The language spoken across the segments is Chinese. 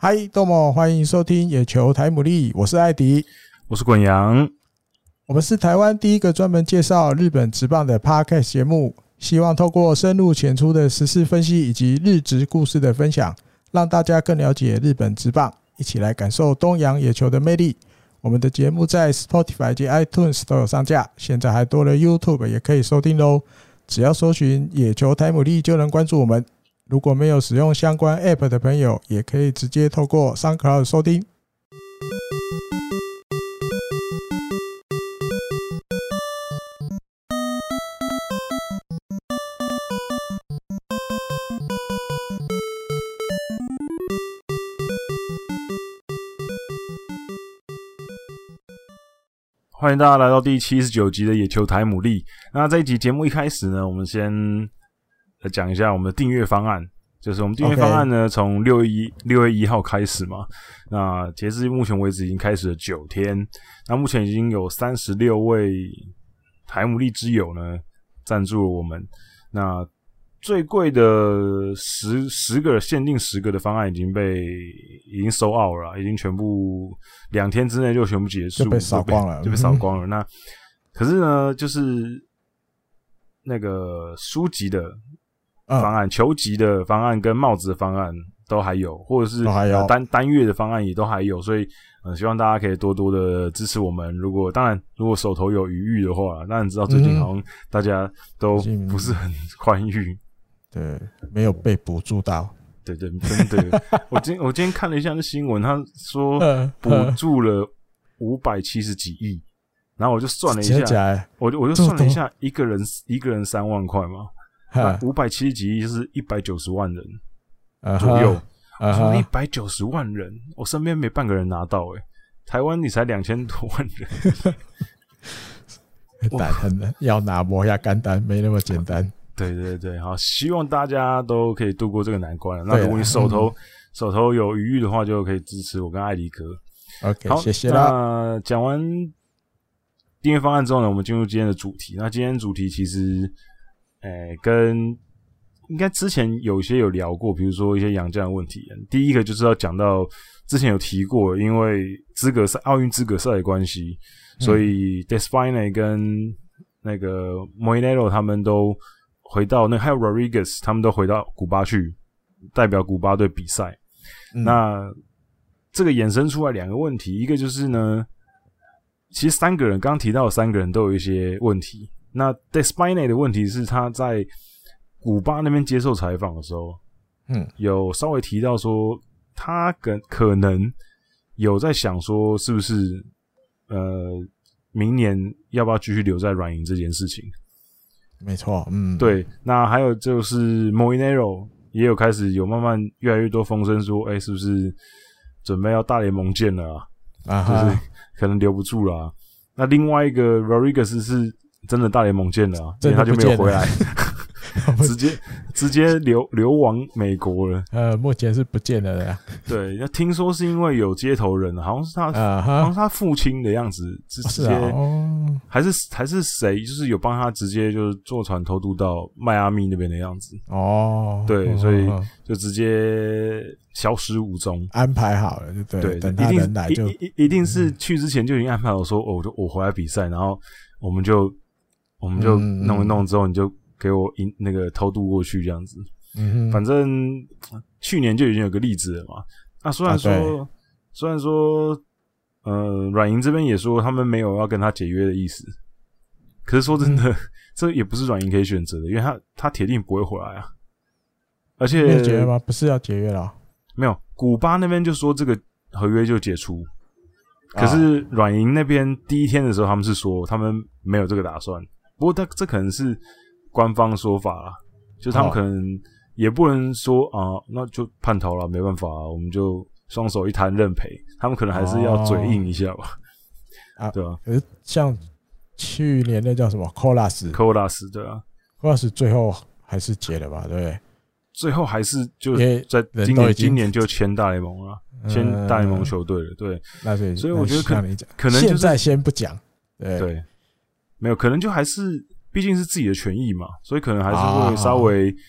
嗨，どうも，欢迎收听野球台牡蛎，我是艾迪， 我是滚阳。 我们是台湾第一个专门介绍日本职棒的 Podcast 节目，希望透过深入浅出的时事分析以及日职故事的分享，让大家更了解日本职棒，一起来感受东洋野球的魅力。我们的节目在 Spotify 及 iTunes 都有上架，现在还多了 YouTube 也可以收听咯。只要搜寻野球台牡蛎就能关注我们。如果没有使用相关 App 的朋友，也可以直接透过 SoundCloud 收听。 欢迎大家来到第79集的野球台牡蛎。那这一集节目一开始呢，我们先讲一下我们的订阅方案。就是我们订阅方案呢，从6月1号开始嘛。那截至目前为止已经开始了9天。那目前已经有36位台牡蛎之友呢赞助了我们。那最贵的10个限定10个的方案已经收 out 了，已经全部2天之内就全部结束， 就被扫光了， 就被扫光了。那可是呢，就是那个书籍的方案、球籍的方案跟帽子的方案都还有，或者是单月的方案也都还有，所以希望大家可以多多的支持我们。当然如果手头有余裕的话，当然知道最近好像大家都不是很宽裕。 对，没有被补助到。 对，真的。我今天看了一下那新闻，他说补助了570几亿，然后我就算了一下，我就算了一下，一个人3万块嘛，570几亿就是190万人左右，说190万人，我身边没半个人拿到台湾你才2000多万人， 很要拿摸下干单，没那么简单。 对，好，希望大家都可以度过这个难关。那如果你手头有余裕的话，就可以支持我跟艾迪哥。 OK， 好， 谢谢啦。 那讲完订阅方案之后呢，我们进入今天的主题。那今天主题其实，跟应该之前有聊过，比如说一些洋将的问题。第一个就是要讲到之前有提过，因为奥运资格赛的关系，所以 Despaigne 跟那个 Moinero 他们都回到还有 Rodriguez 他们都回到古巴去代表古巴队比赛。那这个衍生出来2个问题，一个就是呢，其实刚刚提到的3个人都有一些问题。那 Despaigne 的问题是他在古巴那边接受采访的时候，有稍微提到说他可能有在想说是不是明年要不要继续留在软银这件事情。 没错， 对。那还有就是 Moinero 也有开始有慢慢越来越多风声说，是不是准备要大联盟见了就是可能留不住了那另外一个 Rodriguez 是真的大联盟见了因为他就没有回来直接流亡美国了。 目前是不见了的。 对，那听说是因为有接头人，好像是他父亲的样子，直接还是谁，就是有帮他直接就是坐船偷渡到迈阿密那边的样子。对，所以就直接消失无踪， 安排好了，对，等他人来就一定是去之前就已经安排好说，我回来比赛，然后我们就弄一弄之后，你就给我那个偷渡过去这样子。反正去年就已经有个例子了嘛。那虽然说软银这边也说他们没有要跟他解约的意思，可是说真的，这也不是软银可以选择的，因为他铁定不会回来啊。而且没有解约吗？不是要解约了？ 没有，古巴那边就说这个合约就解除，可是软银那边第一天的时候他们是说他们没有这个打算。不过这可能是官方说法啦，就他们可能也不能说那就叛逃了，没办法我们就双手一摊认赔。他们可能还是要嘴硬一下吧。对吧？ 可是像去年那叫什么 Colas 对啊 ，Colas 最后还是解了吧，对不对？ 最后还是就在今年就签大联盟了，签大联盟球队了。对，所以我觉得可能就是现在先不讲， 对，没有可能就还是毕竟是自己的权益嘛，所以可能还是会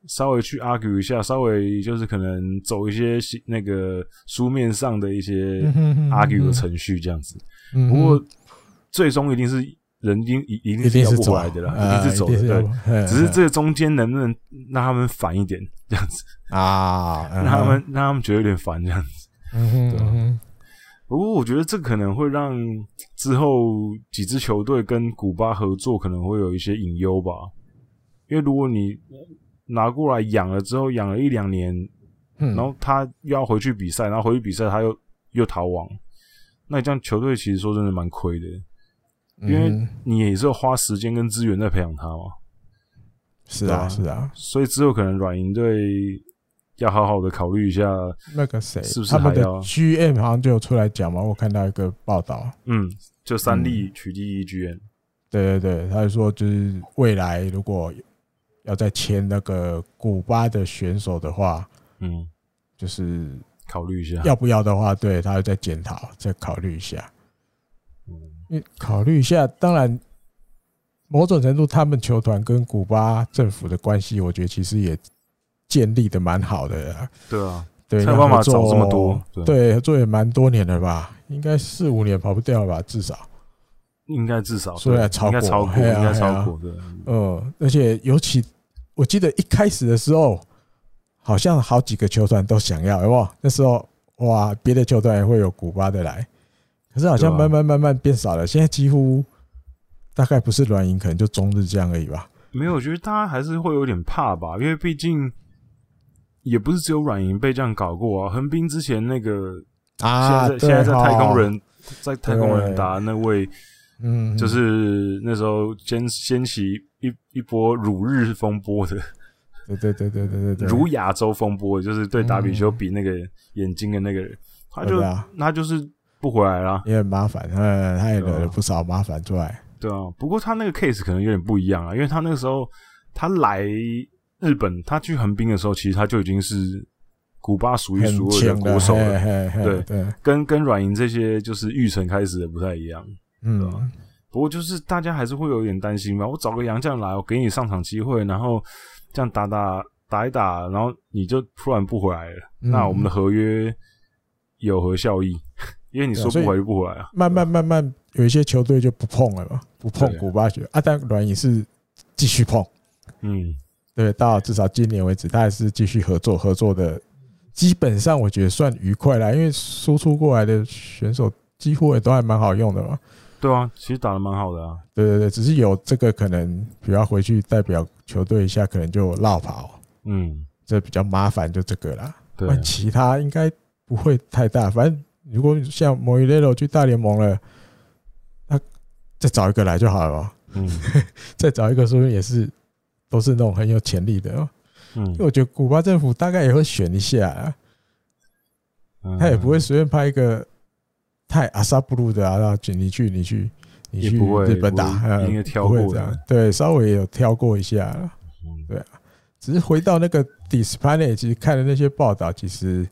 稍微去 argue 一下，稍微就是可能走一些那个书面上的一些 argue 的程序这样子。不过最终一定是人一定是要不回来的啦，一定是走的。对，只是这个中间能不能让他们烦一点这样子啊， 让他们觉得有点烦这样子。对。不过我觉得这可能会让之后几支球队跟古巴合作可能会有一些隐忧吧，因为如果你拿过来养了之后，养了1-2年，然后他又要回去比赛，然后回去比赛他又逃亡，那你这样球队其实说真的蛮亏的，因为你也是要花时间跟资源在培养他嘛。 是啊，是啊， 所以之后可能软银队要好好的考虑一下， 那个谁， 是不是还要他们的 GM 好像就有出来讲嘛？我看到一个报道， 就3立取第一 GM， 对对对，他就说就是未来如果要再签那个古巴的选手的话，就是考虑一下， 要不要的话，对他会再检讨，再考虑一下，因为考虑一下，当然某种程度他们球团跟古巴政府的关系，我觉得其实也建立的蛮好的啦。 对啊， 对， 才有办法找这么多， 对，合作也蛮多年了吧，应该4-5年跑不掉了吧，至少。 应该至少， 所以应该超过，对，而且尤其我记得一开始的时候，好像好几个球团都想要，有没有？那时候哇，别的球团也会有古巴的来，可是好像慢慢变少了，现在几乎大概不是软银，可能就中日这样而已吧。 没有，我觉得大家还是会有点怕吧，因为毕竟也不是只有软银被这样搞过啊。横滨之前那个现在在太空人，在太空人打那位。就是那时候掀起一波辱日风波的，对，辱亚洲风波，就是对打比丘比那个眼睛的那个人，他就是不回来了， 也很麻烦，他也惹了不少麻烦出来。 对啊，不过他那个 case 可能有点不一样啊，因为他那个时候他来日本，他去横滨的时候，其实他就已经是古巴数一数二的国手了，对，跟软银这些就是育成开始的不太一样。不过就是大家还是会有点担心吧。我找个洋将来，我给你上场机会，然后这样打一打，然后你就突然不回来了，那我们的合约有何效益？因为你说不回就不回来啊。 慢慢有一些球队就不碰了嘛，不碰古巴球啊，但软银是继续碰。对，到至少今年为止，他还是继续合作的，基本上我觉得算愉快啦，因为输出过来的选手几乎也都还蛮好用的嘛。 对啊，其实打得蛮好的啊。 对，只是有这个可能，比如要回去代表球队一下，可能就落跑。这比较麻烦，就这个啦。对，其他应该不会太大。反正如果像莫伊雷罗去大联盟了，那再找一个来就好了。再找一个，说不定也是都是那种很有潜力的。因为我觉得古巴政府大概也会选一下啊，他也不会随便派一个。太阿萨布鲁的啊，你去日本打， 应该挑过的， 对，稍微有挑过一下，对啊。只是回到那个 Dispane， 其实看的那些报道，其实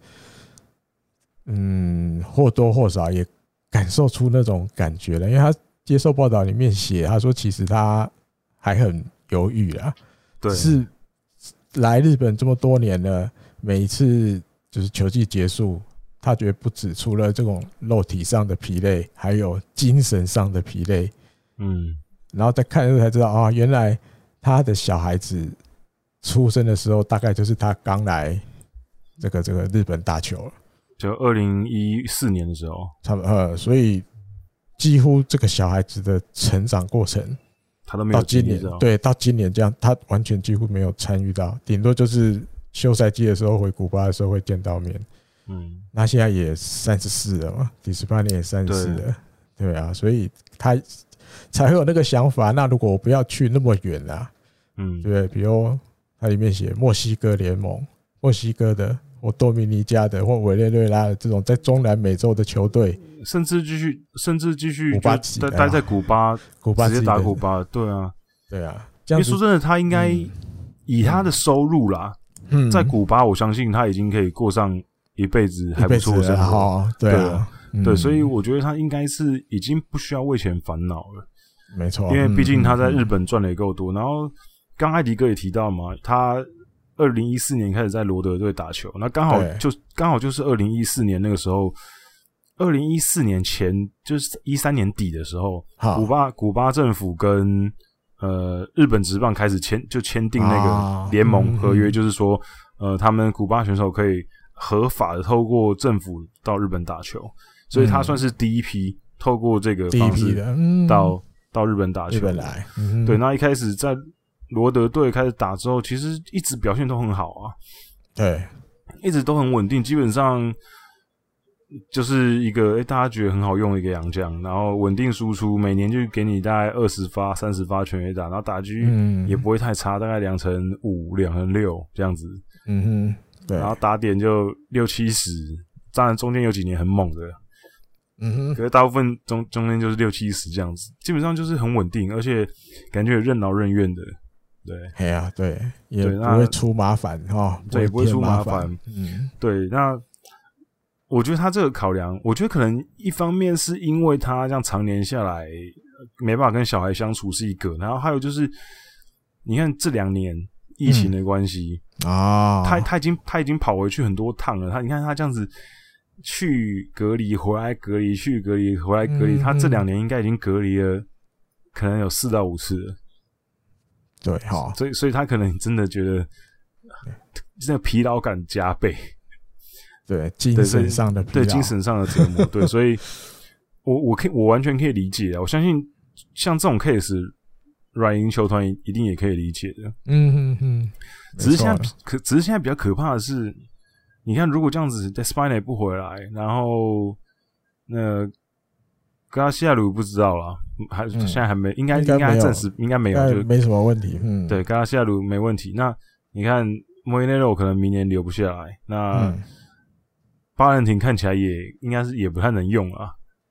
或多或少也感受出那种感觉了，因为他接受报道里面写，他说其实他还很犹豫啦，对，是来日本这么多年了，每一次就是球季结束。他觉得不止除了这种肉体上的疲累，还有精神上的疲累。然后再看的时候才知道啊，原来他的小孩子出生的时候，大概就是他刚来这个日本打球了， 就2014年的时候， 差不多。所以几乎这个小孩子的成长过程， 他都没有到今年，对，到今年这样，他完全几乎没有参与到，顶多就是休赛季的时候回古巴的时候会见到面。那现在也34了嘛，Dispane也34了，对啊，所以他才会有那个想法。那如果我不要去那么远啦，对，比如它里面写墨西哥联盟、墨西哥的或多米尼加的或委内瑞拉的这种在中南美洲的球队， 甚至继续待在古巴直接打古巴，对啊，因为说真的，他应该以他的收入啦，在古巴，我相信他已经可以过上。一辈子还不错的生活，对，所以我觉得他应该是已经不需要为钱烦恼了， 没错， 因为毕竟他在日本赚的也够多。然后刚艾迪哥也提到嘛，他 2014年开始在罗德队打球，那刚好就是2014年那个时候，2014年前就是13年底的时候，古巴政府跟日本职棒开始签订那个联盟合约，就是说他们古巴选手可以合法的透过政府到日本打球，所以他算是第一批透过这个方式到日本打球。对，那一开始在罗德队开始打之后，其实一直表现都很好啊， 对， 一直都很稳定，基本上就是一个大家觉得很好用的一个洋将，然后稳定输出，每年就给你大概20发、30发全垒打，然后打击也不会太差，大概2成5、2成6这样子。对，然后打点就60-70，当然中间有几年很猛的。可是大部分中间就是60-70这样子，基本上就是很稳定，而且感觉也任劳任怨的。对， 对，也不会出麻烦哈， 对，不会出麻烦。对，那我觉得他这个考量，我觉得可能一方面是因为他这样常年下来没办法跟小孩相处是一个，然后还有就是你看这2年疫情的关系他已经跑回去很多趟了，你看他这样子。去隔离回来隔离去隔离回来隔离，他这2年应该已经隔离了可能有4到5次了。 对， 所以他可能真的觉得这个疲劳感加倍， 对，精神上的疲劳， 对精神上的折磨，对，所以我完全可以理解啊，我相信像这种 case， 软银球团一定也可以理解的。只是现在比较可怕的是。你看，如果这样子 Despaigne 不回来，然后那格拉西亚鲁不知道啦，现在还没，应该暂时应该没有，就没什么问题。 对，格拉西亚鲁没问题。那你看 Moinelo 可能明年留不下来，那巴伦廷看起来应该是也不太能用啊。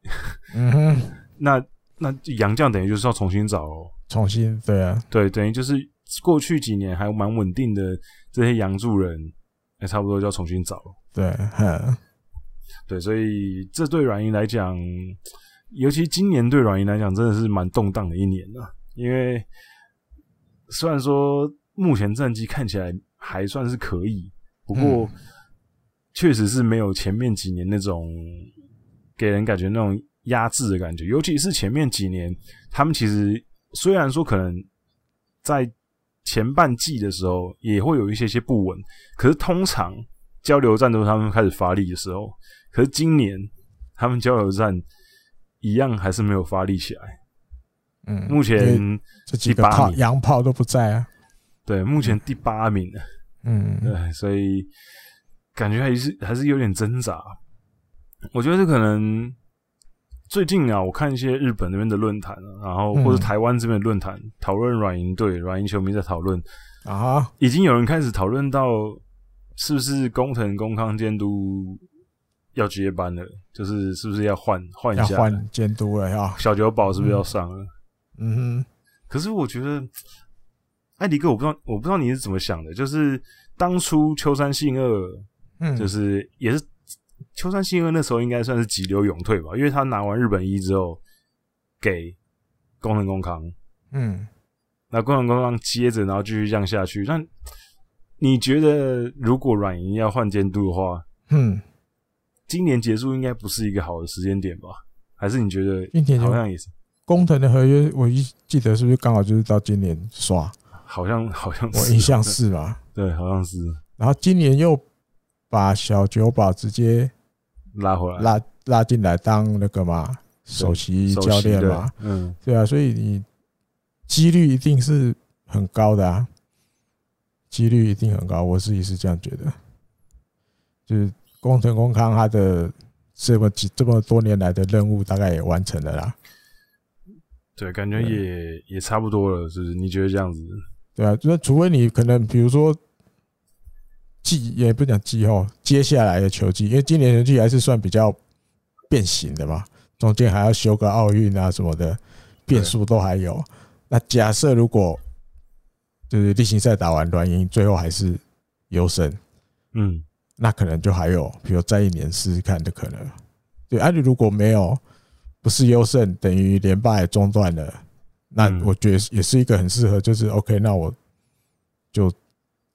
那洋将等于就是要重新找咯， 对啊， 对，等于就是过去几年还蛮稳定的这些洋助人。差不多就要重新找了，对，所以这对软银来讲，尤其今年对软银来讲，真的是蛮动荡的一年啊。因为虽然说目前战绩看起来还算是可以，不过确实是没有前面几年那种给人感觉那种压制的感觉。尤其是前面几年，他们其实虽然说可能在前半季的时候也会有一些不稳，可是通常交流战都是他们开始发力的时候，可是今年他们交流战一样还是没有发力起来。目前这几个洋炮都不在啊。 对，目前第8名了。对，所以感觉还是有点挣扎。我觉得这可能最近啊，我看一些日本那边的论坛然后或者台湾这边的论坛讨论软银队、软银球迷在讨论已经有人开始讨论到是不是工藤公康监督要接班了，就是是不是要换一下， 要换监督了呀？ 小酒保是不是要上了？可是我觉得，艾迪哥，我不知道你是怎么想的，就是当初秋山信二，就是也是。秋山信二那时候应该算是急流勇退吧，因为他拿完日本一之后给工藤公康，那工藤公康接着然后继续这样下去。那你觉得如果软银要换监督的话，今年结束应该不是一个好的时间点吧？还是你觉得好像也是？ 工藤的合约我记得是不是刚好就是到今年刷？ 好像是， 我印象是吧？ 对，好像是。 然后今年又把小酒保直接拉回来， 拉进来当那个嘛首席教练嘛，对啊，所以你几率一定是很高的啊，几率一定很高，我自己是这样觉得。就是工藤公康他的这么多年来的任务大概也完成了啦。 对，感觉也差不多了，是不是？你觉得这样子？ 对啊，就是除非你可能比如说。也不讲季后，接下来的球季，因为今年的球季还是算比较变形的嘛，中间还要修个奥运啊什么的，变数都还有。那假设如果就是例行赛打完软银最后还是优胜，那可能就还有比如再1年试试看的可能。对，你如果没有不是优胜，等于连霸也中断了，那我觉得也是一个很适合，就是 OK， 那我就。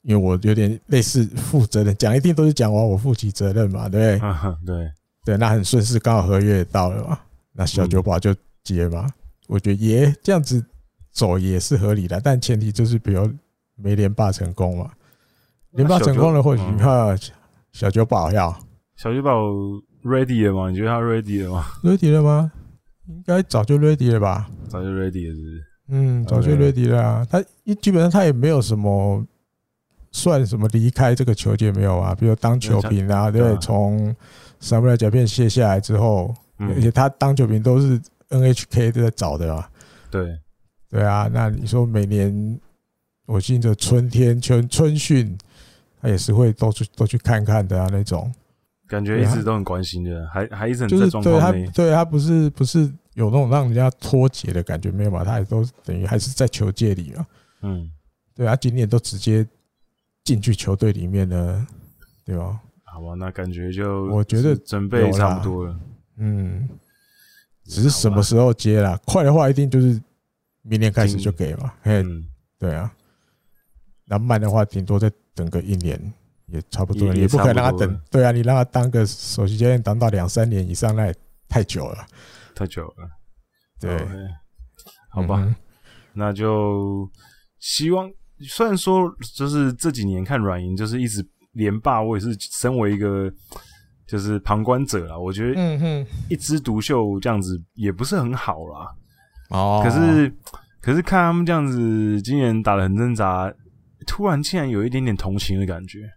因为我有点类似负责任，讲一定都是讲完我负起责任嘛，对不对？ 对对，那很顺势，刚好合约也到了嘛，那小酒保就接嘛。我觉得这样子走也是合理的，但前提就是比如没连霸成功嘛，连霸成功了或许小酒保小酒保 ready 了吗？你觉得他 ready 了吗 ？ready 了吗？应该早就 ready 了吧？ 早就 ready 了，是不是？ 早就 ready 了啊。他基本上他也没有什么算什么离开这个球界没有啊，比如当球评啊，对，从萨姆莱甲片卸下来之后，而且他当球评都是 NHK 在找的嘛。对啊，那你说每年我记得春天春训，他也是会都去看看的啊，那种感觉一直都很关心的，还一直很在状况内。 对他不是有那种让人家脱节的感觉没有嘛？他也都等于还是在球界里嘛。对啊，今年都直接进去球队里面呢，对吧？ 好吧，那感觉就我觉得准备差不多了。 只是什么时候接啦？快的话一定就是明年开始就给嘛。对啊。那慢的话，顶多再等个1年也差不多，也不可能让他等。对啊，你让他当个首席教练当到2-3年以上，那也太久了。对， 好吧，那就希望。虽然说就是这几年看软银就是一直连霸，我也是身为一个就是旁观者啦，我觉得一枝独秀这样子也不是很好啦。可是看他们这样子今年打得很挣扎，突然竟然有一点点同情的感觉。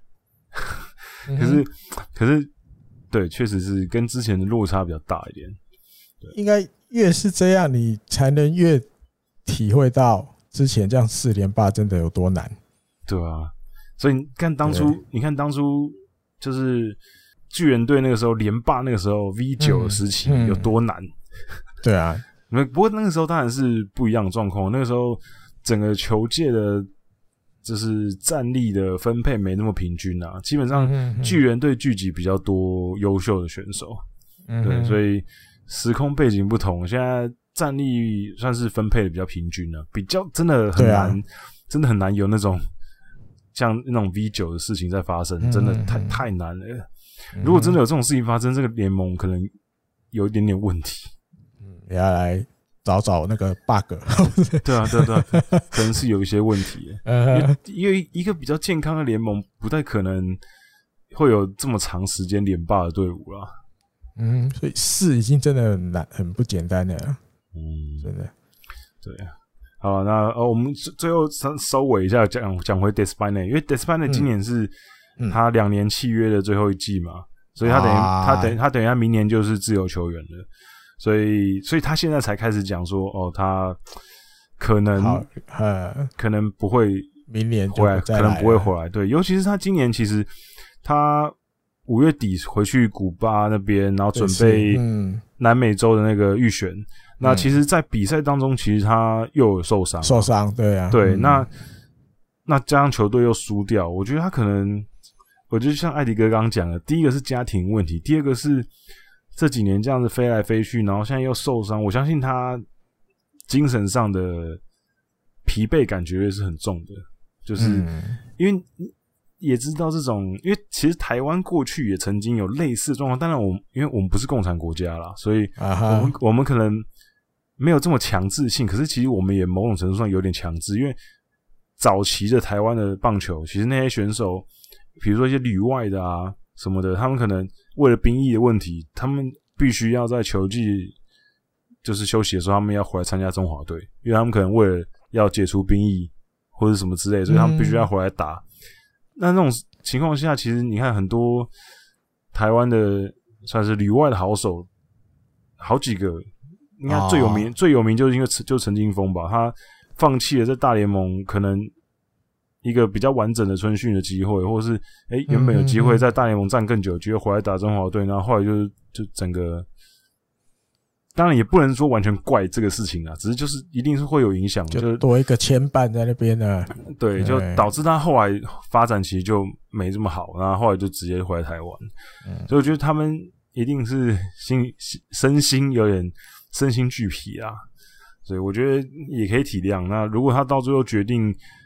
可是对，确实是跟之前的落差比较大一点。 应该越是这样，你才能越体会到之前这样4连霸真的有多难。 对啊，所以你看当初就是巨人队那个时候连霸那个时候 V9 时期有多难。 对啊， 不过那个时候当然是不一样的状况，那个时候整个球界的就是战力的分配没那么平均啊，基本上巨人队聚集比较多优秀的选手。对，所以时空背景不同，现在战力算是分配的比较平均了，比较真的很难，真的很难有那种像那种 V9 的事情在发生，真的太难了。如果真的有这种事情发生，这个联盟可能有一点点问题。 也要来找那个 bug。 对啊，可能是有一些问题。因为一个比较健康的联盟，不太可能会有这么长时间连霸的队伍啦。 所以4已经真的很难，很不简单了。真的。 对啊。好，那我们最后收尾一下，讲回 Despaigne， 因为 Despaigne 今年是他2年契约的最后一季嘛，所以他等于他明年就是自由球员了，所以他现在才开始讲说，他可能不会明年回来，可能不会回来。对，尤其是他今年其实他5月底回去古巴那边，然后准备南美洲的那个预选。那其实，在比赛当中，其实他又有受伤， 对啊， 对，那加上球队又输掉，我觉得他可能，我觉得像艾迪哥刚刚讲的，第一个是家庭问题，第二个是这几年这样子飞来飞去，然后现在又受伤，我相信他精神上的疲惫感觉是很重的，就是因为也知道这种，因为其实台湾过去也曾经有类似的状况，当然因为我们不是共产国家啦，所以我们可能没有这么强制性，可是其实我们也某种程度上有点强制，因为早期的台湾的棒球，其实那些选手，比如说一些旅外的啊什么的，他们可能为了兵役的问题，他们必须要在球季就是休息的时候，他们要回来参加中华队，因为他们可能为了要解除兵役或者什么之类的，所以他们必须要回来打。那种情况下，其实你看很多台湾的算是旅外的好手，好几个，应该最有名就是因为就陈金锋吧，他放弃了在大联盟可能一个比较完整的春训的机会，或者是原本有机会在大联盟站更久，结果回来打中华队，然后后来就整个。当然也不能说完全怪这个事情啊，只是就是一定是会有影响， 就多一个牵绊在那边呢。 对，就导致他后来发展其实就没这么好，然后后来就直接回来台湾。所以我觉得他们一定是身心有点身心俱疲啊，所以我觉得也可以体谅。那如果他到最后决定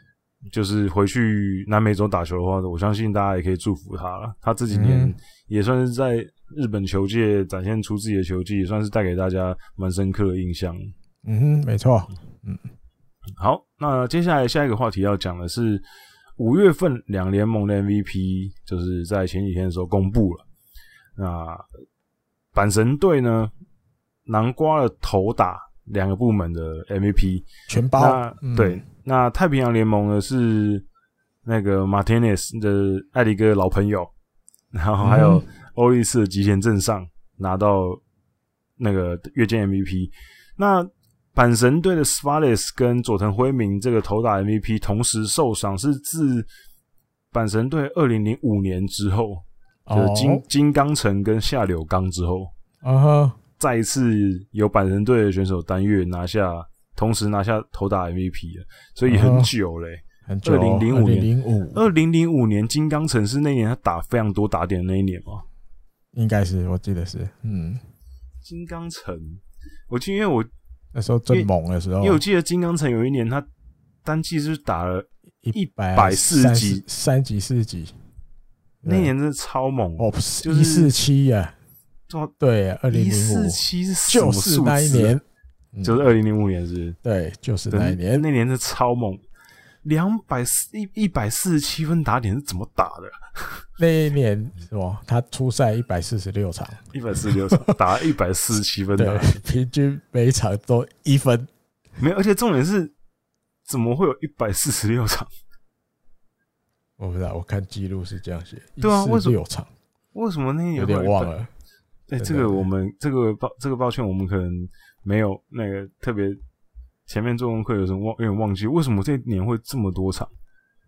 就是回去南美洲打球的话，我相信大家也可以祝福他了。他这几年也算是在日本球界展现出自己的球技，也算是带给大家蛮深刻的印象。 没错。 好，那接下来下一个话题要讲的是5月份两联盟的 MVP， 就是在前几天的时候公布了。那阪神队呢，囊括了投打2个部门的 MVP 全包。 对，那太平洋联盟呢是那个 Martinez 的艾迪哥老朋友，然后还有欧力士的吉田正尚拿到那个月间 MVP。那阪神队的 Suarez 跟佐藤辉明这个投打 MVP 同时受伤，是自阪神队2005年之后，就是金刚城跟下柳刚之后，再一次有阪神队的选手单月同时拿下投打 MVP 了，所以很久了很久。 2005年金刚城是那年他打非常多打点的那一年吗？ 应该是，我记得是。 金刚城，因为我那时候正猛的时候， 因为我记得金刚城有一年他单季是打了140几 3级4级， 那年真的超猛就是147啊。对，2005 147是什么数字？ 就是那一年， 就是2005年是不是？ 对，就是那一年。 那年是超猛，147分打点是怎么打的？ 那一年是吧？他出赛146场 ，146场打了147分打点， 平均每场都1分。 没有，而且重点是，怎么会有146场？ 我不知道，我看记录是这样写。 对啊，为什么 6场？ 为什么那年有点忘了？ 这个我们这个抱歉，我们可能没有那个特别前面做功课，有点忘记为什么这一年会这么多场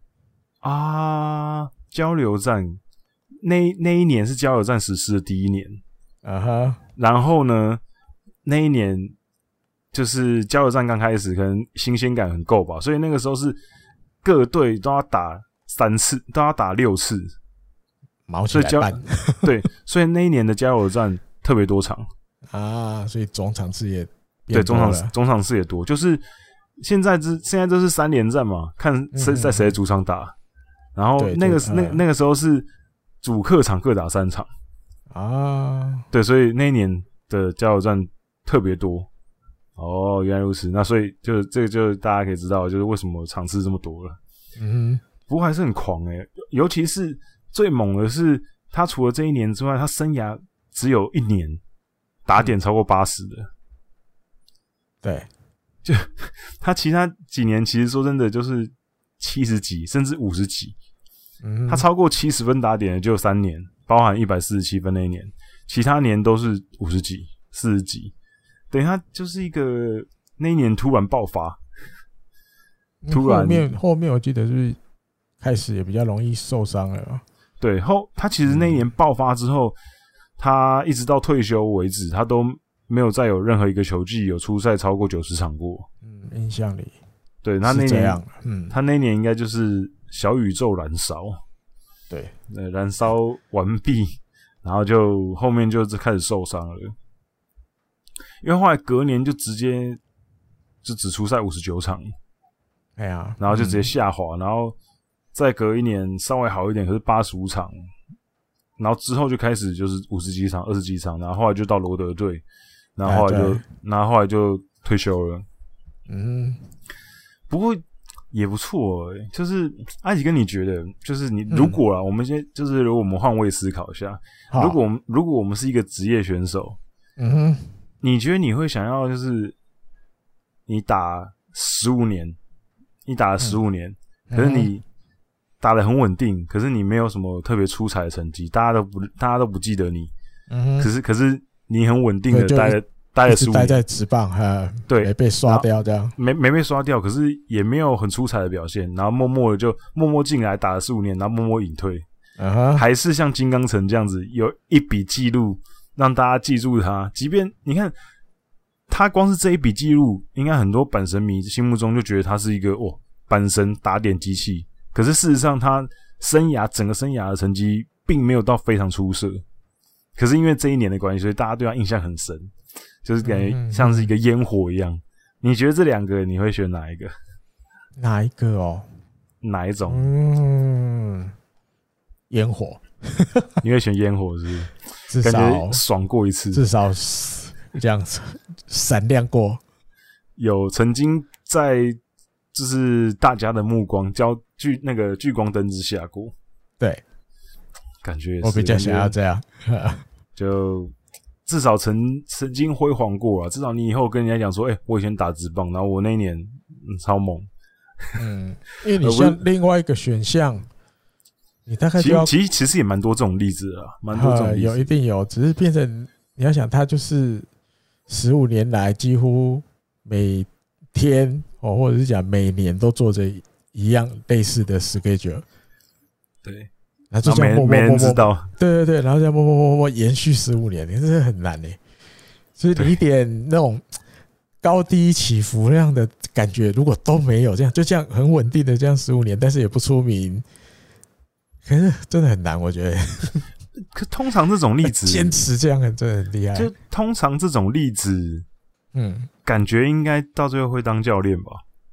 啊？交流战那一年是交流战实施的第一年然后呢，那一年就是交流战刚开始，可能新鲜感很够吧，所以那个时候是各队都要打3次，都要打6次。 毛起来办对，所以那一年的交流战特别多场所以总场次也对，总场次也多，就是现在都是3连战嘛，看在谁的主场打，然后那个时候是主客场各打3场对，所以那一年的交流战特别多。原来如此，那所以就这个就大家可以知道，就是为什么场次这么多了。不过还是很狂尤其是最猛的是，他除了这一年之外，他生涯只有1年打点超过80的。 对， 就他其他几年其实说真的就是70几甚至50几。他超过70分打点的就3年，包含147分那一年，其他年都是50几、40几。等于他就是一个那一年突然爆发， 后面我记得是开始也比较容易受伤了。 对，他其实那一年爆发之后，他一直到退休为止，他都没有再有任何一个球季有出赛超过90场过。 印象里， 对，他那年他那年应该就是小宇宙燃烧， 对， 燃烧完毕，然后就后面就开始受伤了，因为后来隔年就直接就只出赛59场，然后就直接下滑，然后再隔一年稍微好一点，可是85场，然后之后就开始就是50几场、20几场，然后后来就到罗德队，然后后来就退休了。不过也不错就是阿吉哥，你觉得就是你如果我们先就是如果我们换位思考一下，如果我们是一个职业选手，你觉得你会想要就是你打15年，你打了15年，可是你打得很稳定，可是你没有什么特别出彩的成绩，大家都不记得你，可是你很稳定的待了15年， 待在职棒对，没被刷掉这样， 没被刷掉，可是也没有很出彩的表现，然后默默进来打了15年，然后默默隐退，还是像金刚城这样子有一笔记录让大家记住他，即便你看他光是这一笔记录，应该很多阪神迷心目中就觉得他是一个阪神打点机器，可是事实上他整个生涯的成绩并没有到非常出色，可是因为这一年的关系，所以大家对他印象很深，就是感觉像是一个烟火一样。你觉得这2个你会选哪一个？ 哪一个哪一种？ 烟火。 你会选烟火是不是？ 至少感觉爽过一次， 至少这样闪亮过。 有曾经在就是大家的目光那个聚光灯之下过。 对， 感觉也是我比较想要这样。 就至少曾经辉煌过啊，至少你以后跟人家讲说，我以前打职棒，然后我那一年超猛。 因为你像另外一个选项，你大概就要其实也蛮多这种例子啊，蛮多这种例子， 有一定有，只是变成你要想，他就是15年来几乎每天或者是讲每年都做着一样类似的 schedule。 对。 然后就这样没人知道， 对，然后这样默延续15年，真是很难所以你一点那种高低起伏那样的感觉，如果都没有，就这样很稳定的这样15年，但是也不出名，可是真的很难，我觉得。 可通常这种例子坚持这样真的很厉害。 就通常这种例子，感觉应该到最后会当教练吧？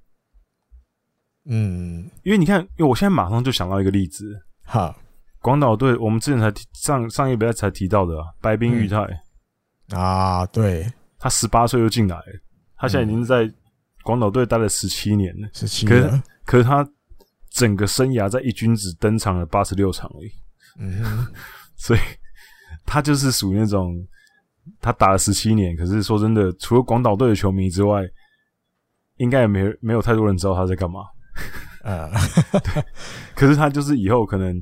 因为你看，因为我现在马上就想到一个例子，广岛队，我们之前才上一礼拜才提到的白滨裕太对， 他18岁就进来了，他现在已经在广岛队待了17年了 ，17年， 可是他整个生涯在一军只登场了86场而已，所以他就是属于那种他打了17年，可是说真的，除了广岛队的球迷之外，应该也没有太多人知道他在干嘛。对，可是他就是以后可能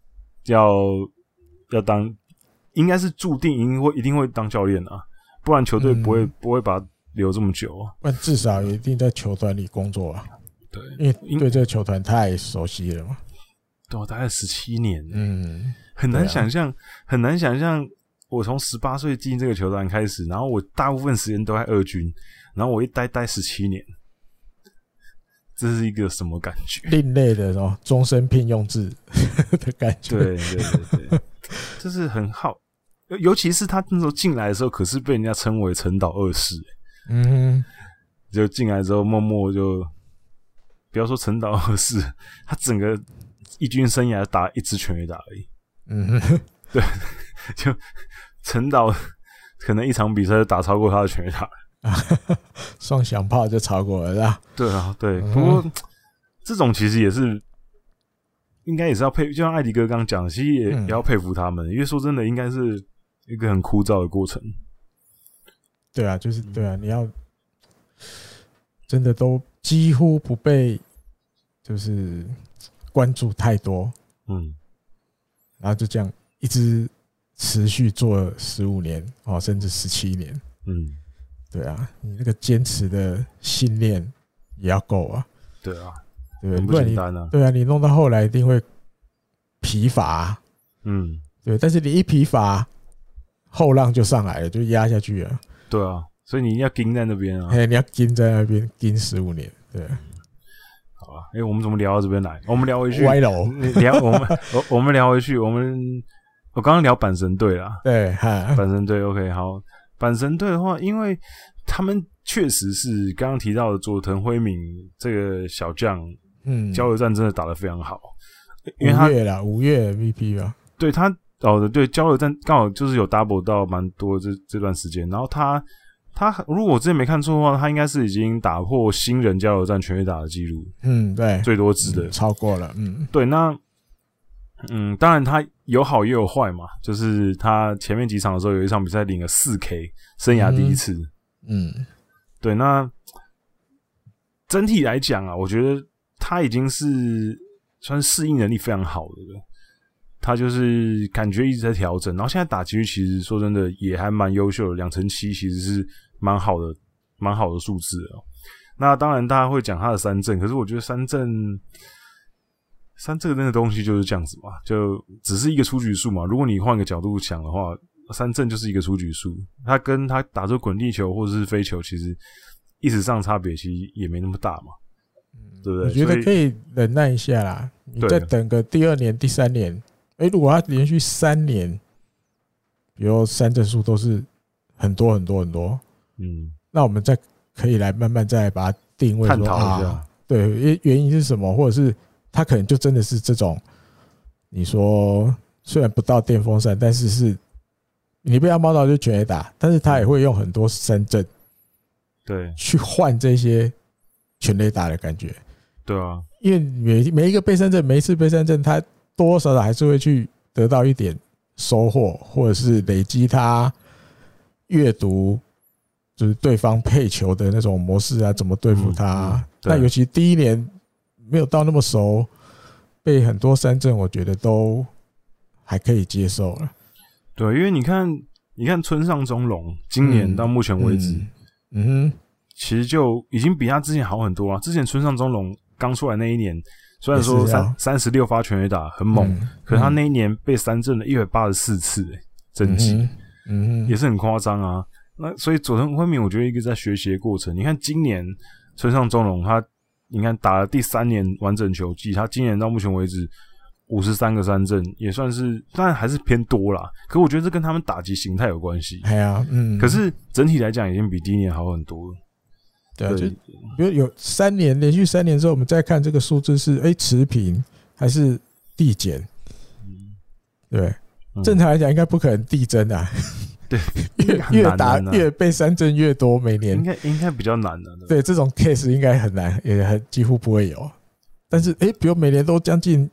要当，应该是注定一定会当教练啊，不然球队不会把他留这么久啊。 但至少一定在球团里工作啊。 对， 因为对这个球团太熟悉了嘛。 对，大概17年，很难想象，很难想象。我从18岁进这个球团开始，然后我大部分时间都在二军，然后我一待17年。这是一个什么感觉？ 另类的终身聘用制的感觉。 对，这是很好，尤其是他那时候进来的时候，可是被人家称为陈岛二世。就进来之后，默默就不要说陈岛二世，他整个一军生涯打一支全垒打而已。对，就陈岛可能一场比赛就打超过他的全垒打。 双响炮就超过了，是吧？ 对啊，对。不过这种其实也是，应该也是要佩服，就像艾迪哥刚刚讲的，其实也要佩服他们，因为说真的，应该是一个很枯燥的过程。 对啊，就是对啊，你要真的都几乎不被就是关注太多，然后就这样一直持续做了15年甚至17年，对啊，你那个坚持的信念也要够啊。 对啊， 对， 很不简单啊。 对啊，你弄到后来一定会疲乏。对，但是你一疲乏，后浪就上来了，就压下去了。 对啊，所以你要盯在那边啊。 你要盯在那边盯15年。对。 好啊，我们怎么聊到这边来？我们聊回去。 歪楼。 我们聊回去。我刚刚聊阪神队啦。 对， 阪神队 OK 好。阪神队的话，因为他们确实是刚刚提到的佐藤辉敏这个小将，交流战真的打得非常好。因为他 5月 MVP 吧。 对他对交流战刚好就是有 double 到蛮多这段时间，然后他如果我之前没看错的话，他应该是已经打破新人交流战全垒打的记录。对，最多支的超过了。 对，那当然他有好也有坏嘛，就是他前面几场的时候有一场比赛领了4K， 生涯第一次。对，那整体来讲啊，我觉得他已经是算是适应能力非常好的了。他就是感觉一直在调整，然后现在打击率其实说真的也还蛮优秀的，2.7其实是蛮好的数字了。那当然大家会讲他的三振，可是我觉得三振那个东西就是这样子嘛，就只是一个出局数嘛。如果你换个角度想的话，三振就是一个出局数，他跟他打出滚地球或者是飞球，其实意识上差别其实也没那么大嘛，对不对？ 我觉得可以忍耐一下啦，你再等个第2年、第3年，如果他连续3年，比如三振数都是很多，那我们再可以来慢慢再把它定位说探讨一下， 对，原因是什么，或者是他可能就真的是这种，你说虽然不到电风扇，但是你被他猫到就全垒打，但是他也会用很多三振， 对， 去换这些全垒打的感觉。 对啊， 因为每一个被三振，每一次被三振，他多多少少还是会去得到一点收获，或者是累积他阅读就是对方配球的那种模式啊，怎么对付他。那尤其第一年没有到那么熟，被很多三振，我觉得都还可以接受了。 对，因为你看村上中龙今年到目前为止，其实就已经比他之前好很多了。之前村上中龙刚出来那一年，虽然说36发全垒打很猛，可是他那一年被三振了184次，整季，也是很夸张啊。那所以佐藤辉明，我觉得一个在学习的过程。你看今年村上中龙，他你看打了第3年完整球季，他今年到目前为止53个三振，也算是，当然还是偏多啦。可我觉得这跟他们打击形态有关系。可是整体来讲，已经比第一年好很多了。 对啊，就比如有连续3年之后，我们再看这个数字是持平还是递减？对，正常来讲应该不可能递增啊。 对， 越打越被三振越多，每年应该比较难的。 对，这种 case 应该很难，也几乎不会有。但是比如每年都将近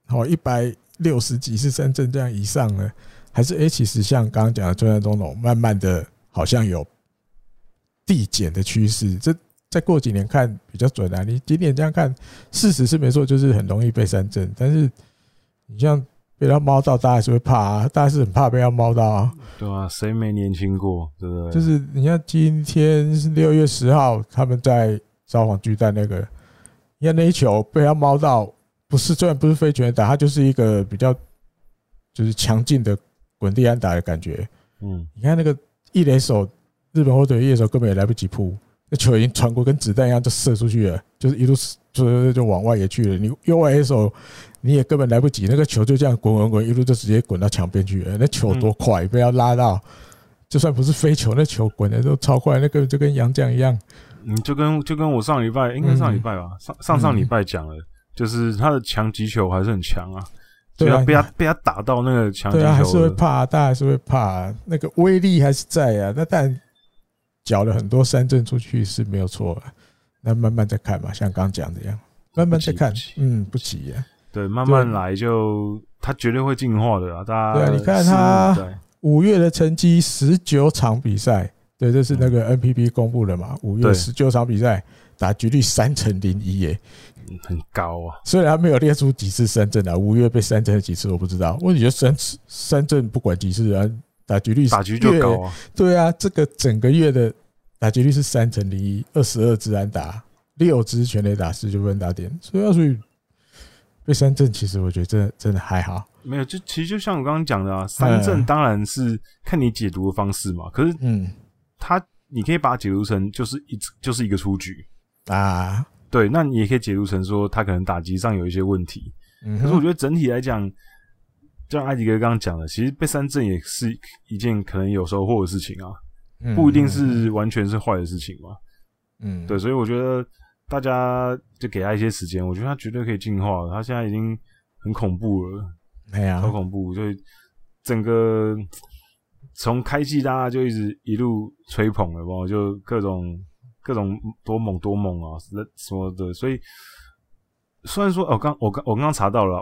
160几次三振这样以上了，还是其实像刚刚讲的村上中龙，慢慢的好像有递减的趋势，这再过几年看比较准啊。你今年这样看，事实是没错，就是很容易被三振。但是你像被他猫到，大家还是会怕啊，大家是很怕被他猫到啊。 对啊，谁没年轻过，对不对？ 就是你看今天是6月10号，他们在札幌巨蛋那个，你看那一球被他猫到，虽然不是飞全垒打，它就是一个比较就是强劲的滚地安打的感觉。你看那个一垒手。日本火腿野手根本也来不及扑，那球已经传过，跟子弹一样就射出去了，就是一路就往外野去了。你右外野手你也根本来不及，那个球就这样滚，一路就直接滚到墙边去了。那球多快，被他拉到，就算不是飞球，那球滚的都超快，那个就跟洋将一样。 就跟我上礼拜，应该上礼拜吧，上礼拜讲了，就是他的强击球还是很强啊。对啊，被他打到那个强击球，对啊， 还是会怕，大家还是会怕，那个威力还是在啊。那当然。缴了很多三振出去是没有错的，那慢慢再看嘛，像刚讲的一样，慢慢再看，不急啊。 对，慢慢来他绝对会进化的啦。大家对啊，你看他5月的成绩19场比赛，对，这是那个 NPB 公布的嘛，5月19场比赛打击率3.01耶， 很高啊。 虽然他没有列出几次三振啊，5月被三振了几次我不知道，我觉得三振不管几次啊。打击率就高啊， 对啊，这个整个月的打击率是3.01 ，22支安打，6支全垒打，19分打点，所以被三振，其实我觉得真的还好。 没有，其实就像我刚刚讲的啊，三振当然是看你解读的方式嘛。可是，你可以把它解读成就是一个出局啊，对，那你也可以解读成说他可能打击上有一些问题。可是我觉得整体来讲。就像艾迪哥刚刚讲的，其实被三振也是一件可能有收获的事情啊，不一定是完全是坏的事情嘛。对，所以我觉得大家就给他一些时间，我觉得他绝对可以进化了。他现在已经很恐怖了，超恐怖，就整个从开季大家就一路吹捧了吧，就各种多猛啊什么的。所以虽然说我刚刚查到了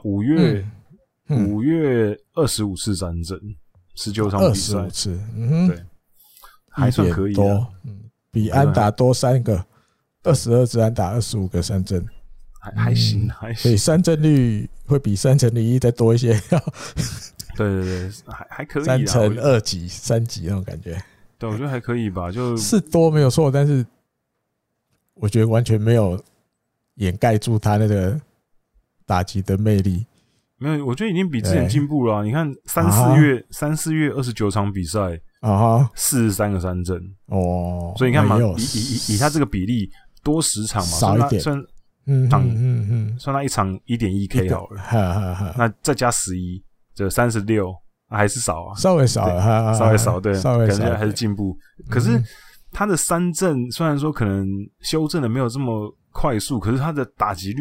5月25次三振，19场比赛，25 次， 对，还算可以的， 比安打多3个，22支安打，25个三振， 还行， 所以三振率会比3.01再多一些， 对，还可以 ，3.2级、3级那种感觉， 对，我觉得还可以吧， 就是多没有错，但是我觉得完全没有掩盖住他那个打击的魅力。 没有，我觉得已经比之前进步了啊。你看3、4月29场比赛，43个三振哦，所以你看嘛，以他这个比例多10场嘛， 少一点， 算他一场 1.1K 好了，那再加11，这36还是少啊， 稍微少了， 稍微少，对，感觉还是进步。可是他的三振虽然说可能修正的没有这么快速，可是他的打击率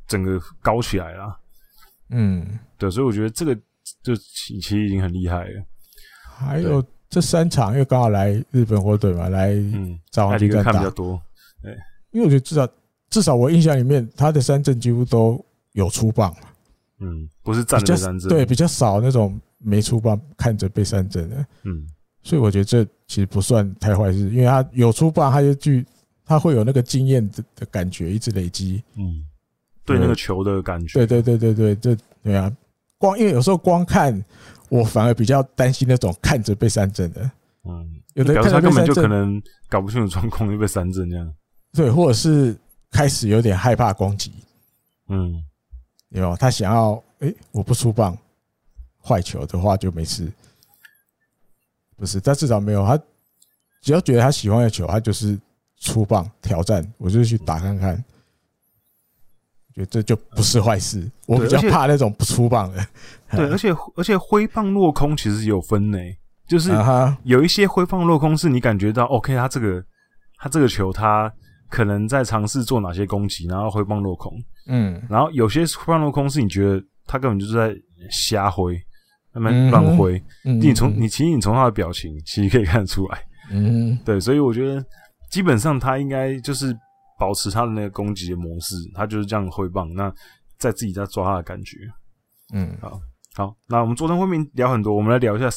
整个高起来啦。对，所以我觉得这个就其实已经很厉害了。 还有这3场，因为刚好来日本火腿嘛，来找黄金战打， 看比较多。对， 因为我觉得至少我印象里面，他的三振几乎都有出棒嘛。 不是站着被三振， 对，比较少那种没出棒看着被三振的。所以我觉得这其实不算太坏事，因为他有出棒，他会有那个经验的感觉一直累积。 对那个球的感觉。 对，对啊。因为有时候光看，我反而比较担心那种看着被三振的。有的表示他根本就可能搞不清楚状况就被三振这样。 对，或者是开始有点害怕攻击。有没有？他想要我不出棒坏球的话就没事。不是，他至少没有，他只要觉得他喜欢的球，他就是出棒挑战，我就去打看看。觉得这就不是坏事，我比较怕那种不出棒的。 对，而且挥棒落空其实也有分呢，就是有一些挥棒落空是你感觉到 OK， 他这个球他可能在尝试做哪些攻击，然后挥棒落空。然后有些挥棒落空是你觉得他根本就是在瞎挥，慢慢乱挥。其实你从他的表情其实可以看得出来。对，所以我觉得基本上他应该就是保持他的那个攻击的模式，他就是这样挥棒，那自己在抓他的感觉。好，那我们昨天后面聊很多，我们来聊一下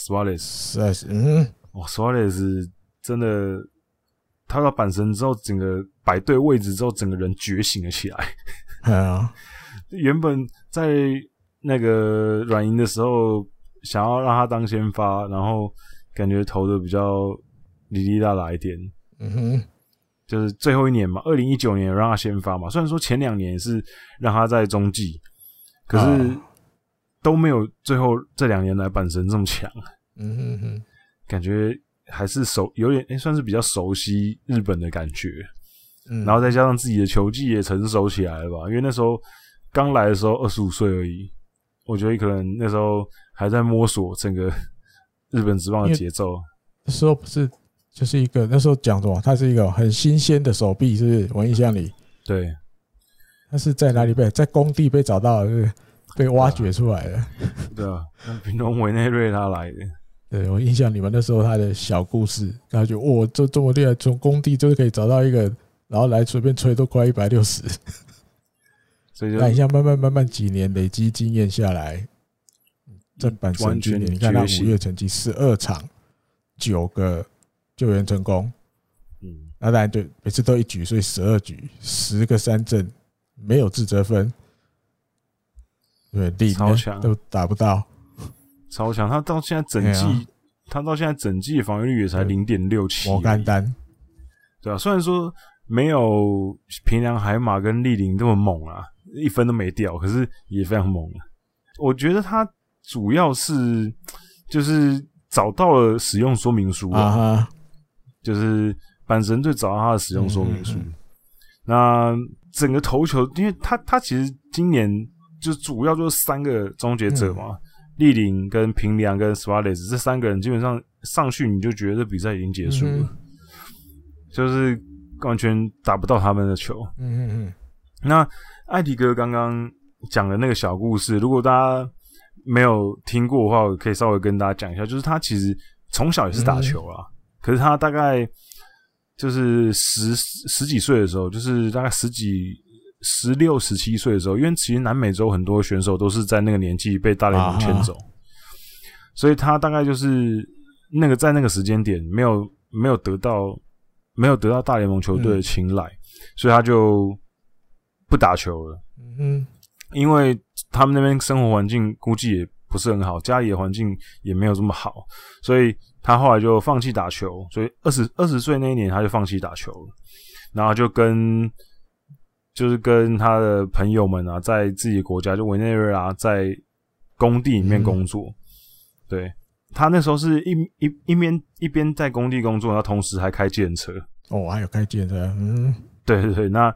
Suarez。Suarez 真的，他到阪神之后，整个摆对位置之后，整个人觉醒了起来。原本在那个软银的时候，想要让他当先发，然后感觉投的比较哩哩啦啦一点。就是最后一年嘛，2019年让他先发嘛。虽然说前2年是让他在中继，可是都没有最后这2年来阪神这么强。感觉还是有点算是比较熟悉日本的感觉。然后再加上自己的球技也成熟起来了吧？因为那时候刚来的时候25岁而已，我觉得可能那时候还在摸索整个日本职棒的节奏。 那时候不是。就是一个那时候讲什么，他是一个很新鲜的手臂，是不是？我印象里， 对， 他是在哪里在工地被找到的，是被挖掘出来的。 对啊，屏东委内瑞拉来的。 对，我印象里面那时候他的小故事，他就这么厉害，从工地就是可以找到一个，然后来随便吹都快160。 所以就那你像慢慢几年累积经验下来，在阪神今年，你看他5月成绩12场9个。救援成功，那当然就每次都一局，所以12局10个三振，没有自责分，对， 超强都打不到， 超强。他到现在整季的防御率也才0.67， 摩干丹， 对啊，虽然说没有平良海马跟立林这么猛啊，1分都没掉，可是也非常猛。我觉得他主要是就是找到了使用说明书就是阪神队找到他的使用说明书。那整个投球，因为他其实今年就主要就是3个终结者嘛，立林跟平良跟 Suarez 这3个人基本上上去你就觉得比赛已经结束了，就是完全打不到他们的球。那艾迪哥刚刚讲的那个小故事，如果大家没有听过的话，我可以稍微跟大家讲一下，就是他其实从小也是打球啦，可是他大概就是十几岁的时候，就是大概16、17岁的时候，因为其实南美洲很多选手都是在那个年纪被大联盟牵走，所以他大概就是在那个时间点没有得到大联盟球队的青睐，所以他就不打球了。因为他们那边生活环境估计也不是很好，家里的环境也没有这么好，所以他后来就放弃打球，所以20岁那一年他就放弃打球了，然后就跟他的朋友们啊，在自己的国家就委内瑞拉在工地里面工作。对，他那时候是一边在工地工作，然后同时还开计程车。 还有开计程车。 对，那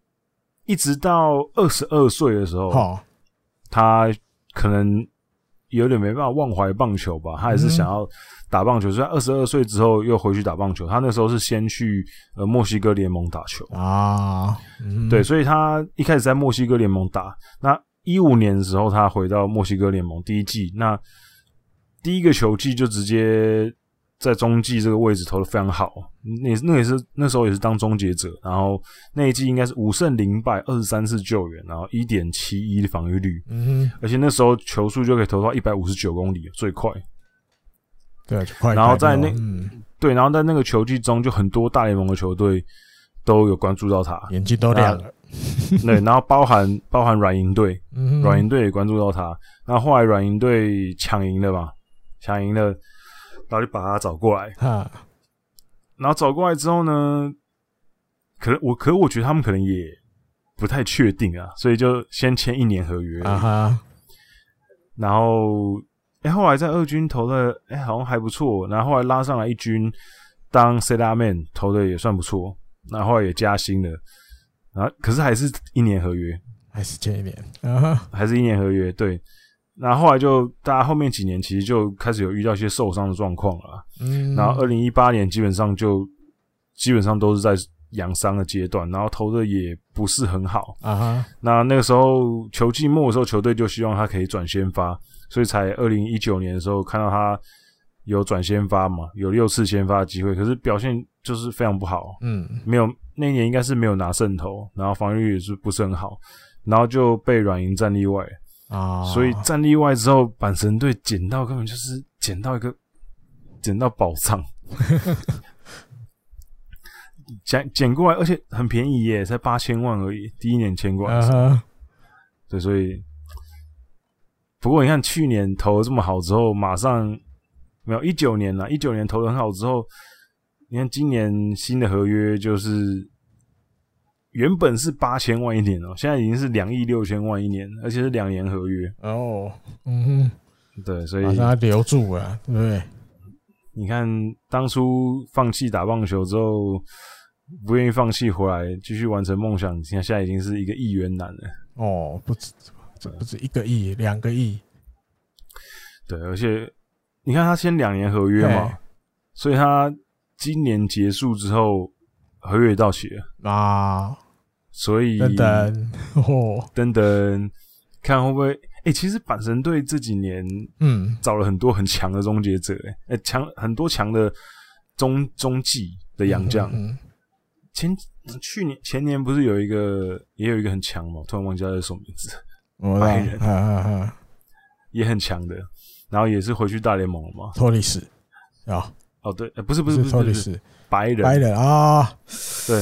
一直到22岁的时候，他可能有点没办法忘怀棒球吧，他还是想要打棒球，所以他22岁之后又回去打棒球。他那时候是先去墨西哥联盟打球啊， 对，所以他一开始在墨西哥联盟打。那15年的时候，他回到墨西哥联盟第一季，那第一个球季就直接在中继这个位置投得非常好，那时候也是当终结者，然后那一季应该是5胜0败，23次救援，然后 1.71 的防御率，而且那时候球速就可以投到159公里，最快。 对，就快。 然后在对，然后在那个球季中，就很多大联盟的球队都有关注到他， 眼睛都亮了。 对，然后包含软银队，软银队也关注到他。然后后来软银队抢赢了嘛，然后就把他找过来。然后找过来之后呢，可是我觉得他们可能也不太确定啊，所以就先签1年合约。然后后来在2军投的好像还不错，然后后来拉上来1军当 Center Man 投的也算不错，然后后来也加薪了。然后可是还是1年合约， 还是签1年， 还是1年合约，对。然后后来就大家后面几年其实就开始有遇到一些受伤的状况了，然后2018年基本上都是在养伤的阶段，然后投的也不是很好那个时候球季末的时候，球队就希望他可以转先发，所以才2019年的时候看到他有转先发嘛，有6次先发的机会，可是表现就是非常不好，没有，那一年应该是没有拿胜投，然后防御率也是不是很好，然后就被软银战例外所以战例外之后，阪神队捡到根本就是捡到宝藏捡过来，而且很便宜耶，才8000万而已，第一年签过来对，所以不过你看去年投得这么好之后，马上没有19年啦，19年投得很好之后，你看今年新的合约就是原本是8000万1年现在已经是2亿6千万1年，而且是2年合约对，所以把他留住了，对不对？ 你看当初放弃打棒球之后，不愿意放弃回来继续完成梦想，现在已经是1个亿元男了不止1个亿，2个亿。 对，而且你看他签2年合约嘛，所以他今年结束之后合约也到期了所以等等看会不会其实阪神队这几年找了很多很强的终结者很多强的中继的洋将前年不是也有一个很强嘛，突然忘记他是什么名字，白人也很强的，然后也是回去大联盟了嘛， 托里斯对，不是托里斯， 白人对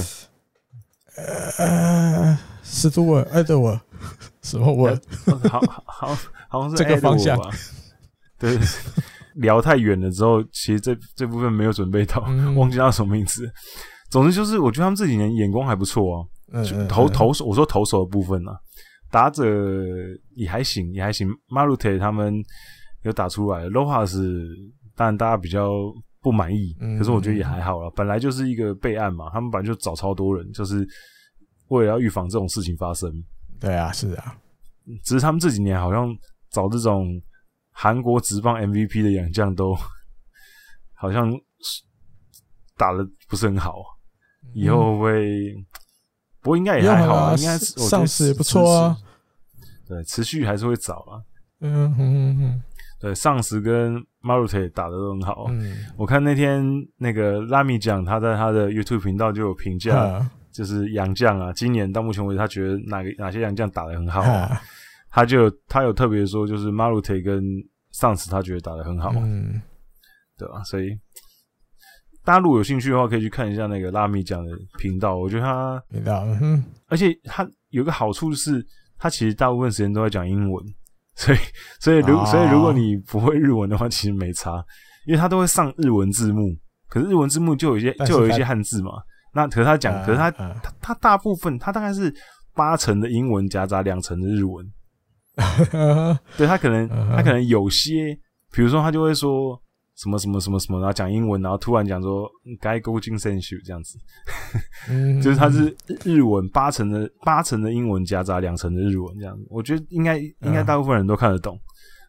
史都尔埃德尔什么文好像是这个方向对聊太远了之后，其实这部分没有准备到忘记他什么名字。总之就是我觉得他们这几年眼光还不错投手，我说投手的部分打者也还行Marte 他们有打出来 Rojas 当然大家比较不满意，可是我觉得也还好啦，本来就是一个备案嘛，他们本来就找超多人，就是为了要预防这种事情发生。 对啊，是啊， 只是他们这几年好像找这种韩国职棒 MVP 的洋将都好像打得不是很好，以后会不会？不过应该也还好应该上司也不错啊。 对，持续还是会找对，上司跟 Marte 打得都很好我看那天那个拉米讲他在他的 YouTube 频道就有评价就是洋将今年到目前为止他觉得哪些洋将打得很好他有特别说就是 Marte 跟上司他觉得打得很好对吧？所以大家如果有兴趣的话可以去看一下那个拉米讲的频道，我觉得他而且他有个好处是他其实大部分时间都在讲英文，所以如果你不会日文的话其实没差，因为他都会上日文字幕，可是日文字幕就有一些汉字嘛，那可是他讲可是他大部分他大概是80%的英文夹杂2%的日文对，他可能有些比如说他就会说什么什么什么什么，然后讲英文，然后突然讲说该勾进选手这样子就是他是日文8%的英文夹杂2%的日文这样子，我觉得应该大部分人都看得懂，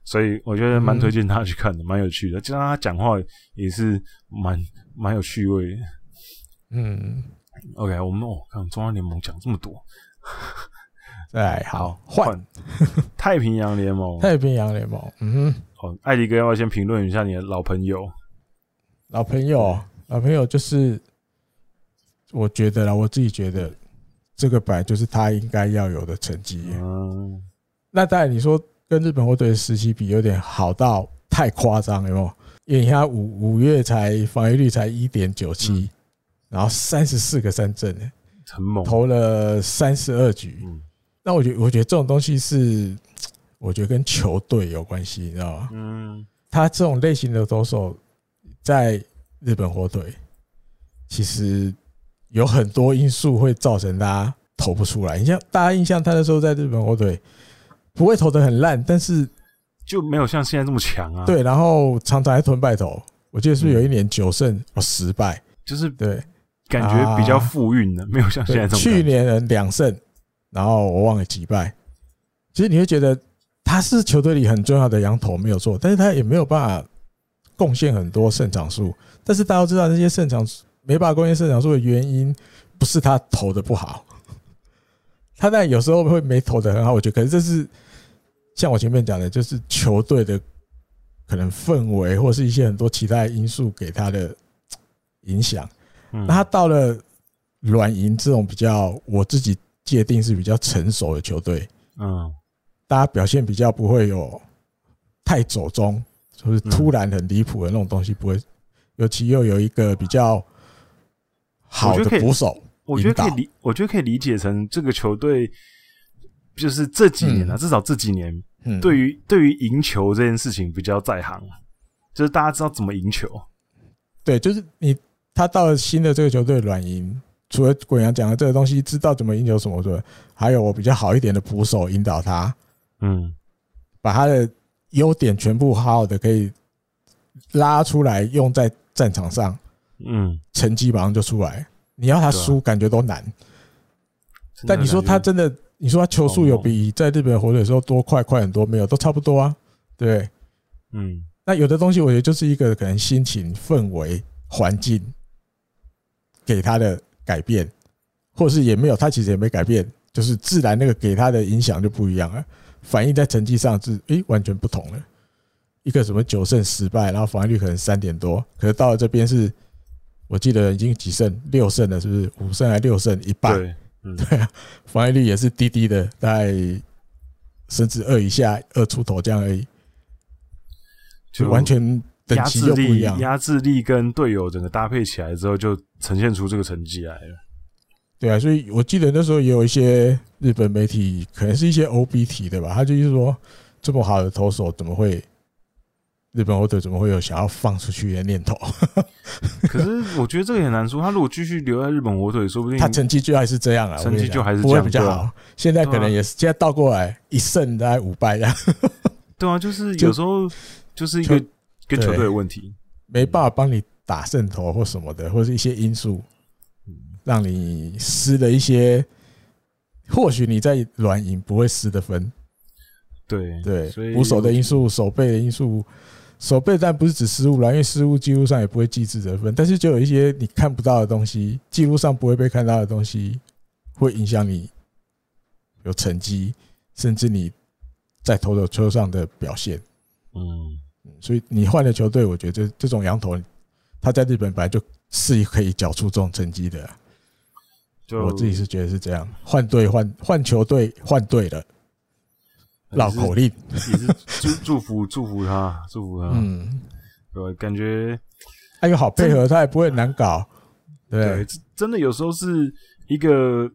所以我觉得蛮推荐他去看的，蛮有趣的，就让他讲话也是蛮有趣味的。OK， 我们看中华联盟讲这么多， 再来好换太平洋联盟。 太平洋联盟， 艾迪哥要不要先评论一下你的老朋友？ 老朋友就是我觉得啦，我自己觉得这个本来就是他应该要有的成绩。那当然你说跟日本火腿的时期比，有点好到太夸张，有没有？因为他5月才防御率才 1.97，然后34个三振， 很猛， 投了32局。那我觉得这种东西是，我觉得跟球队有关系，你知道吗？他这种类型的投手在日本火腿，其实有很多因素会造成他投不出来。你像大家印象，他那时候在日本火腿不会投得很烂，但是就没有像现在这么强啊。 对，然后常常还吞败投。我记得是不是有一年9胜10败， 就是对， 感觉比较复运的，没有像现在这种。 去年人2胜，然后我忘了几败。其实你会觉得他是球队里很重要的洋投没有错，但是他也没有办法贡献很多胜场数。但是大家都知道，那些胜场没办法贡献胜场数的原因，不是他投的不好，他当然有时候会没投的很好，我觉得可是这是像我前面讲的，就是球队的可能氛围或是一些很多其他的因素给他的影响。那他到了软银这种比较我自己界定是比较成熟的球队，大家表现比较不会有太走中，就是突然很离谱的那种东西不会，尤其又有一个比较好的捕手， 我觉得可以理解成这个球队就是这几年至少这几年对于赢球这件事情比较在行，就是大家知道怎么赢球。 对，就是他到了新的这个球队软银，除了滚阳讲的这个东西，知道怎么赢球什么的，还有我比较好一点的捕手引导他，把他的优点全部好好的可以拉出来用在战场上，成绩马上就出来。你要他输，感觉都难。但你说他真的，你说他球速有比在日本火腿的时候多快很多没有？都差不多啊，对。那有的东西我觉得就是一个可能心情、氛围、环境给他的改变，或者是也没有，他其实也没改变，就是自然那个给他的影响就不一样了，反映在成绩上是完全不同了。一个什么9胜10败，然后防御率可能3点多，可是到了这边是，我记得已经几胜6胜了，是不是5胜还6胜1败？对啊，防御率也是低低的，大概甚至2以下，2出头这样而已，就完全等级又不一样。 压制力跟队友整个搭配起来之后，就呈现出这个成绩来了。 对啊，所以我记得那时候也有一些日本媒体，可能是一些 OB 提的吧，他就是说这么好的投手怎么会？日本火腿怎么会有想要放出去的念头？ 可是我觉得这个也难说。他如果继续留在日本火腿，说不定他成绩就还是这样啊， 成绩就还是不会比较好。现在可能也是，现在倒过来1胜大概5败这样。 对啊，就是有时候就是一个跟球队的问题， 没办法帮你打胜投或什么的，或是一些因素让你失了一些，或许你在软银不会失的分。对，捕手的因素、守备的因素。守备但不是指失误啦，因为失误记录上也不会记自责分，但是就有一些你看不到的东西，记录上不会被看到的东西，会影响你有成绩，甚至你在投手球上的表现。所以你换了球队，我觉得这种洋投，他在日本本来就是可以缴出这种成绩的。我自己是觉得是这样，换队换球队换队了。绕口令也是祝福他，对，感觉他又好配合，他也不会难搞。对， 真的有时候是一个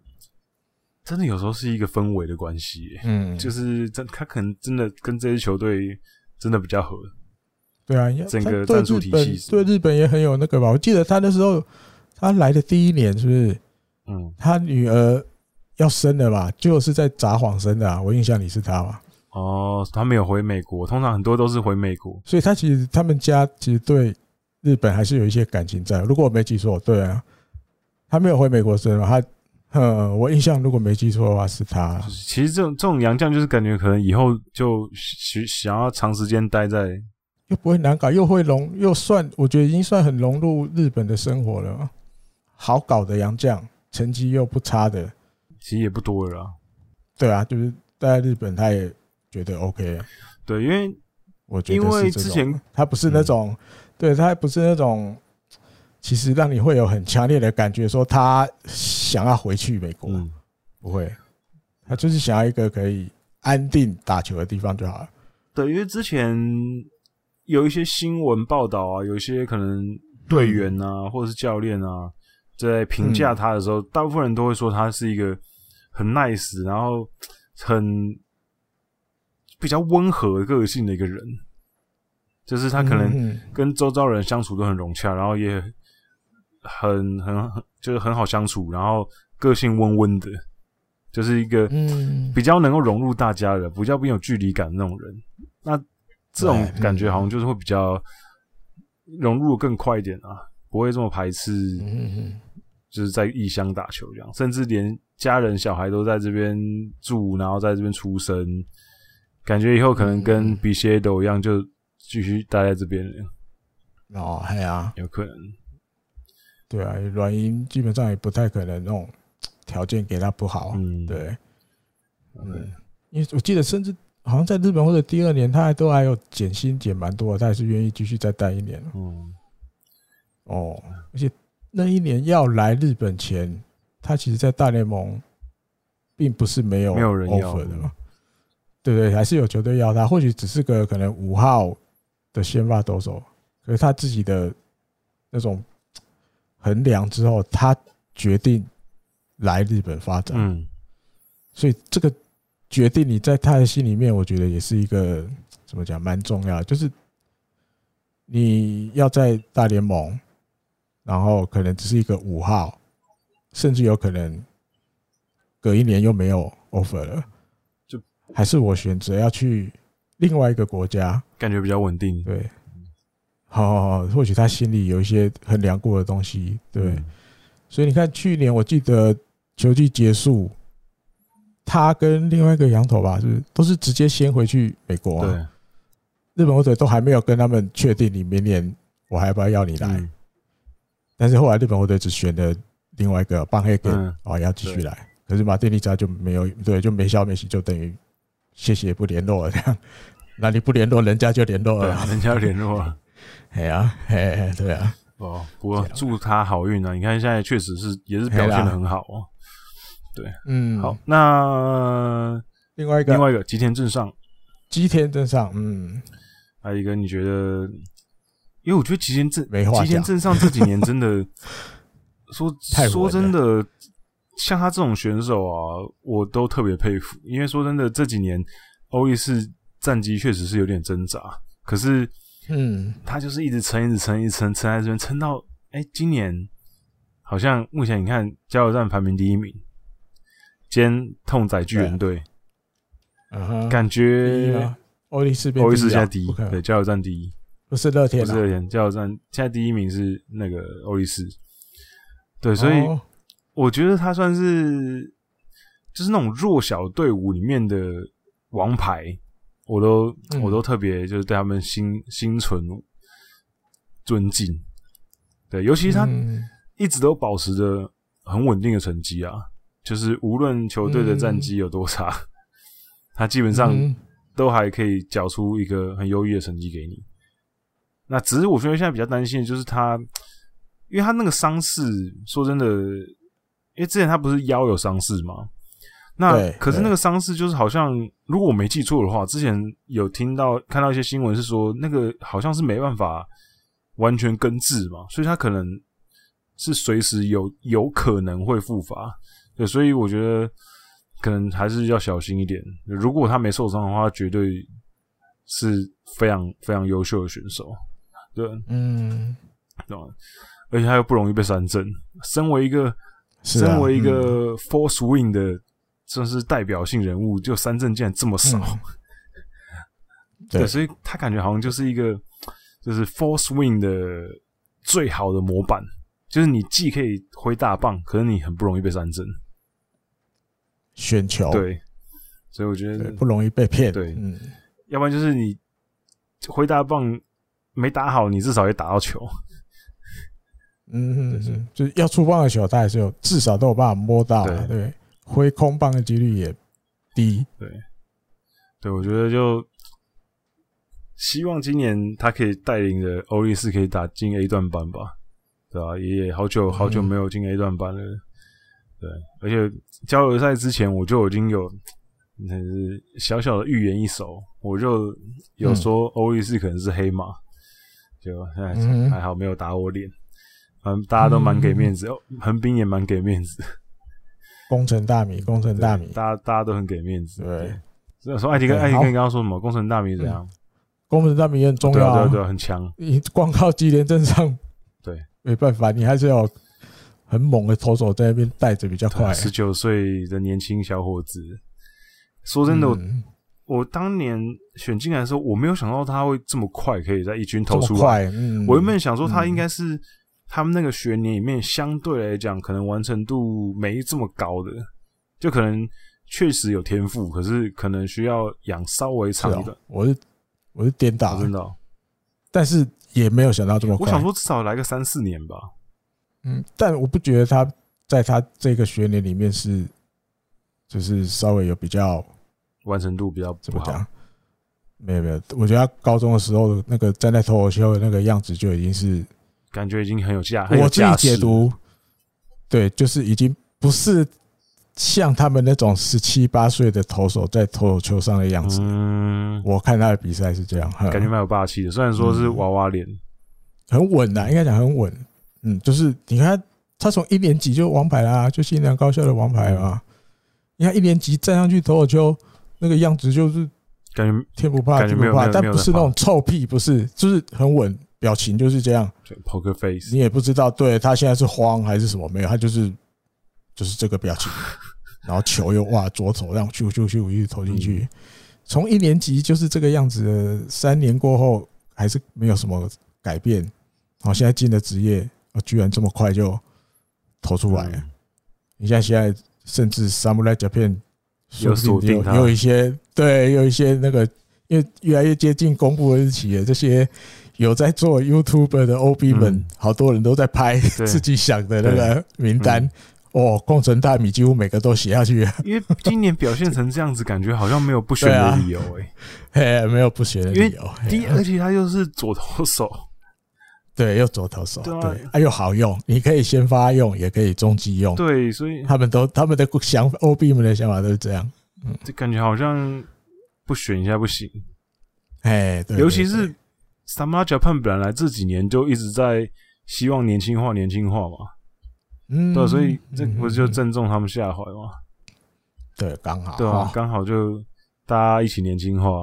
氛围的关系。就是他可能真的跟这支球队真的比较合。 对啊， 整个战术体系对日本也很有那个吧。我记得他那时候他来的第1年是不是？他女儿要生了吧，就是在札幌生的啊，我印象里是他吧。 他没有回美国，通常很多都是回美国， 所以他们家其实对日本还是有一些感情在。如果我没记错，对啊，他没有回美国生嘛，他我印象如果没记错的话是他。 其实这种洋将就是感觉可能以后就想要长时间待在， 又不会难搞，又算我觉得已经算很融入日本的生活了，好搞的洋将，成绩又不差的， 其实也不多了啦。 对啊，就是待在日本他也觉得 OK。 对，因为我觉得是之前他不是那种，对他不是那种，其实让你会有很强烈的感觉，说他想要回去美国，不会，他就是想要一个可以安定打球的地方就好了。 对，因为之前有一些新闻报道啊，有一些可能队员啊，或者是教练啊，在评价他的时候，大部分人都会说他是一个很 nice， 然后很比较温和个性的一个人，就是他可能跟周遭人相处都很融洽，然后也就是很好相处，然后个性温温的，就是一个比较能够融入大家的，比较没有距离感的那种人。那这种感觉好像就是会比较融入更快一点啊，不会这么排斥，就是在异乡打球这样，甚至连家人小孩都在这边住，然后在这边出生，感觉以后可能跟比谢斗一样，就继续待在这边了。 哦，嘿啊， 有可能。 对啊，软银基本上也不太可能那种条件给他不好，对，因为我记得甚至好像在日本或者第2年，他都还有减薪减蛮多的，他还是愿意继续再待1年。而且那1年要来日本前，他其实在大联盟并不是没有 offer 的嘛，对不对？还是有球队要他，或许只是个可能5号的先发投手，可是他自己的那种衡量之后，他决定来日本发展。所以这个决定你在他的心里面，我觉得也是一个怎么讲蛮重要的，就是你要在大联盟，然后可能只是一个5号，甚至有可能隔1年又没有 offer 了，就还是我选择要去另外一个国家， 感觉比较稳定。 对，或许他心里有一些衡量过的东西，对。所以你看，去年我记得球季结束，他跟另外一个洋投吧，都是直接先回去美国啊。日本火腿都还没有跟他们确定你明年我还要不要你来，但是后来日本火腿只选了另外一个邦黑根，要继续来。可是马丁利扎就没有，对，就没消没息，就等于谢谢不联络了这样。那你不联络，人家就联络了， 人家联络了。 对啊，对啊。 不过祝他好运啊！你看现在确实也是表现得很好哦。对，好，那另外一个吉田正尚，还有一个你觉得？因为我觉得吉田正尚这几年真的说真的，像他这种选手啊，我都特别佩服。因为说真的，这几年欧力士战绩确实是有点挣扎，可是他就是一直撑在这边，撑到今年好像目前你看加油站排名第1名，兼痛宰巨人队，感觉欧力士现在第1，对，加油站第1， 不是乐天， 加油站现在第1名是那个欧力士，对，所以我觉得他算是就是那种弱小队伍里面的王牌。我都特别就是对他们心存尊敬，对，尤其是他一直都保持着很稳定的成绩啊，就是无论球队的战绩有多差，他基本上都还可以缴出一个很优异的成绩给你。那只是我觉得现在比较担心的就是他，因为他那个伤势，说真的，因为之前他不是腰有伤势吗？那可是那个伤势就是好像，如果我没记错的话，之前有看到一些新闻是说，那个好像是没办法完全根治嘛，所以他可能是随时有可能会复发。对，所以我觉得可能还是要小心一点。如果他没受伤的话，绝对是非常非常优秀的选手。对，对，而且他又不容易被三振，身为一个 Force Win 的。真是代表性人物，就三振竟然这么少，对，所以他感觉好像就是一个就是 Force Win 的最好的模板，就是你既可以挥大棒，可是你很不容易被三振， 选球， 对，所以我觉得不容易被骗。 对，要不然就是你挥大棒没打好，你至少也打到球。 就是要出棒的球，他还是有至少都有办法摸到，对，挥空棒的几率也低。 对，我觉得就希望今年他可以带领着欧力士可以打进 A 段班吧，对吧？也好久没有进 A 段班了，对，而且交流赛之前我就已经有小小的预言一手，我就有说欧力士可能是黑马，就还好没有打我脸。大家都蛮给面子，横滨也蛮给面子， 工程大米， 大家都很给面子。对，说艾迪跟刚刚说什么？工程大米怎样？ 工程大米也很重要， 对，很强。 你光靠基连镇上， 对， 没办法，你还是要很猛的投手在那边带着比较快。 19岁的年轻小伙子，说真的，我当年选进来的时候，我没有想到他会这么快，可以在一军投出来。我原本想说他应该是。他们那个学年里面，相对来讲，可能完成度没这么高的，就可能确实有天赋，可是可能需要养稍微长一点。 我是颠倒， 真的， 但是也没有想到这么快。 我想说至少来个3-4年吧。 但我不觉得他在他这个学年里面是，就是稍微有比较完成度比较不好。 没有，我觉得他高中的时候那个站在投手丘的那个样子就已经是。 感觉已经很有价， 我自己解读，对，就是已经不是像他们那种17、18岁的投手在投手球上的样子。我看他的比赛是这样， 感觉蛮有霸气的。虽然说是娃娃脸， 很稳应该讲很稳。就是你看他从1年级就王牌啦，就新南高校的王牌嘛。你看1年级站上去投手球那个样子，就是感觉天不怕地不怕，但不是那种臭屁，不是，就是很稳。表情就是这样 ，poker face， 你也不知道，对他现在是慌还是什么，没有，他就是这个表情，然后球又左手让咻一直投进去，从1年级就是这个样子的，3年过后还是没有什么改变，然后现在进了职业，居然这么快就投出来了。你现在甚至 Samurai Japan 有锁定他， 有一些那个，因为越来越接近公布的日期了，这些。有在做 YouTuber 的 OB 们，好多人都在拍自己想的那个名单。工程大米几乎每个都写下去了。 因为今年表现成这样子，感觉好像没有不选的理由没有不选的理由。 而且他又是左投手， 对，又左投手，对，又好用，你可以先发用，也可以中继用。 对，所以他们的想法 ，OB 们的想法都是这样。 这感觉好像不选一下不行。 对， 尤其是。Samurai Japan 本来这几年就一直在希望年轻化嘛，对，所以这不是就正中他们下怀吗？ 对，刚好， 对啊，刚好就大家一起年轻化。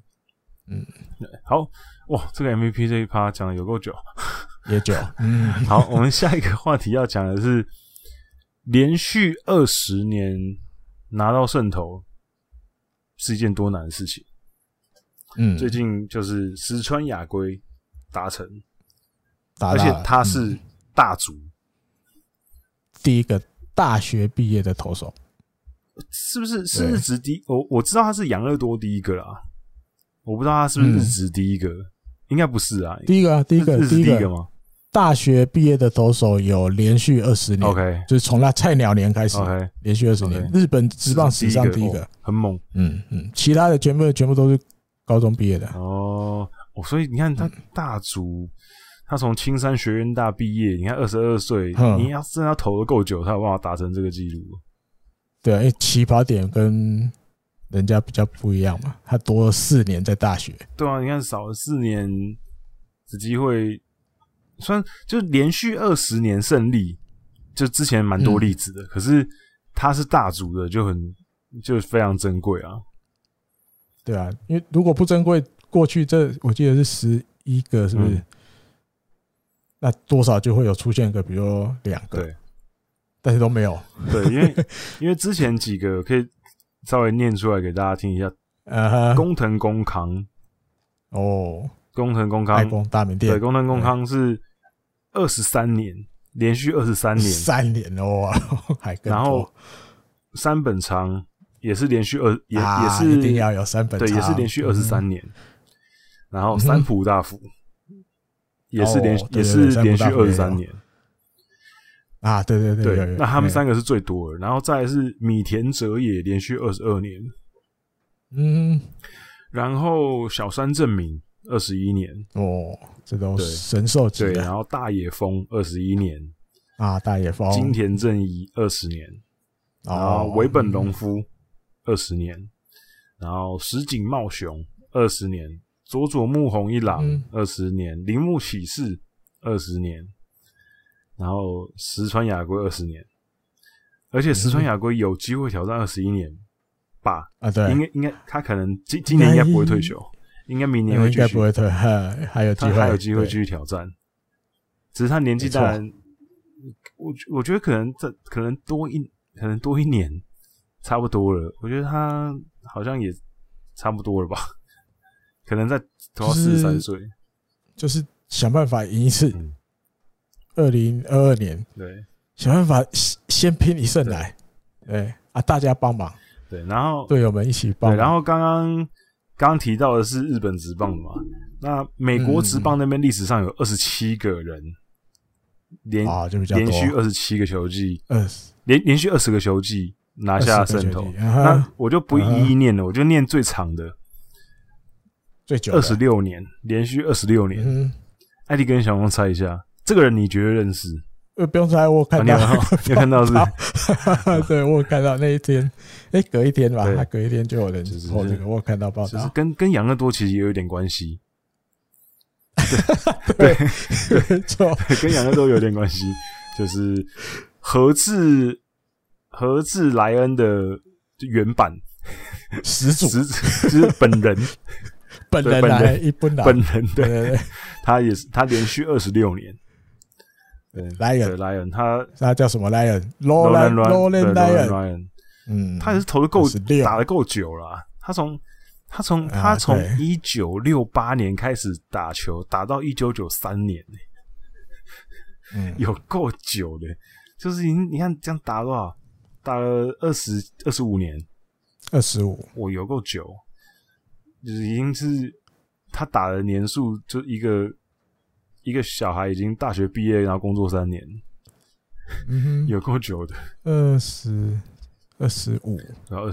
好，哇，这个 MVP 这一趴讲的有够久， 也久。 好，我们下一个话题要讲的是连续20年拿到胜投是一件多难的事情。最近就是石川雅圭达成，而且他是大卒， 第一个大学毕业的投手， 是不是？是日职第一？我知道他是养乐多第一个啦，我不知道他是不是日职第一个，应该不是啊。 第一个吗？ 大学毕业的投手有连续20年 ，OK， 就是从那菜鸟年开始 ，OK， 连续20年，日本职棒史上第一个， 很猛。 其他的全部都是。高中毕业的所以你看他大卒，他从青山学院大毕业，你看22岁，你要真的要投的够久，他有办法达成这个纪录。 对，因为起跑点跟人家比较不一样嘛，他多了4年在大学。 对啊，你看少了4年的机会，虽然就连续20年胜利，就之前蛮多例子的，可是他是大卒的，就非常珍贵啊。 对啊，因为如果不珍贵，过去我记得是11个，是不是？那多少就会有出现个，比如说2个， 对， 但是都没有。 对，因为之前几个可以稍微念出来给大家听一下。工藤公康，工藤公康， 爱工大名店， 对，工藤公康是23年，连续23年 ，3年还更多。 然后山本昌也是连续也是一定要有山本昌， 对，也是连续23年。然后三浦大辅也是连续23年。 啊，对， 那他们3个是最多的，然后再来是米田哲也连续22年，然后小山正明21年， 这都神兽级的。 对，然后大野风21年啊，大野风， 金田正一20年，然后尾本龙夫20年，然后石井茂雄20年，佐佐木宏一郎20年，铃木启士20年。然后石川雅圭20年，而且石川雅圭有机会挑战21年吧？啊，对，应该他可能今年应该不会退休，应该明年会继续， 应该不会退，还有机会继续挑战。只是他年纪当然，我觉得可能多一年差不多了。我觉得他好像也差不多了吧？可能在都要43岁， 就是想办法赢一次。2022年， 对， 想办法先拼一胜来，对啊，大家帮忙， 对，然后队友们一起帮忙。 对，然后刚刚提到的是日本职棒嘛，那美国职棒那边历史上有27个人连续27个球季，连续20个球季拿下胜投。那我就不一一念了，我就念最长的， 最久的 26年，连续26年。艾迪跟小王猜一下。这个人你绝对认识？ 不用猜，我看到， 你看到是？ 对，我有看到那一天，隔一天吧，他隔一天就有人说这个，我有看到报道， 就是跟养乐多其实也有一点关系。 对，没错， 跟养乐多有点关系，就是和治莱恩的原版始祖， 就是本人。 本人对，他连续26年。对 ，Lion， 他叫什么 Lion？Roland Lion。 他也是投的够，打的够久了啊。他从1968年开始打球，打到1993年，有够久的。就是你看这样打多少？打了25年 ，25， 我有够久。就是已经是他打的年数，就一个小孩已经大学毕业，然后工作3年，有够久的 ，25， 然后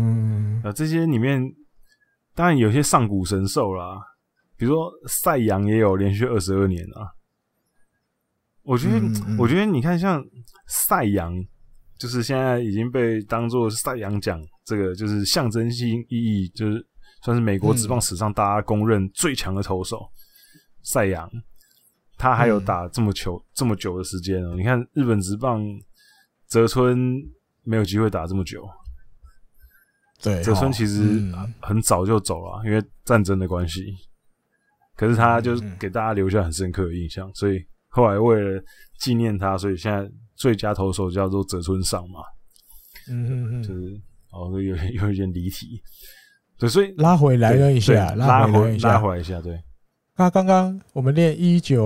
25，这些里面当然有些上古神兽啦，比如说赛扬也有连续22年啊。我觉得你看像赛扬，就是现在已经被当作赛扬奖，这个就是象征性意义，就是算是美国职棒史上大家公认最强的投手，赛扬，他还有打这么久的时间哦。你看日本职棒，泽村没有机会打这么久。 对， 泽村其实很早就走了，因为战争的关系。可是他就是给大家留下很深刻的印象，所以后来为了纪念他，所以现在最佳投手叫做泽村尚嘛。就是有一点离题。对，所以拉回来一下， 拉回来一下，对。 那刚刚我们练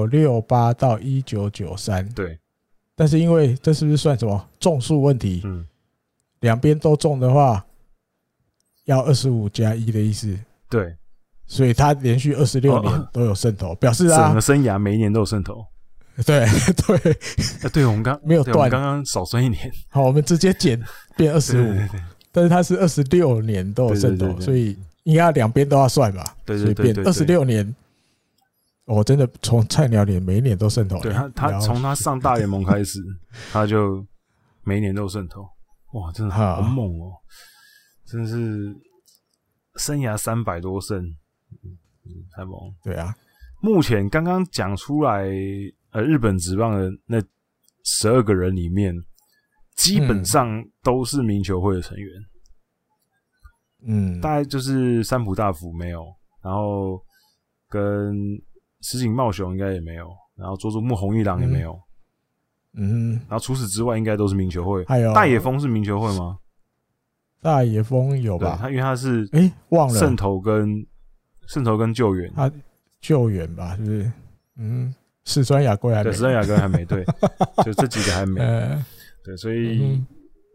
1968到1993， 对。 但是因为这是不是算什么中数问题？两边都中的话，要25+1的意思。 对。 所以他连续26年都有胜投，表示啊， 整个生涯每一年都有胜投。 对， 对，我们没有断， 刚刚少算1年。 好，我们直接减变25。 对， 但是他是26年都有胜投，所以应该两边都要算吧？ 对， 所以变26年。真的从菜鸟年每一年都胜投。 对，他从他上大联盟开始，他就每一年都有胜投。哇，真的好猛哦！真的是生涯300多胜，太猛了。 对啊， 目前刚刚讲出来，日本职棒的那12个人里面，基本上都是名球会的成员。大概就是三浦大辅没有，然后跟石井茂雄应该也没有，然后佐佐木宏一郎也没有。然后除此之外，应该都是名球会。 还有大野风是名球会吗？ 大野风有吧？ 他因为他是忘了胜投跟救援， 他救援吧，是不是？石川雅圭还没， 对，石川雅圭还没对，就这几个还没。对，所以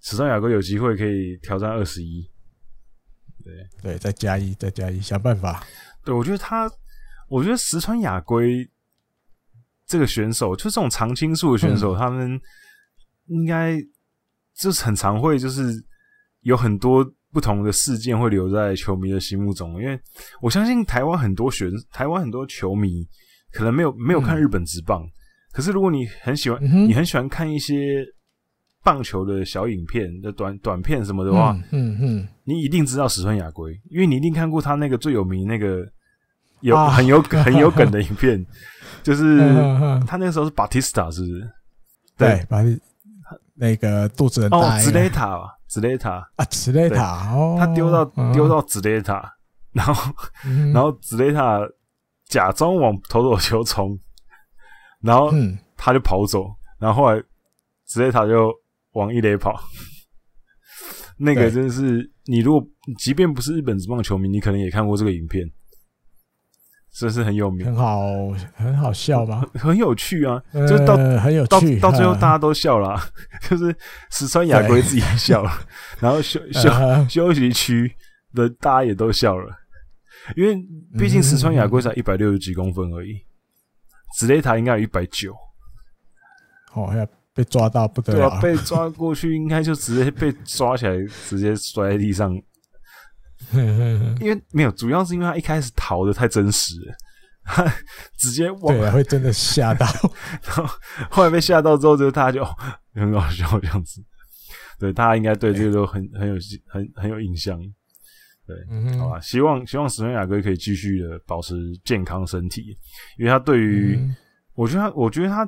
石川雅圭有机会可以挑战21。 对，再加一，想办法。 对，我觉得石川雅圭这个选手，就这种常青树的选手，他们应该就是很常会就是有很多不同的事件会留在球迷的心目中，因为我相信台湾很多球迷可能没有看日本职棒，可是如果你很喜欢看一些棒球的小影片的短片什么的话，你一定知道石川雅圭，因为你一定看过他那个最有名那个很有梗的影片，就是他那个时候是 Batista 是不是？ 对，那个肚子很大紫雷塔啊， 紫雷塔哦， 他丢到紫雷塔，然后紫雷塔假装往投手球冲，然后他就跑走，然后后来紫雷塔就往一垒跑。那个真的是，你如果即便不是日本职棒球迷，你可能也看过这个影片，真是很有名， 很好笑吗？ 很有趣啊，就是很有趣， 到最后大家都笑了就是石川雅圭自己也笑了，然后休息区的大家也都笑了，因为毕竟石川雅圭才160几公分而已，紫雷塔应该有190。 要被抓到不得了， 对啊，被抓过去应该就直接被抓起来，直接摔在地上。因为没有，主要是因为他一开始逃的太真实了，他直接对啊，会真的吓到。 然后后来被吓到之后，大家就很好笑这样子。对，大家应该对这个都很有印象。对，好吧，希望石川雅圭可以继续的保持健康身体，因为他对于我觉得他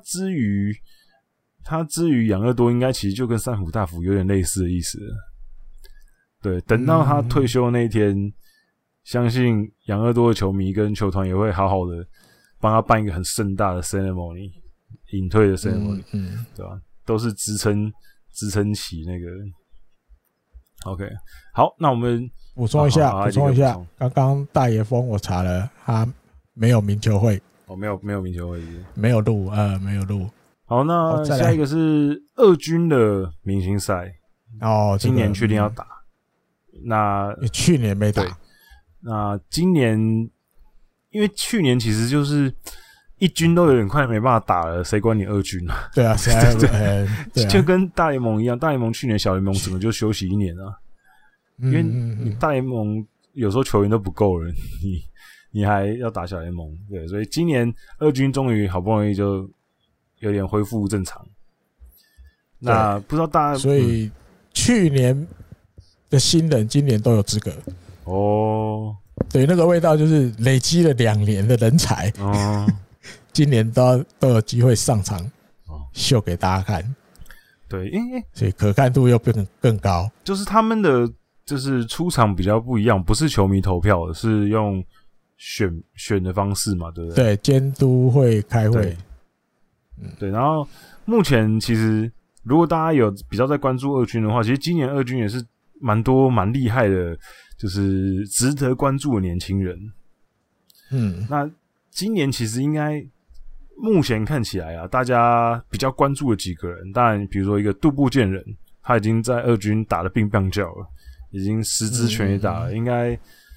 之于养乐多应该其实就跟三浦大辅有点类似的意思了。对，等到他退休那一天，相信养乐多的球迷跟球团也会好好的帮他办一个很盛大的 ceremony， 隐退的 ceremony，对吧？都是支撑起那个。OK， 好，那我们补充一下，刚刚大野峰我查了，他没有名球会， 没有名球会， 没有录。 好，那下一个是二军的明星赛今年确定要打。那去年没打， 那今年因为去年其实就是一军都有点快没办法打了，谁管你二军啊？ 对啊， 对，就跟大联盟一样，大联盟去年小联盟整个就休息1年啊，因为你大联盟有时候球员都不够了，你还要打小联盟，对，所以今年二军终于好不容易就有点恢复正常。那不知道大家， 所以去年的新人今年都有资格哦。 对，那个味道就是累积了2年的人才今年都有机会上场秀给大家看。 对， 所以可看度又变更高。 就是他们的就是出场比较不一样，不是球迷投票的，是用选的方式嘛，对不对？ 对，监督会开会。 对，然后目前其实如果大家有比较在关注二军的话，其实今年二军也是蛮厉害的，就是值得关注的年轻人。那今年其实应该目前看起来啊，大家比较关注的几个人，当然比如说一个杜部健人，他已经在二军打得乒乓叫了，已经10支全垒打了，应该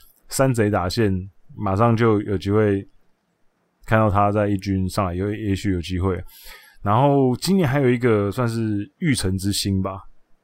3贼打线马上就有机会看到他在一军上来，也许有机会。然后今年还有一个算是育成之星吧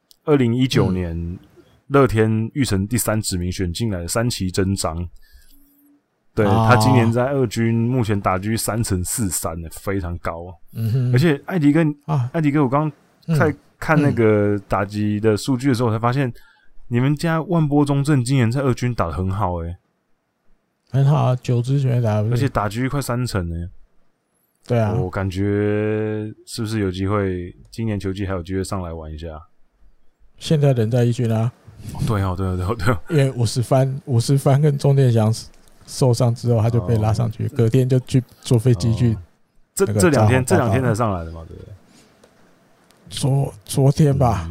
，2019年乐天育成第3指名选进来的山崎真章，对，他今年在二军目前打狙3.43%，非常高。而且艾迪哥，我刚刚在看那个打击的数据的时候，我才发现你们家万波中正今年在二军打得很好很好啊，9支全垒打， 而且打狙快30% 对啊， 我感觉是不是有机会今年球季还有机会上来玩一下？ 现在人在一军啊。 对， 因为五十番跟钟殿祥受伤之后，他就被拉上去，隔天就去坐飞机去。 这两天才上来的嘛，对不对？昨天吧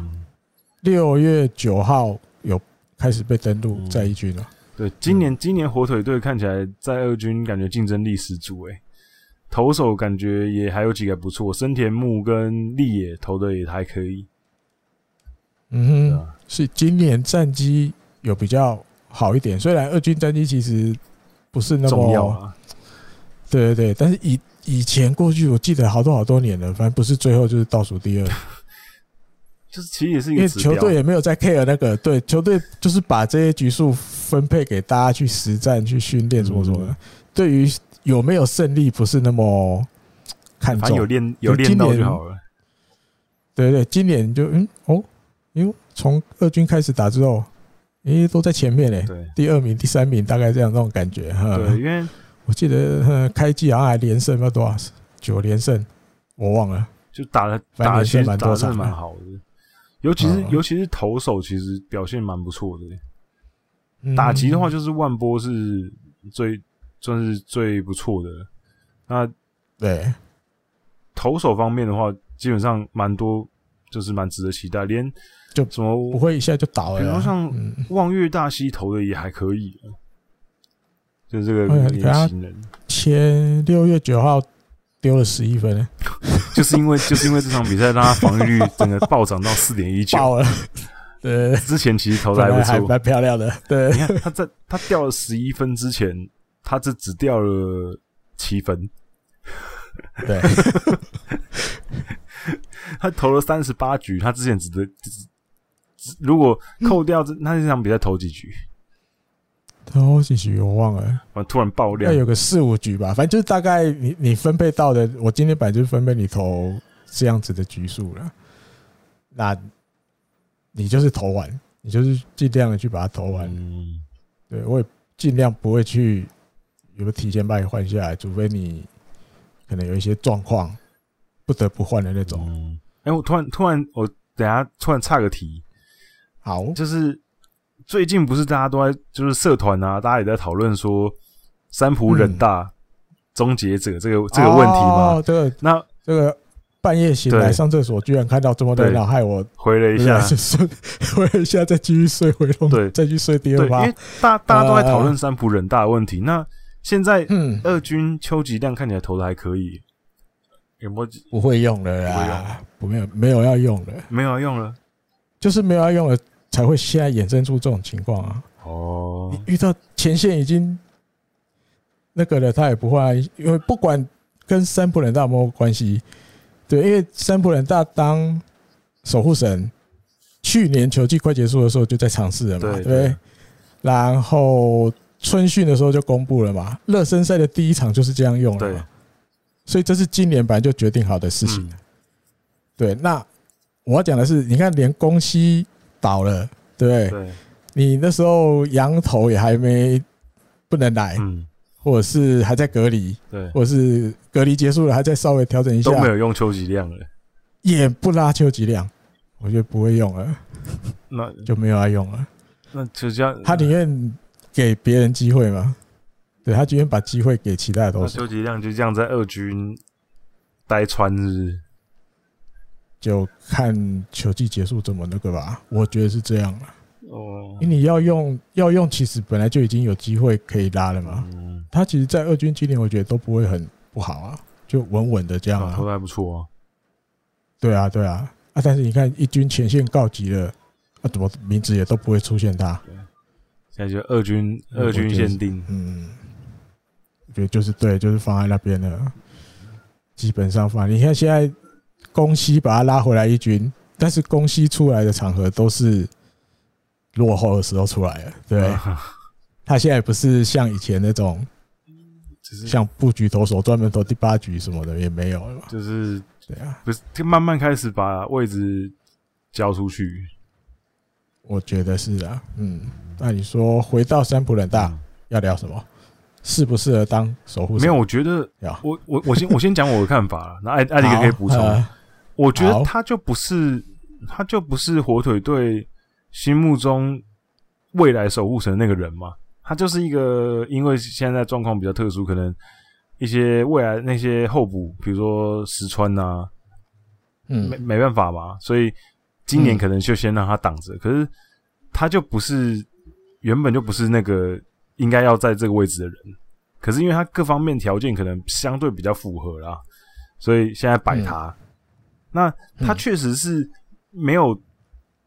，6月9号有开始被登录在一军了。 对，今年火腿队看起来在二军感觉竞争力十足投手感觉也还有几个不错，生田木跟立野投的也还可以。 嗯哼，是今年战绩有比较好一点，虽然二军战绩其实不是那么重要啊。 对对对，但是以前过去我记得好多年了，反正不是最后就是倒数第二。 就是其实也是一因为个指标， 球队也没有在 care 那个，对，球队就是把这些局数分配给大家去实战、去训练什么什么的。对于有没有胜利不是那么看重， 反正有练到就好了。 对对，今年就从二军开始打之后，都在前面嘞，第2名、第3名大概这样那种感觉。 对，因为我记得开季好像还连胜，不知道多少9连胜，我忘了。 就打的其实打的是蛮好的。尤其是投手，其实表现蛮不错的。打击的话，就是万波是算是最不错的。那对投手方面的话，基本上蛮多，就是蛮值得期待。连就什么不会一下就倒了， 比如像望月大西投的也还可以，就是这个年轻人。 前6月9号丢了11分。 就是因为这场比赛让他防御率整个暴涨到 4.19， 爆了。对， 之前其实投的还不错， 还蛮漂亮的。对， 你看他掉了11分之前，他只掉了7分。 对， 他投了38局，他之前如果扣掉他这场比赛投几局？ 投几局我忘了， 突然爆量， 要有个4、5局吧，反正就是大概你分配到的，我今天本来就是分配你投这样子的局数了，那你就是投完，你就是尽量的去把它投完。对，我也尽量不会去有个提前把你换下来，除非你可能有一些状况不得不换的那种。 我突然我等一下突然岔个题， 好， 就是最近不是大家都在就是社团啊，大家也在讨论说三浦忍大终结者这个问题吗？ 这个半夜醒来上厕所，居然看到这么热闹，害我回了一下， 回了一下，再继续睡回笼，对，再去睡第2趴。 因为大家都在讨论三浦忍大的问题。那现在二军邱吉亮看起来投的还可以，有没有不会用了啦？没有要用了， 没有要用了， 就是没有要用了。才会现在衍生出这种情况啊！你遇到前线已经那个了，他也不会、啊，因为不管跟三浦忍大有没有关系，对，因为三浦忍大当守护神，去年球季快结束的时候就在尝试了嘛，对不对？然后春训的时候就公布了嘛，热身赛的第1场就是这样用了嘛，所以这是今年本来就决定好的事情。对，那我要讲的是，你看连宫西倒了，对不对？你那时候羊头也还不能来，或者是还在隔离，或者是隔离结束了，还在稍微调整一下， 都没有用邱吉亮了， 也不拉邱吉亮，我觉得不会用了， 那就没有要用了。 那就这样， 他宁愿给别人机会嘛，对，他宁愿把机会给其他的投手。 邱吉亮就这样在二军待穿日。 就看球季结束怎么那个吧，我觉得是这样了。因为你要用，其实本来就已经有机会可以拉了嘛。他其实，在二军今年我觉得都不会很不好啊，就稳稳的这样啊， 投的还不错啊。 对啊，但是你看一军前线告急了，怎么名字也都不会出现他。 现在就二军限定， 我觉得就是对，就是放在那边了，基本上放。你看现在。宫西把他拉回来一军，但是宫西出来的场合都是落后的时候出来了，对。他现在不是像以前那种，像布局投手专门投第8局什么的也没有了， 就是对啊， 不是慢慢开始把位置交出去， 我觉得是啊，那你说回到三浦忍大要聊什么？适不适合当守护神？ 没有，我觉得我先讲我的看法，那艾迪哥可以补充。我觉得他就不是火腿队心目中未来守护神的那个人嘛，他就是一个因为现在状况比较特殊，可能一些未来那些候补，比如说石川啊，没办法嘛，所以今年可能就先让他挡着。可是他就不是原本就不是那个应该要在这个位置的人，可是因为他各方面条件可能相对比较符合啦，所以现在摆他。那他确实是没有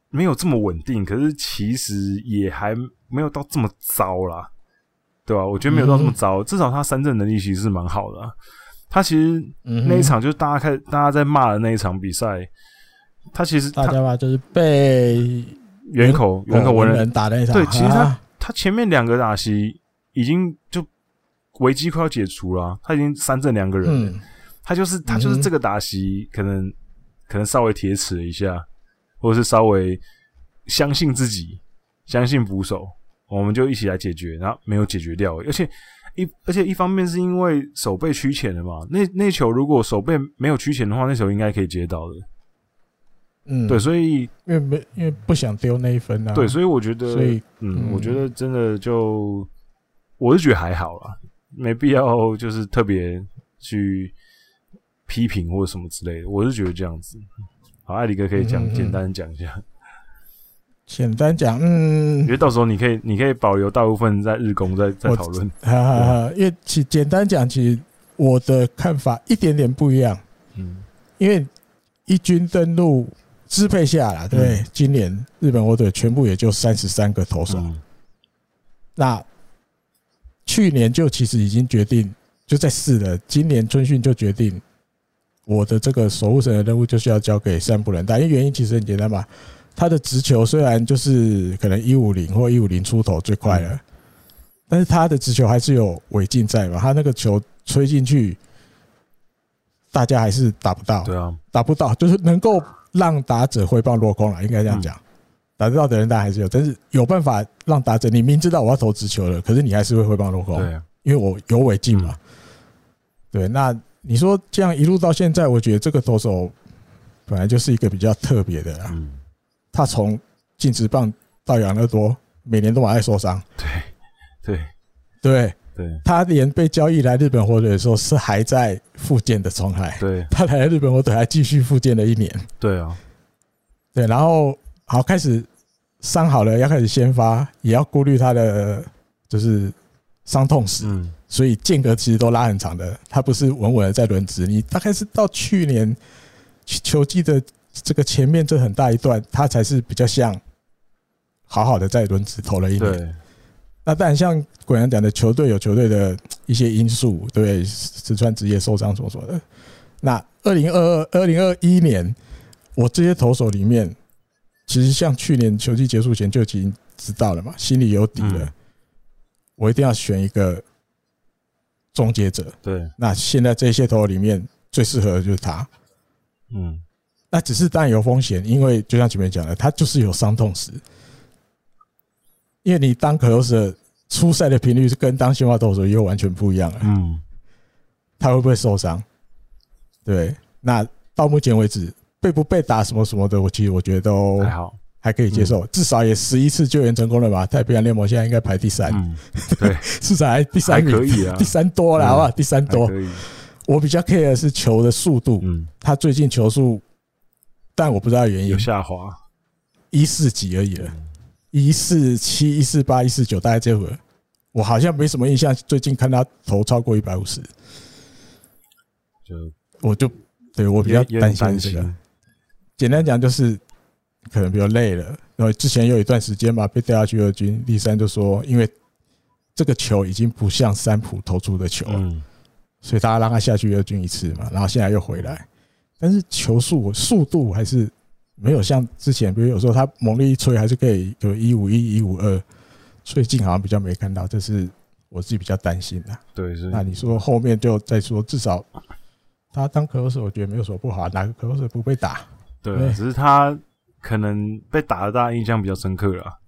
没有这么稳定，可是其实也还没有到这么糟啦，对吧？我觉得没有到这么糟，至少他三振能力其实是蛮好的啊。他其实那一场就是大家在骂的那一场比赛，他其实大家嘛就是被远口文人打的那一场。 对，其实他前面2个打席已经就危机快要解除了啊，他已经三振2个人了。他就是这个打席可能稍微铁齿了一下，或者是稍微相信自己，相信捕手，我们就一起来解决，然后没有解决掉，而且一方面是因为手背趋前了嘛，那球如果手背没有趋前的话，那球应该可以接到的。对，所以因为不想丢那一分啊。 对，所以我觉得，我觉得真的我是觉得还好啦，没必要就是特别去批评或者什么之类的，我是觉得这样子。好，艾迪哥可以简单讲一下。 简单讲， 因为到时候你可以保留大部分在日工再讨论。 因为简单讲，其实我的看法一点点不一样。因为一军登陆支配下啦，对，今年日本火腿全部也就33个投手。那去年就其实已经决定就在试了，今年春训就决定我的这个守护神的任务就是要交给山浦人大，因为原因其实很简单嘛。他的直球虽然就是可能150或150出头最快了，但是他的直球还是有违禁在嘛，他那个球吹进去，大家还是打不到， 对啊， 打不到，就是能够让打者挥棒落空了，应该这样讲。打得到的人当然还是有，但是有办法让打者，你明知道我要投直球了，可是你还是会挥棒落空， 对， 因为我有违禁嘛。对，那你说这样一路到现在，我觉得这个投手本来就是一个比较特别的啦。他从进职棒到养乐多，每年都蛮爱受伤。对，他连被交易来日本火腿的时候是还在复健的状态。对，他来日本火腿还继续复健了1年。 对啊， 对，然后好开始伤好了，要开始先发，也要顾虑他的就是伤痛史。所以间隔其实都拉很长的，他不是稳稳的在轮值。你大概是到去年球季的这个前面这很大一段，他才是比较像好好的在轮值投了1年。那当然像果然讲的，球队有球队的一些因素，对，石川职业受伤什么的。那2021年，我这些投手里面，其实像去年球季结束前就已经知道了嘛，心里有底了。我一定要选一个终结者。对，那现在这些投手里面最适合的就是他。那只是当然有风险，因为就像前面讲的，他就是有伤痛史。因为你当closer出赛的频率是跟当先发投手又完全不一样了。他会不会受伤？对，那到目前为止被不被打什么什么的，其实我觉得都还好，还可以接受。至少也11次救援成功了吧？太平洋联盟现在应该排第3，对，至少还第3名，可以啊，第3多了，好不好？第3多。我比较 care 的是球的速度，他最近球速。但我不知道原因， 有下滑 ，14几而已了，147、148、149，大概这会儿，我好像没什么印象。最近看他投超过150，我比较担心这个。简单讲就是可能比较累了，然后之前有一段时间嘛被调下去2军，立山就说，因为这个球已经不像山浦投出的球了，所以他让他下去2军1次嘛，然后现在又回来。但是球速度还是没有像之前，比如有时候他猛力一吹还是可以有151、152，最近好像比较没看到，这是我自己比较担心的。对，那你说后面就再说，至少他当closer我觉得没有什么不好，哪个closer不被打？ 对，只是他可能被打的大家印象比较深刻啦，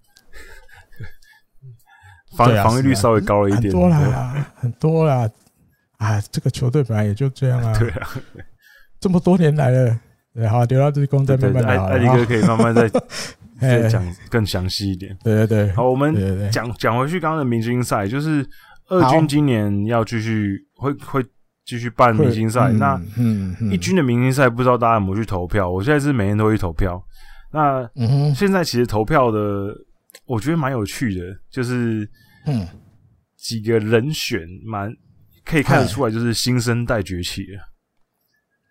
防御率稍微高了一点， 很多啦，这个球队本来也就这样啊。 对啊。 这么多年来了，对，好，留到日工再慢慢聊。 艾迪哥可以慢慢再讲更详细一点。对，好，我们讲回去刚刚的明星赛，就是2军今年要继续会继续办明星赛。那1军的明星赛，不知道大家有没有去投票？我现在是每天都会投票。那现在其实投票的，我觉得蛮有趣的，就是几个人选可以看得出来，就是新生代崛起了。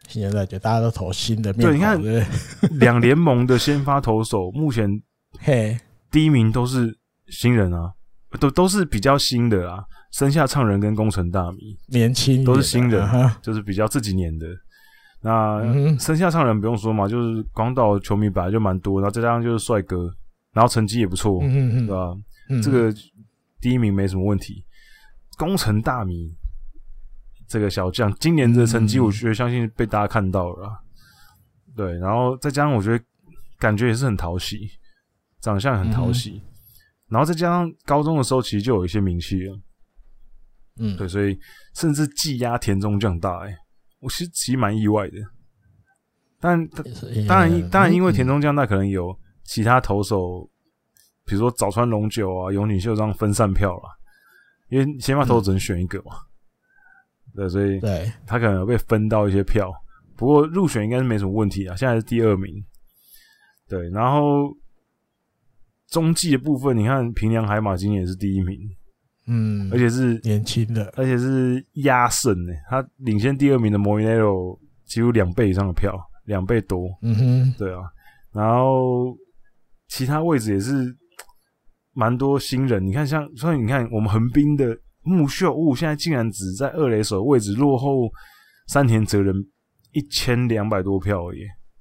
现在大家都投新的面孔， 对，你看两联盟的先发投手，目前第一名都是新人啊，都是比较新的啊，生下唱人跟宫城大弥年轻都是新人，就是比较这几年的。那生下唱人不用说嘛，就是广岛球迷本来就蛮多，然后再加上就是帅哥，然后成绩也不错，对吧？这个第一名没什么问题。宫城大弥这个小将，今年的成绩我觉得相信被大家看到了啦，对，然后再加上我觉得感觉也是很讨喜，长相很讨喜，然后再加上高中的时候其实就有一些名气了，对，所以甚至技压田中将大，我其实蛮意外的。但当然，因为田中将大可能有其他投手，比如说早川龙九啊、永井秀这样分散票啦，因为先发投手只能选一个嘛，对，所以他可能有被分到一些票。不过入选应该是没什么问题啊，现在是第2名。对，然后中继的部分，你看平良海马今年也是第1名。而且是年轻的， 而且是压胜他领先第2名的 Moinero 几乎2倍以上的票，2倍多。对啊，然后其他位置也是蛮多新人。你看所以你看我们横滨的木秀悟现在竟然只在2垒手位置落后山田哲人1200多票而已。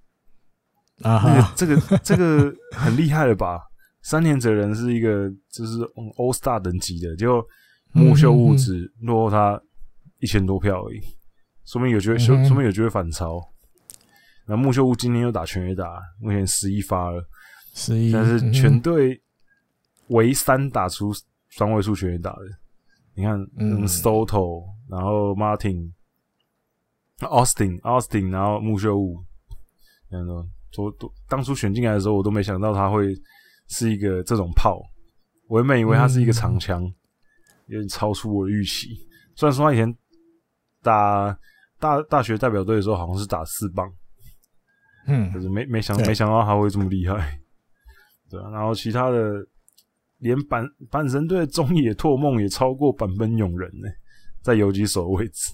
这个很厉害了吧？山田哲人是一个就是 All Star 等级的，结果木秀悟只落后他1000多票而已，说明有机会反超。那木秀悟今天又打全垒打，目前11发了，11，但是全队唯3打出双位数全垒打的。你看，Soto， 然后 Martin、Austin， 然后木秀悟，当初选进来的时候，我都没想到他会是一个这种炮，我原本以为他是一个长枪，有点超出我的预期。虽然说他以前打大学代表队的时候好像是打4棒，可是没想到他会这么厉害，对啊。然后其他的连阪神队的中野拓梦也超过坂本勇人在游击手的位置，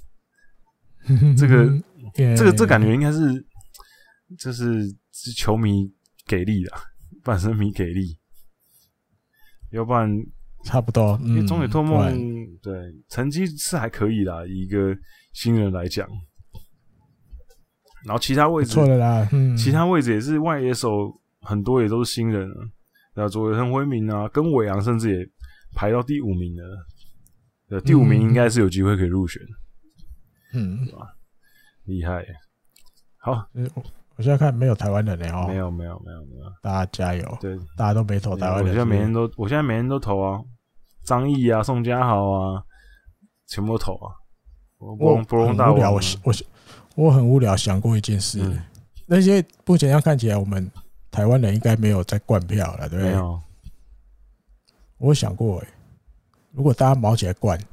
这感觉应该是就是球迷给力啦。阪神迷给力，要不然差不多。 因为中野拓梦对成绩是还可以啦，以一个新人来讲。然后其他位置错了啦， 其他位置也是外野手很多也都是新人了，然后佐野恒辉明啊，跟尾阳甚至也排到第5名了。第5名应该是有机会可以入选。对吧？厉害。好。 我现在看没有台湾人哦， 没有， 大家加油！对，大家都没投台湾人。 我现在每天都投啊，张毅啊、宋家豪啊，全部都投啊。不容大王。 我很无聊，想过一件事，那些目前要看起来我们台湾人应该没有在灌票了，对不对？没有。我想过，如果大家毛起来灌，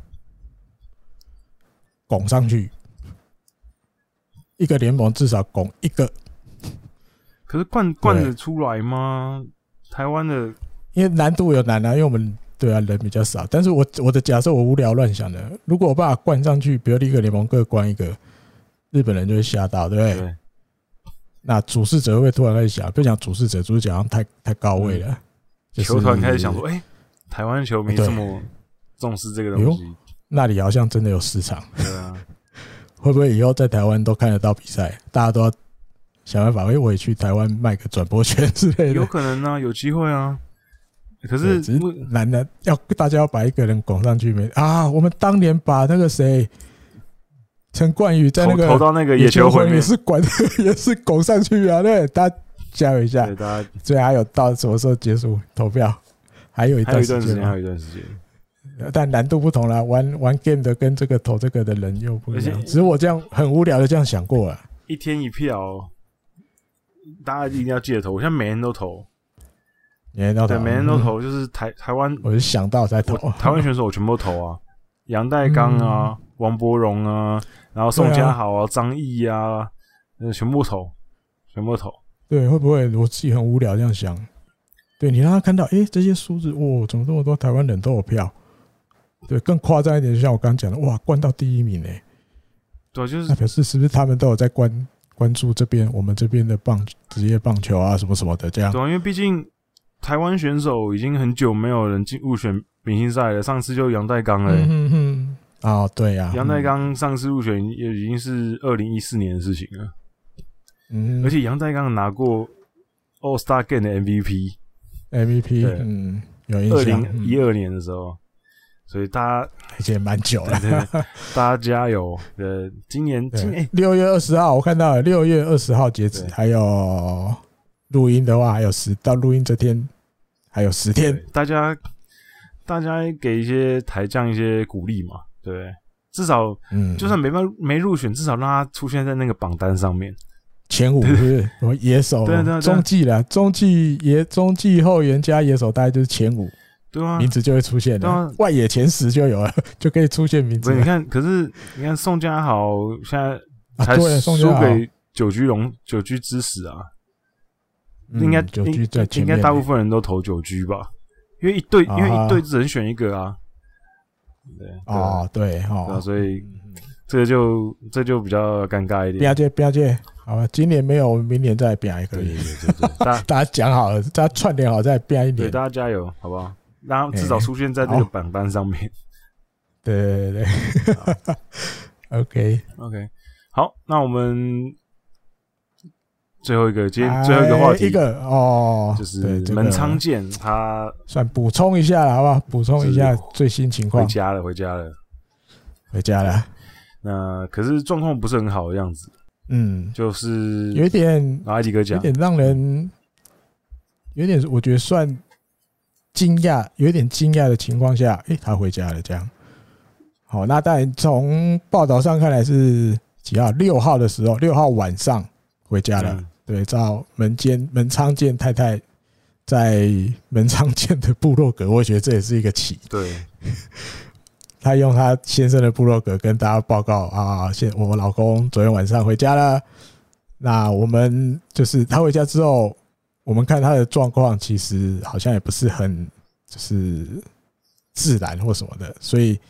拱上去，一个联盟至少拱一个。 可是灌得出来吗？台湾的， 因为难度有难啊，因为我们人比较少。但是我的假设，我无聊乱想的，如果我把它灌上去，比如一个联盟各灌一个，日本人就会吓到，对不对？那主事者会突然开始想，不讲主事者，主事者好像太高位了。 球团开始想说，台湾球迷这么重视这个东西， 那里好像真的有市场。 对啊， 会不会以后在台湾都看得到比赛？大家都要想办法，我也去台湾卖个转播权之类的。 有可能啊，有机会啊。可是只是难的，大家要把一个人拱上去我们当年把那个谁陈冠宇在那个投到那个野球会也是拱上去啊，对，大家加油一下。大家所以还有到什么时候结束投票？还有一段时间。但难度不同啦，玩 game 的跟这个投这个的人又不一样。只是我这样很无聊的这样想过了。 1天1票，大家一定要记得投。我现在每天都投，对，每天都投，就是台湾， 我是想到才投。 台湾选手我全部都投啊，杨代刚啊、王柏荣啊，然后宋家豪啊、张毅啊，全部投。 对，会不会我自己很无聊这样想？对，你让他看到，这些数字，怎么这么多台湾人都有票？对，更夸张一点，就像我刚刚讲的，灌到第1名对，就是那表示是不是他们都有在关注我们这边的职业棒球啊什么什么的这样？ 对，因为毕竟台湾选手已经很久没有人入选明星赛了，上次就杨代刚了。 哦，对呀， 杨代刚上次入选也已经是2014年的事情了。而且杨代刚拿过 All Star Game 的 MVP， 有印象。 2012年的时候，所以大家而且蛮久了， 大家加油。今年 6月20号我看到了，6月20号截止，还有录音的话还有到录音这天还有10天， 大家给一些台将一些鼓励嘛，对，至少就算没入选，至少让他出现在那个榜单上面。 前5是什么野手？对，中继啦，中继后援加野手，大概就是前5， 对啊， 名字就会出现了。外野前10就有了，就可以出现名字。 你看，可是你看宋家豪现在才输给九居之死啊，应该九居在前面，应该大部分人都投9居吧，因为一队只能选一个啊。 对， 所以这就比较尴尬一点。 不要介。好，今年没有，明年再编一个。 对， 大家讲好了，大家串联好再编一年。 对，大家加油，好不好？让至少出现在这个榜单上面。 对。OK， 好，那我们今天最后一个话题，就是门仓健，他算补充一下了，好不好？补充一下最新情况。 回家了。 那可是状况不是很好的样子。就是有一点， 艾迪哥讲， 有点让人我觉得算惊讶，有点惊讶的情况下，他回家了，这样。好，那当然从报道上看来是几号？6号的时候，6号晚上回家了。对，照门仓健太太在门仓健的部落格，我觉得这也是一个奇。 对。 他用他先生的部落格跟大家报告啊，我老公昨天晚上回家了。那我们就是他回家之后，我们看他的状况，其实好像也不是很就是自然或什么的，所以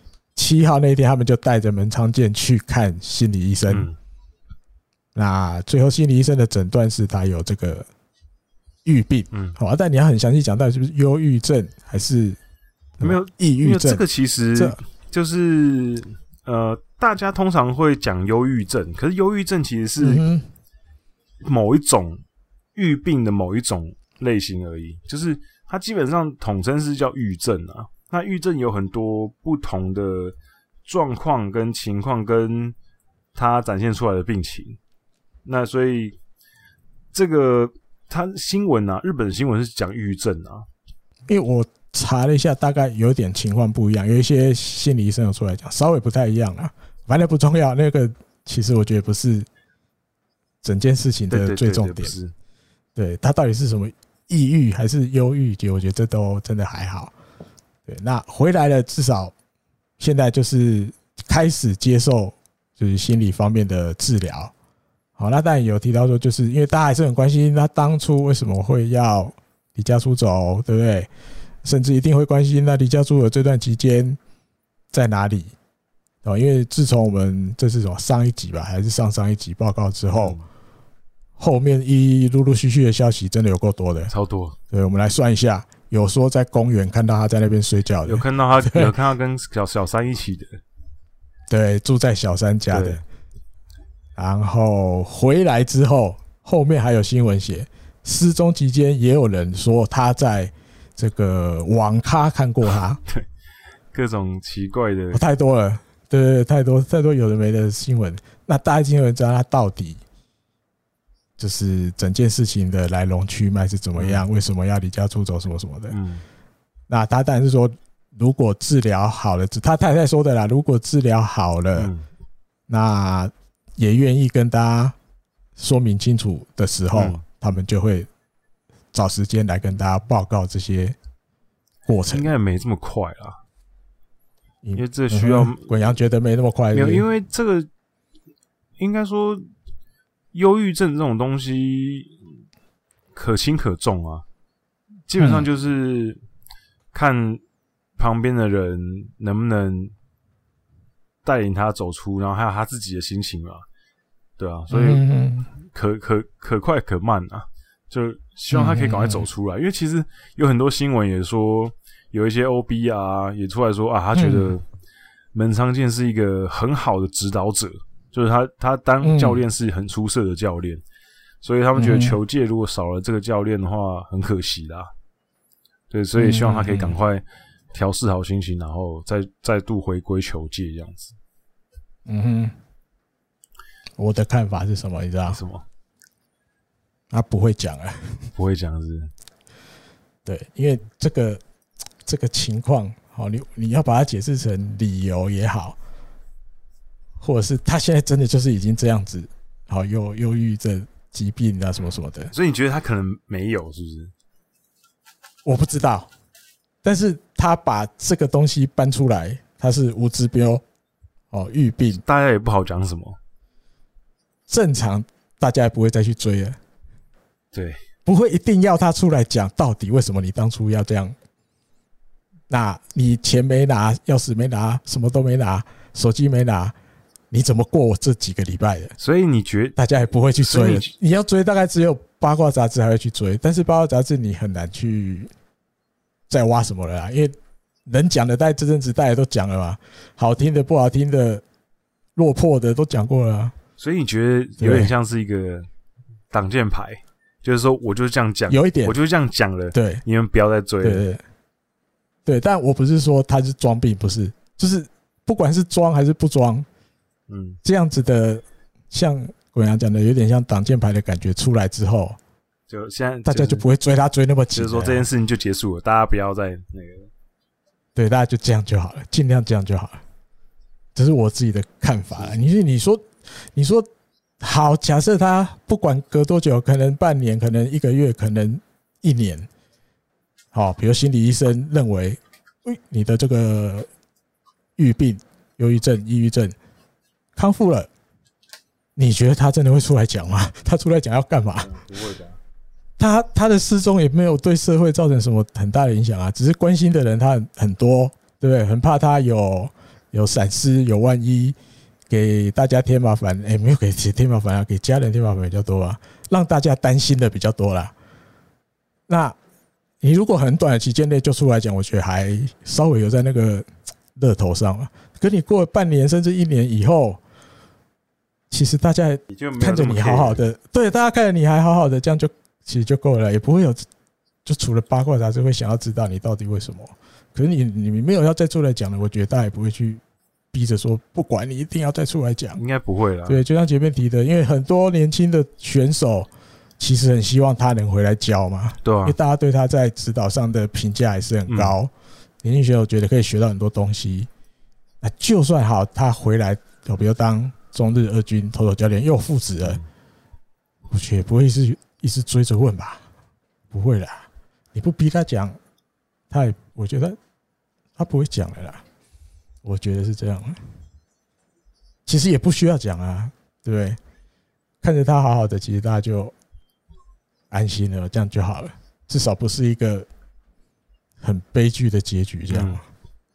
7号那一天他们就带着门仓健去看心理医生。那最后心理医生的诊断是他有这个郁病。好，但你要很详细讲到底是不是忧郁症还是没有抑郁症？ 这个其实就是大家通常会讲忧郁症，可是忧郁症其实是某一种郁病的某一种类型而已，就是它基本上统称是叫郁症啊。那郁症有很多不同的状况跟情况，跟它展现出来的病情。那所以这个它新闻啊，日本新闻是讲抑郁症啊， 因为我查了一下，大概有点情况不一样，有一些心理医生有出来讲，稍微不太一样啦。反正不重要，那个其实我觉得不是整件事情的最重点。对，他到底是什么抑郁还是忧郁，我觉得这都真的还好。对，那回来了，至少现在就是开始接受就是心理方面的治疗。好，那当然有提到说，就是因为大家还是很关心他当初为什么会要离家出走，对不对？甚至一定会关心那离家出走这段期间在哪里。因为自从我们这是什么上一集吧，还是上一集报告之后，后面陆陆续续的消息真的有够多的， 超多。 对，我们来算一下，有说在公园看到他在那边睡觉的， 有看到他跟小三一起的， 对，住在小三家的。然后回来之后，后面还有新闻写，失踪期间也有人说他在这个网咖看过他， 对，各种奇怪的， 太多了，对，太多有的没的新闻。那大家已经有人知道他到底就是整件事情的来龙去脉是怎么样，为什么要离家出走什么什么的。那他当然是说，如果治疗好了，他太太说的啦，如果治疗好了，那也愿意跟大家说明清楚的时候，他们就会找时间来跟大家报告这些过程。 应该没这么快啦，因为这需要滚阳觉得没那么快， 没有，因为这个应该说忧郁症这种东西可轻可重啊，基本上就是看旁边的人能不能带领他走出，然后还有他自己的心情嘛，对啊，所以可快可慢啊，就希望他可以赶快走出来，因为其实有很多新闻也说，有一些 OB 啊也出来说啊，他觉得门仓健是一个很好的指导者，就是他当教练是很出色的教练，所以他们觉得球界如果少了这个教练的话，很可惜啦。对，所以希望他可以赶快调试好心情，然后再度回归球界这样子。 我的看法是什么？你知道什么？ 他不会讲啊， 不会讲是？ 对，因为这个情况，好，你要把它解释成理由也好，或者是他现在真的就是已经这样子，好，忧郁症疾病啊什么什么的。 所以你觉得他可能没有，是不是？ 我不知道，但是他把这个东西搬出来，他是无指标哦，郁病， 大家也不好讲什么。 正常大家也不会再去追了， 对， 不会一定要他出来讲到底为什么你当初要这样。那你钱没拿，钥匙没拿，什么都没拿，手机没拿，你怎么过我这几个礼拜的？ 所以你觉得大家也不会去追了。你要追，大概只有八卦杂志还会去追，但是八卦杂志你很难去再挖什么了啦，因为能讲的，在这阵子大家都讲了嘛，好听的、不好听的、落魄的都讲过了啊。 所以你觉得有点像是一个挡箭牌，就是说我就是这样讲， 有一点， 我就是这样讲了， 对， 你们不要再追了。 对，但我不是说他是装病，不是，就是不管是装还是不装，这样子的，像鬼阳讲的，有点像挡箭牌的感觉出来之后， 就现在、 大家就不会追他追那么紧， 就是说这件事情就结束了，大家不要再那个， 对，大家就这样就好了，尽量这样就好了，这是我自己的看法啦。你说好，假设他不管隔多久，可能半年，可能1个月，可能1年，好，比如心理医生认为，你的这个郁病、忧郁症、抑郁症康复了，你觉得他真的会出来讲吗？他出来讲要干嘛？ 不会的。 他的失踪也没有对社会造成什么很大的影响啊，只是关心的人他很多，对不对？很怕他有闪失，有万一。给大家添麻烦，没有给添麻烦啊，给家人添麻烦比较多啊，让大家担心的比较多啦。那你如果很短的期间内就出来讲，我觉得还稍微有在那个热头上啊。可你过了半年甚至1年以后，其实大家看着你好好的，对，大家看着你还好好的，这样就其实就够了，也不会有，就除了八卦杂志会想要知道你到底为什么。可是你没有要再出来讲了，我觉得大家也不会去逼着说，不管你一定要再出来讲， 应该不会啦。 对，就像前面提的，因为很多年轻的选手其实很希望他能回来教嘛， 对啊， 因为大家对他在指导上的评价还是很高，年轻选手觉得可以学到很多东西。那就算好，他回来，比如当中日2军投手教练又复职了，我觉得不会一直追着问吧，不会啦，你不逼他讲，我觉得他不会讲了啦。我觉得是这样，其实也不需要讲啊，对不对？看着他好好的，其实大家就安心了，这样就好了，至少不是一个很悲剧的结局，这样。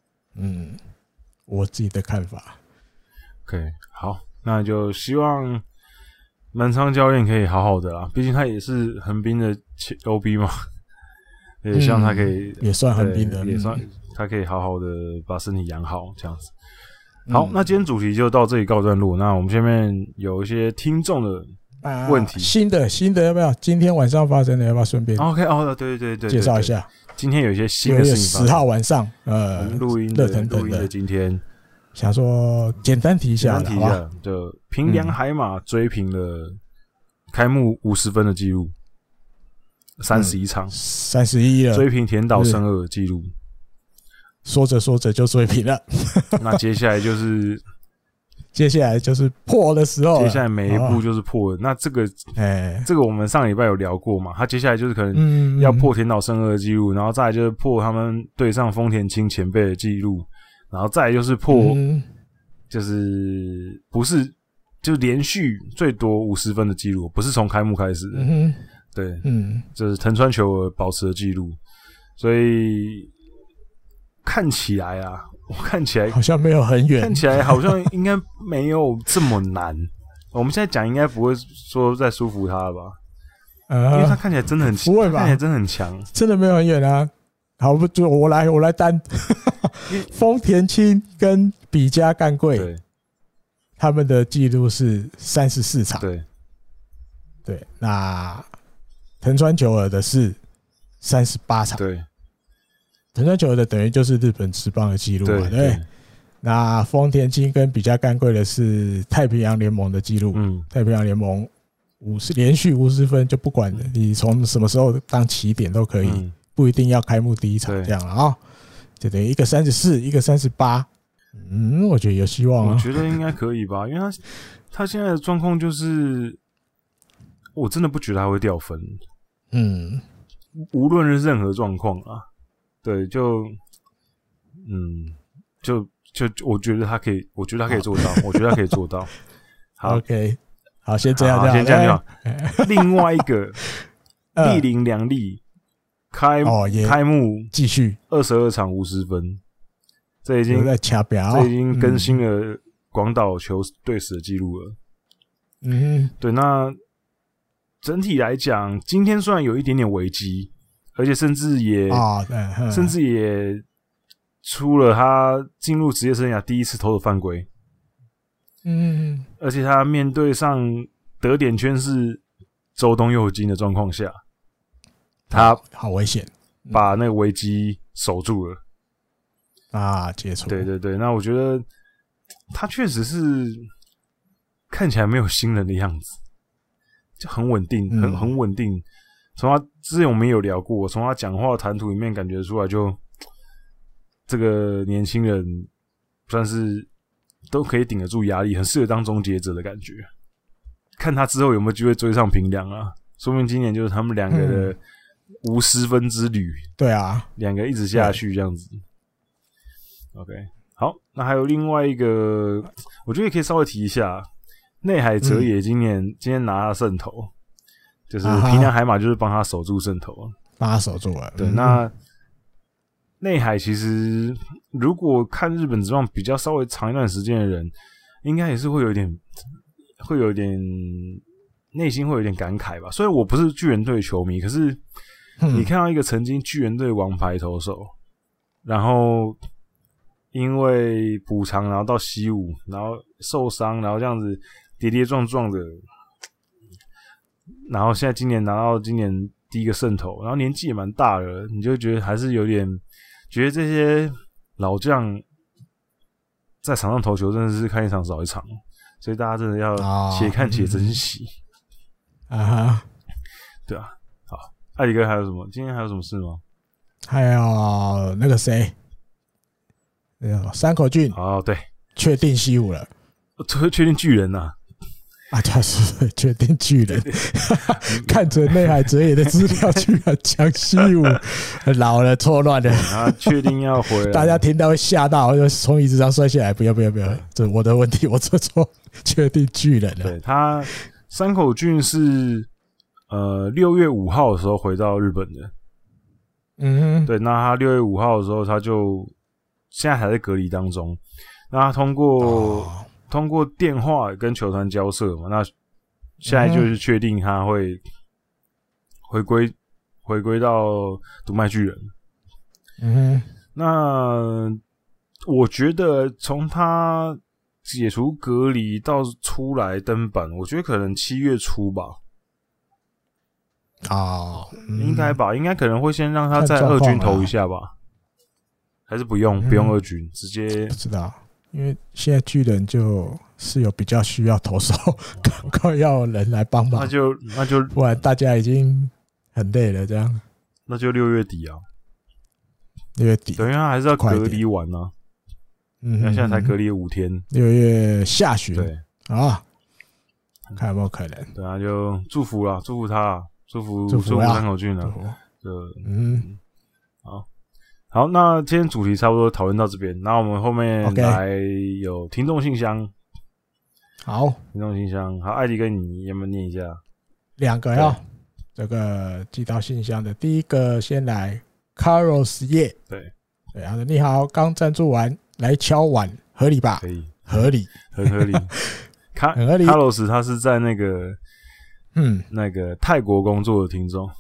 我自己的看法。 OK， 好，那就希望满仓教练可以好好的啦，毕竟他也是横滨的 OB 嘛，也希望他可以， 也算横滨的， 也算。他可以好好的把身体养好，这样子。好，那今天主题就到这里告段落。那我们下面有一些听众的问题， 新的要不要？今天晚上发生的要不要顺便 ？OK， 对， 介绍一下。 今天有一些新的事情。 10号晚上， 录音的今天， 想说简单提一下， 就平良海马追平了开幕50分的记录，31场 ，31了， 追平田岛胜二的记录。 说着说着就追平了， 那接下来就是破的时候， 接下来每一步就是破的。那这个我们上礼拜有聊过嘛？他接下来就是可能要破田岛胜二的记录，然后再来就是破他们对上丰田清前辈的记录，然后再来就是破，就是不是就连续最多50分的记录，不是从开幕开始的，对，就是藤川球儿保持的记录，所以。看起来啊， 我看起来好像没有很远， 看起来好像应该没有这么难。我们现在讲应该不会说再舒服他了吧？因为他看起来真的很强， 不会吧？ 看起来真的很强， 真的没有很远啊。好，就我来单，丰田青跟比嘉干贵，他们的记录是34场。对，那藤川久尔的是38场。 对， 藤川久尔的等于就是日本职棒的记录嘛，对。那丰田青跟比嘉干贵的是太平洋联盟的记录，太平洋联盟连续50分就不管了，你从什么时候当起点都可以，不一定要开幕第一场这样了啊。就等于一个34，一个38，我觉得有希望啊。 我觉得应该可以吧，因为他现在的状况就是，我真的不觉得他会掉分，无论是任何状况啊，对，就我觉得他可以，我觉得他可以做到，我觉得他可以做到。好 ，OK， 好，先这样， 先这样就好。另外一个立林良利开幕继续 22场50分，这已经在掐表， 这已经更新了广岛球队史的记录了。对，那整体来讲，今天虽然有一点点危机，而且甚至也出了他进入职业生涯第一次投手犯规，而且他面对上得点圈是周东佑金的状况下，他好危险， 把那个危机守住了啊，接触。 对，那我觉得他确实是看起来没有新人的样子，就很稳定，很稳定。从他之前我们也有聊过，从他讲话的谈吐里面感觉出来就。这个年轻人算是都可以顶得住压力，很适合当终结者的感觉。看他之后有没有机会追上平良啊？说明今年就是他们两个的50分之旅。对啊，两个一直下去这样子。OK， 好，那还有另外一个，我觉得也可以稍微提一下，内海哲也今天拿了胜投，就是平良海马就是帮他守住胜投， 帮他守住了。 对，那。内海其实，如果看日本职棒比较稍微长一段时间的人，应该也是会有点内心会有点感慨吧。虽然我不是巨人队球迷，可是你看到一个曾经巨人队王牌投手，然后因为补偿，然后到西武，然后受伤，然后这样子跌跌撞撞的，然后现在今年拿到今年第一个胜投，然后年纪也蛮大了，你就觉得还是有点。觉得这些老将在场上投球真的是看一场少一场，所以大家真的要且看且珍惜对啊，好，艾迪哥还有什么？今天还有什么事吗？ 还有那个谁，山口俊对， 确定西武了， 确定巨人啊。 就是确定巨人，看着内海哲也的资料，居然讲西武，老了错乱了。 他确定要回来， 大家听到会吓到，就从椅子上摔下来。不要，这我的问题，我做错，确定巨人了。 对他，山口俊是6月5号的时候回到日本的。对，那他6月5号的时候，他就现在还在隔离当中。那他通过电话跟球团交涉嘛，那现在就是确定他会回归到读卖巨人。那我觉得从他解除隔离到出来登板，我觉得可能7月初吧。应该吧，应该可能会先让他在二军投一下吧，还是不用二军，直接不知道。因为现在巨人就是有比较需要投手，赶快要人来帮忙， 那就不然大家已经很累了，这样那就6月底啊 ，6月底， 等于他还是要隔离完啊。那现在才隔离5天 ，6月下旬， 对啊，看有没有可能？ 对啊，就祝福啦，祝福他，祝福山口俊啊，好，那今天主题差不多讨论到这边，那我们后面来有听众信箱。 好， 听众信箱，好，艾迪跟你有没有念一下 ？2个哟，这个寄到信箱的第一个先来 Carlos 叶， 对， 他说你好，刚赞助完， 来敲碗，合理吧？ 可以， 合理， 很合理。 很合理。 卡洛斯他是在那个泰国工作的听众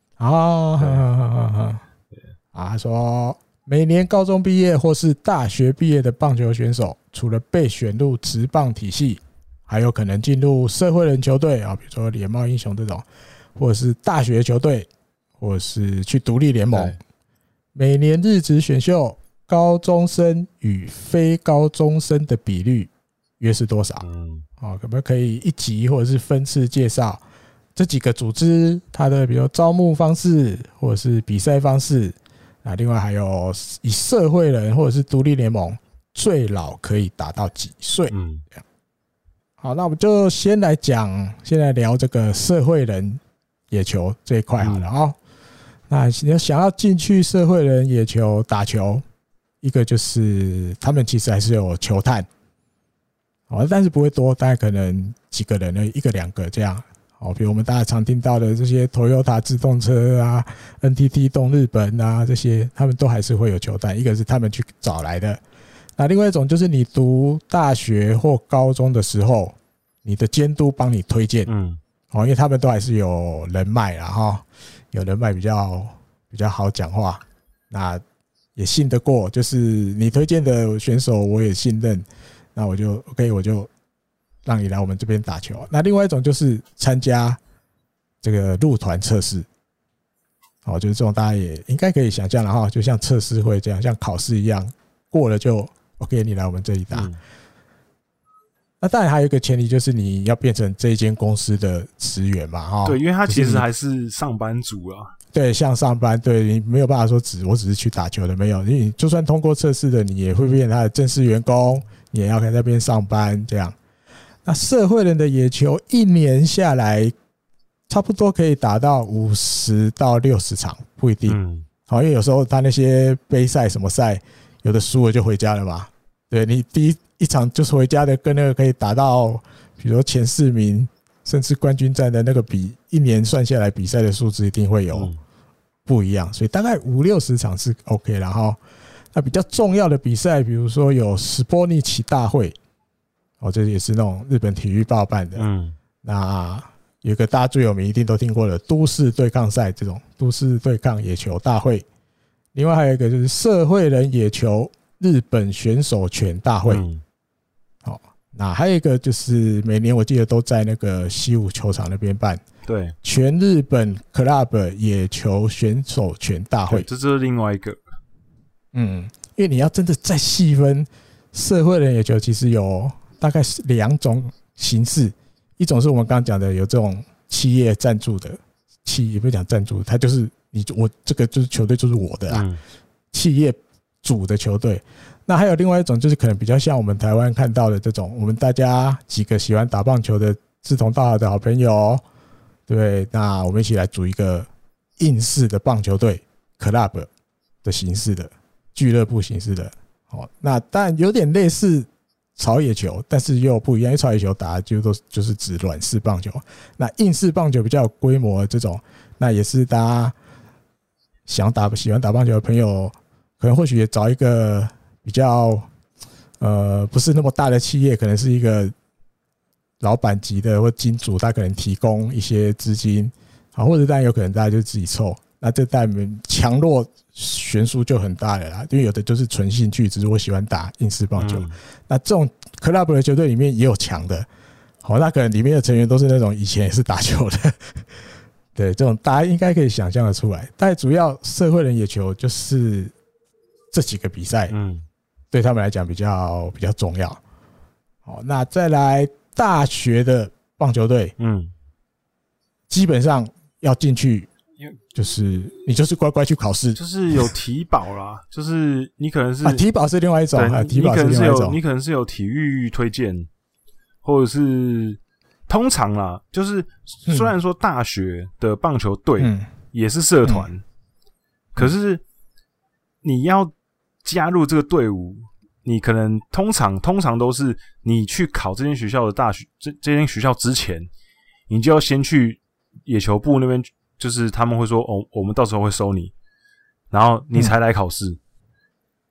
他说每年高中毕业或是大学毕业的棒球选手，除了被选入职棒体系，还有可能进入社会人球队啊，比如说联茂英雄这种，或者是大学球队，或者是去独立联盟。每年日职选秀高中生与非高中生的比率约是多少？可不可以一集或者是分次介绍这几个组织它的比如招募方式或者是比赛方式？另外还有以社会人或者是独立联盟最老可以打到几岁？好，那我们就先来聊这个社会人野球这一块好了啊。那你想要进去社会人野球打球，一个就是他们其实还是有球探，但是不会多，大概可能几个人一个两个这样。比如我们大家常听到的这些 Toyota 自动车啊 ，NTT 东日本啊，这些他们都还是会有球探，一个是他们去找来的。那另外一种就是你读大学或高中的时候，你的监督帮你推荐，因为他们都还是有人脉啦哈。有人脉比较好讲话，那也信得过，就是你推荐的选手我也信任，那我就 OK， 我就让你来我们这边打球。那另外一种就是参加这个入团测试，就是这种大家也应该可以想象了哈，就像测试会这样，像考试一样，过了就 OK， 你来我们这里打。那当然还有一个前提就是你要变成这一间公司的职员嘛， 对，因为他其实还是上班族啊。 对，像上班，对，你没有办法说我只是去打球的，没有，因为你就算通过测试的，你也会变成他的正式员工，你也要在那边上班这样。那社会人的野球一年下来，差不多可以打到50到60场，不一定。因为有时候他那些杯赛什么赛，有的输了就回家了嘛。对，你第一场就是回家的，跟那个可以打到比如说前4名甚至冠军战的那个比，一年算下来比赛的数字一定会有不一样，所以大概50-60场是 OK。然后那比较重要的比赛，比如说有斯波尼奇大会，这也是那种日本体育报办的。那有一个大家最有名一定都听过的都市对抗赛，这种都市对抗野球大会。另外还有一个就是社会人野球日本选手权大会。那还有一个就是每年我记得都在那个西武球场那边办，对，全日本 club 野球选手权大会， 这就是另外一个。 因为你要真的再细分，社会人野球其实有大概2种形式，一种是我们刚刚讲的有这种企业赞助的，也不是讲赞助，它就是我这个就是球队就是我的啦，企业组的球队。那还有另外一种就是可能比较像我们台湾看到的这种，我们大家几个喜欢打棒球的志同道合的好朋友，对，那我们一起来组一个硬式的棒球队 club 的形式的俱乐部形式的。那当然有点类似草野球，但是又不一样，因为草野球打的就是指软式棒球，那硬式棒球比较有规模的这种，那也是大家喜欢打棒球的朋友，可能或许也找一个比较不是那么大的企业，可能是一个老板级的或金主，他可能提供一些资金，或者当然有可能大家就自己凑，那这代表强弱悬殊就很大了啦，因为有的就是纯兴趣，只是我喜欢打硬式棒球。那这种 club 的球队里面也有强的，那可能里面的成员都是那种以前也是打球的，对，这种大家应该可以想象的出来。但主要社会人野球就是这几个比赛，对他们来讲比较重要。那再来大学的棒球队，基本上要进去，就是你就是乖乖去考试， 就是有体保啦，就是你可能是体保是另外一种，体保是另外一种， 你可能是有体育推荐，或者是通常啦，就是虽然说大学的棒球队也是社团，可是你要加入这个队伍，你可能通常都是你去考这间学校的大学，这间学校之前，你就要先去野球部那边，就是他们会说我们到时候会收你，然后你才来考试。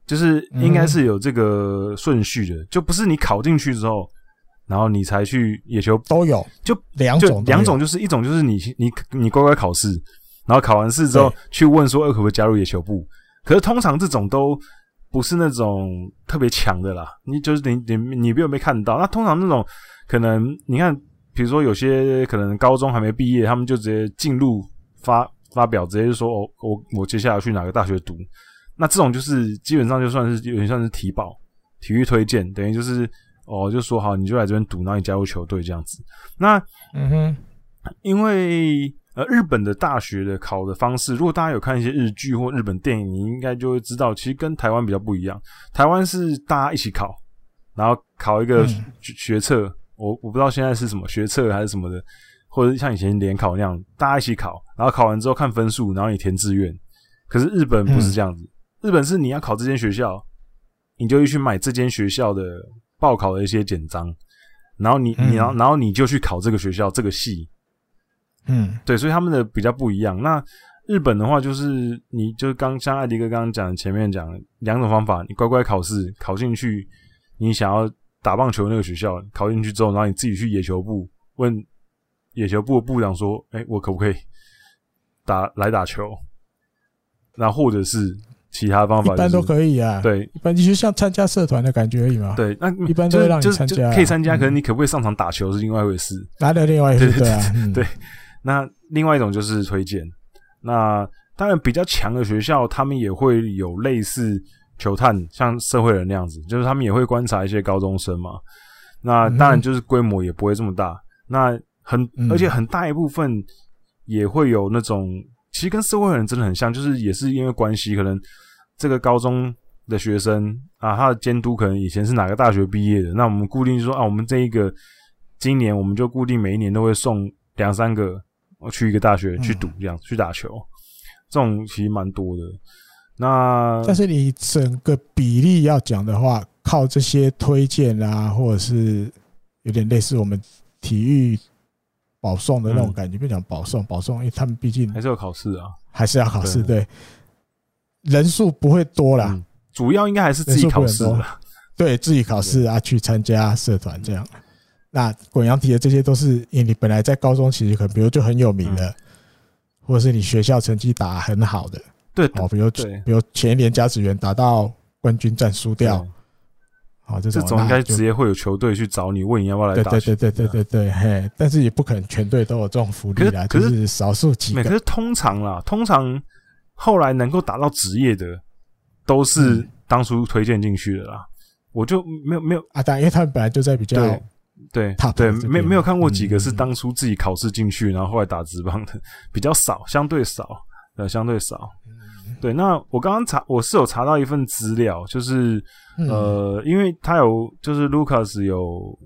就是应该是有这个顺序的，就不是你考进去之后，然后你才去野球都有， 就两种， 就是一种就是你乖乖考试，然后考完试之后去问说可不可以加入野球部，可是通常这种都不是那种特别强的啦，你就是你没有被看到，那通常那种可能你看，比如说有些可能高中还没毕业，他们就直接进入发表，直接就说我接下来去哪个大学读。那这种就是基本上就算是有点像是体育推荐，等于就是就说好你就来这边读，然后你加入球队这样子。那因为日本的大学的考的方式，如果大家有看一些日剧或日本电影，你应该就会知道，其实跟台湾比较不一样。台湾是大家一起考，然后考一个学测，我不知道现在是什么学测还是什么的，或者像以前联考那样，大家一起考，然后考完之后看分数，然后你填志愿。可是日本不是这样子。日本是你要考这间学校，你就去买这间学校的报考的一些简章，然后然后你就去考这个学校这个系，对，所以他们的比较不一样。那日本的话，就是你就像艾迪哥刚刚讲前面讲两种方法，你乖乖考试考进去，你想要打棒球那个学校，考进去之后，然后你自己去野球部问野球部的部长说，我可不可以来打球？那或者是其他方法、 一般都可以啊。 对， 一般就像参加社团的感觉而已嘛。 对，那一般都会让你参加， 可以参加，可是你可不可以上场打球是另外一回事。 那另外一回事，对啊。 对，那另外一种就是推荐。那当然比较强的学校，他们也会有类似球探，像社会人那样子，就是他们也会观察一些高中生嘛。那当然就是规模也不会这么大。那而且很大一部分也会有那种。其实跟社会人真的很像，就是也是因为关系，可能这个高中的学生啊，他的监督可能以前是哪个大学毕业的，那我们固定就说我们这一个今年我们就固定每一年都会送2-3个去一个大学去读，这样去打球，这种其实蛮多的。那但是你整个比例要讲的话，靠这些推荐啊，或者是有点类似我们体育保送的那种感觉，不讲保送，因为他们毕竟还是要考试啊， 还是要考试，对，人数不会多啦， 主要应该还是自己考试啦， 对，自己考试啊，去参加社团这样。那滚阳提的这些都是因为你本来在高中其实可能比如就很有名的，或者是你学校成绩打很好的， 对， 比如前一年甲子园打到冠军战输掉。这种应该直接会有球队去找你，问你要不要来打球。 对，嘿，但是也不可能全队都有这种福利啦，就是少数几个。 可是通常后来能够打到职业的，都是当初推荐进去的啦。我就没有啊，当然因为他们本来就在比较对，没有看过几个是当初自己考试进去，然后后来打职棒的，比较少，相对少。对，那我刚刚我是有查到一份资料，就是因为他有就是 Lucas 有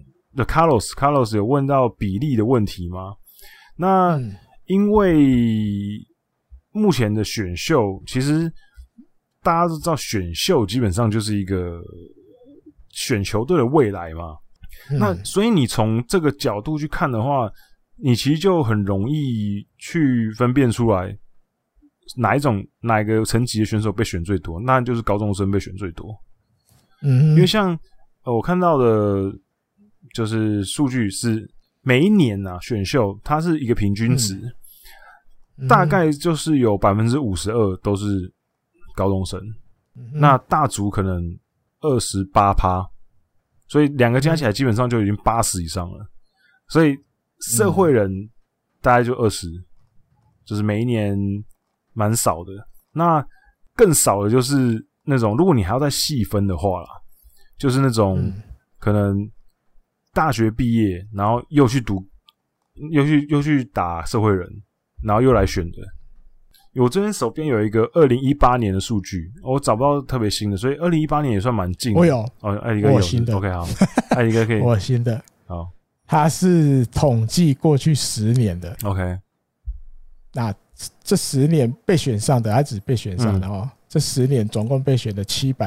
Carlos 有问到比例的问题嘛，那因为目前的选秀，其实大家都知道选秀基本上就是一个选球队的未来嘛，那所以你从这个角度去看的话，你其实就很容易去分辨出来哪一个层级的选手被选最多，那就是高中生被选最多。因为像我看到的就是数据是每一年啊选秀它是一个平均值，大概就是有 52% 都是高中生，那大族可能 28%， 所以两个加起来基本上就已经80以上了，所以社会人大概就20，就是每一年蛮少的。那更少的就是那种，如果你还要再细分的话啦，就是那种可能大学毕业，然后又去读，又去打社会人，然后又来选的。我这边手边有一个2018年的数据，我找不到特别新的，所以2018年也算蛮近的。 我有艾迪哥有新的 ，OK 好，艾迪哥可以， 我新的好， 它是统计过去10年的 ，OK， 那这10年被选上的，他只被选上的哦。这10年总共被选的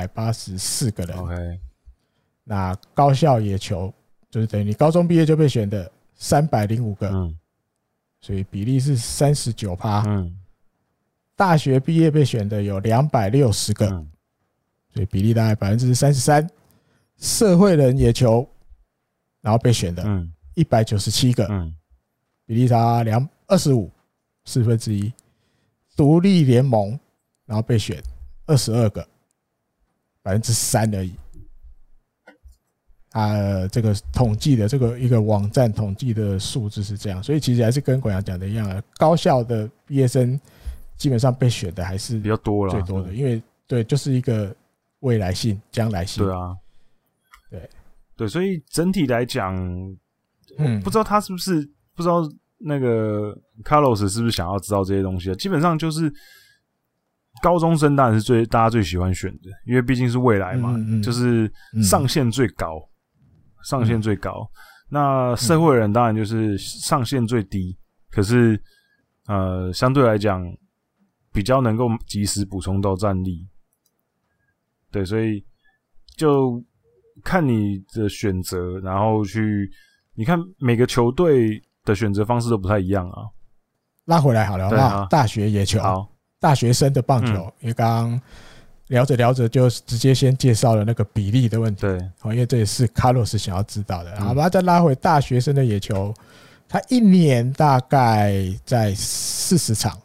784个人。 OK， 那高校野球就是等于你高中毕业就被选的305个，所以比例是 39%。大学毕业被选的有260个， 所以比例大概33%。社会人野球，然后被选的197个，比例差25，1/4。独立联盟，然后被选22个，3%而已。这个统计的这个一个网站统计的数字是这样，所以其实还是跟广阳讲的一样，高校的毕业生基本上被选的还是比较多了， 最多的，因为对，就是一个未来性、将来性。 对啊， 对， 所以整体来讲，不知道他是不是不知道那个 Carlos 是不是想要知道这些东西啊？基本上就是高中生当然是大家最喜欢选的，因为毕竟是未来嘛，就是上限最高。上限最高，那社会人当然就是上限最低，可是相对来讲比较能够及时补充到战力，对，所以就看你的选择，然后你看每个球队的选择方式都不太一样啊。 拉回来好了，好不好？大学野球，好，大学生的棒球，因为刚刚聊着聊着就直接先介绍了那个比例的问题，对，因为这也是 Carlos 想要知道的。好吧，再拉回大学生的野球，他一年大概在40场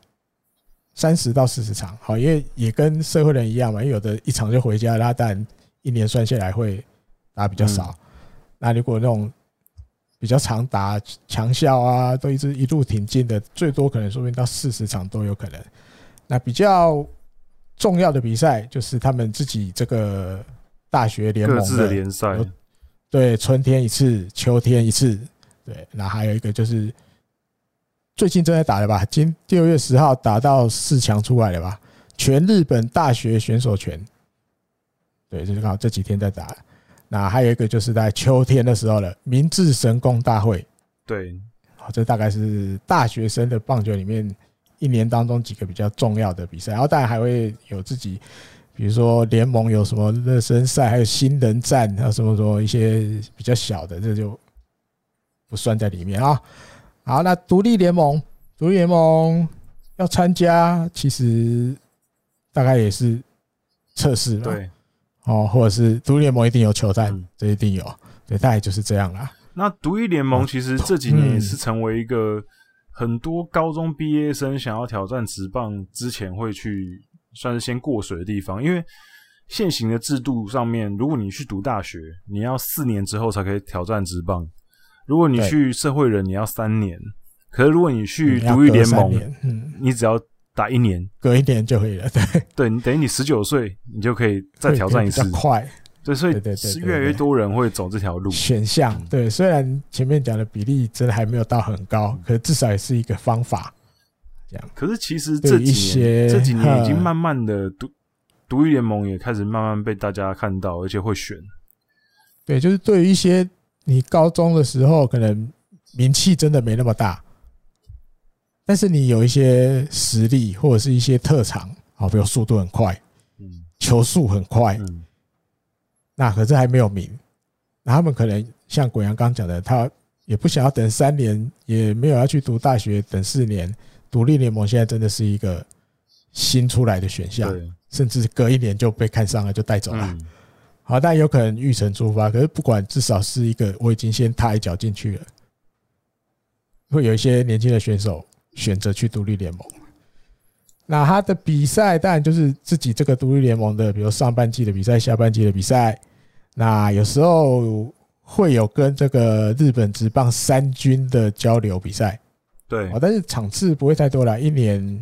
，30到40场，好，因为也跟社会人一样嘛，因为有的一场就回家，他当然一年算下来会打比较少。那如果那种比较常打强校啊，都一路挺进的，最多可能说不定到40场都有可能。那比较重要的比赛就是他们自己这个大学联盟各自的联赛， 对，春天一次，秋天一次，对，那还有一个就是最近正在打的吧，今6月10号打到4强出来了吧，全日本大学选手权，对，就是刚好这几天在打。那还有一个就是在秋天的时候了，明治神宫大会， 对， 这大概是大学生的棒球里面一年当中几个比较重要的比赛，然后当然还会有自己，比如说联盟有什么热身赛，还有新人战，还有什么一些比较小的，这就不算在里面啊。好，那独立联盟要参加，其实大概也是测试嘛， 对， 或者是独立联盟一定有球战，这一定有，对，大概就是这样啦。 那独立联盟其实这几年也是成为一个很多高中毕业生想要挑战职棒之前会去算是先过水的地方，因为现行的制度上面，如果你去读大学，你要4年之后才可以挑战职棒；如果你去社会人，你要3年。可是如果你去独立联盟，你只要打1年， 隔1年就可以了。 对，你等于你19岁，你就可以再挑战一次， 比较快。 对，所以越来越多人会走这条路选项。对，虽然前面讲的比例真的还没有到很高，可是至少也是一个方法。这样。 可是其实这几年已经慢慢的独立联盟也开始慢慢被大家看到，而且会选。 对，就是对于一些你高中的时候可能名气真的没那么大，但是你有一些实力或者是一些特长，比如速度很快，球速很快，那可是还没有名，那他们可能像国阳刚讲的，他也不想要等3年，也没有要去读大学等4年。独立联盟现在真的是一个新出来的选项，甚至隔1年就被看上了，就带走了。好，但有可能预成出发，可是不管，至少是一个我已经先踏一脚进去了。会有一些年轻的选手选择去独立联盟。那他的比赛当然就是自己这个独立联盟的，比如上半季的比赛、下半季的比赛。那有时候会有跟这个日本职棒3军的交流比赛， 对， 但是场次不会太多啦，1年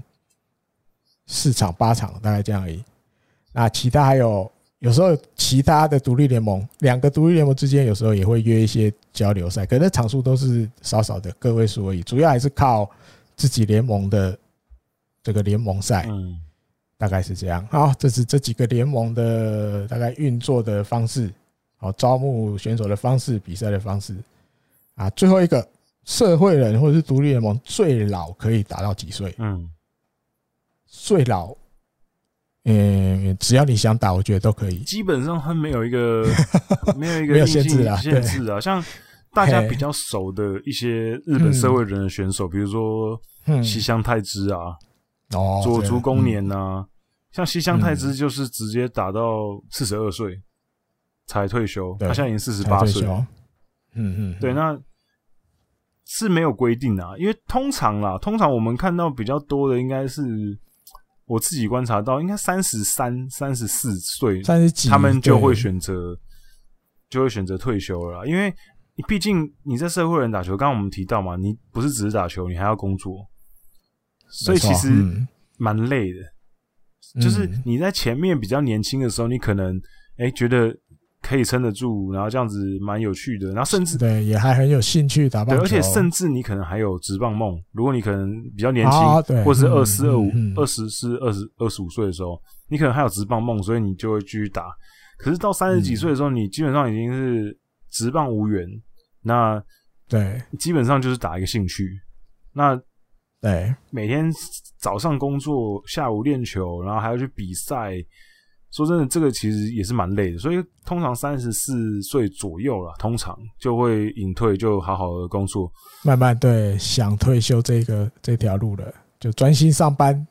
4场、8场大概这样而已。那其他还有时候其他的独立联盟，2个独立联盟之间有时候也会约一些交流赛，可能场数都是少少的个位数而已，主要还是靠自己联盟的这个联盟赛，大概是这样。好，这是这几个联盟的大概运作的方式，好，招募选手的方式，比赛的方式啊。最后一个社会人或者是独立联盟最老可以打到几岁？最老。只要你想打，我觉得都可以。 基本上它没有一个限制啊， 像大家比较熟的一些日本社会人的选手，比如说西乡泰之啊，佐竹公年啊， 像西乡泰之就是直接打到42岁才退休，他现在已经48岁了。对，那是没有规定啊，因为通常我们看到比较多的应该是我自己观察到，应该33、34岁，他们就会选择退休了啦，因为毕竟你在社会人打球，刚刚我们提到嘛，你不是只是打球，你还要工作，所以其实蛮累的。就是你在前面比较年轻的时候，你可能觉得可以撑得住，然后这样子蛮有趣的，然后甚至对也还很有兴趣打棒球， 对，而且甚至你可能还有职棒梦。如果你可能比较年轻，或是24、25岁的时候，你可能还有职棒梦，所以你就会继续打。可是到30几岁的时候，你基本上已经是职棒无缘，那对， 基本上就是打一个兴趣。那对， 每天早上工作，下午练球，然后还要去比赛。说真的，这个其实也是蛮累的，所以通常34岁左右啦，通常就会隐退，就好好的工作， 慢慢对想退休这条路了，就专心上班。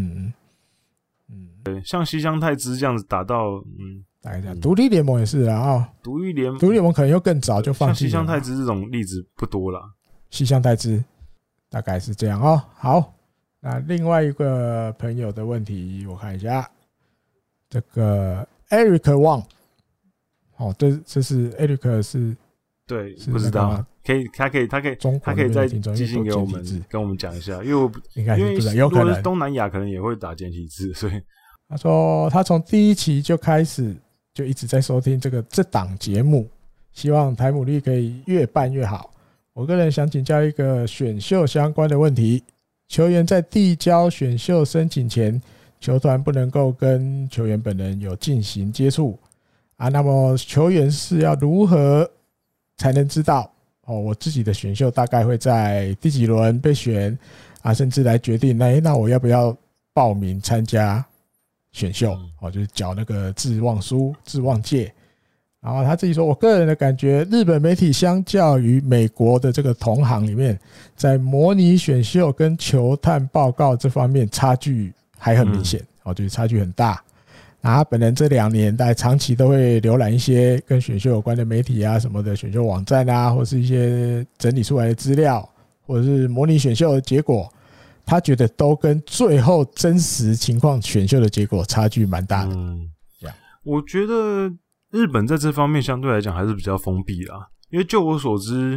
对，像西乡泰之这样子打到大概这样，独立联盟也是啊，独立联盟可能又更早就放弃了。 像西乡泰之这种例子不多啦， 西乡泰之大概是这样哦。好，那另外一个朋友的问题，我看一下。这个 Eric Wang， 这是 Eric 是， 对，不知道，他可以再寄信给我们，跟我们讲一下，因为有可能东南亚可能也会打简体字，所以他说他从第一期就开始就一直在收听这档节目，希望台牡蛎可以越办越好。我个人想请教一个选秀相关的问题：球员在递交选秀申请前，球团不能够跟球员本人有进行接触啊，那么球员是要如何才能知道我自己的选秀大概会在第几轮被选啊，甚至来决定那我要不要报名参加选秀就是缴那个志望书、志望届。然后他自己说，我个人的感觉，日本媒体相较于美国的这个同行里面，在模拟选秀跟球探报告这方面差距还很明显，就是差距很大。他本人这2年大概长期都会浏览一些跟选秀有关的媒体啊什么的选秀网站啊，或是一些整理出来的资料，或者是模拟选秀的结果，他觉得都跟最后真实情况选秀的结果差距蛮大的。 我觉得日本在这方面相对来讲还是比较封闭啦，因为就我所知，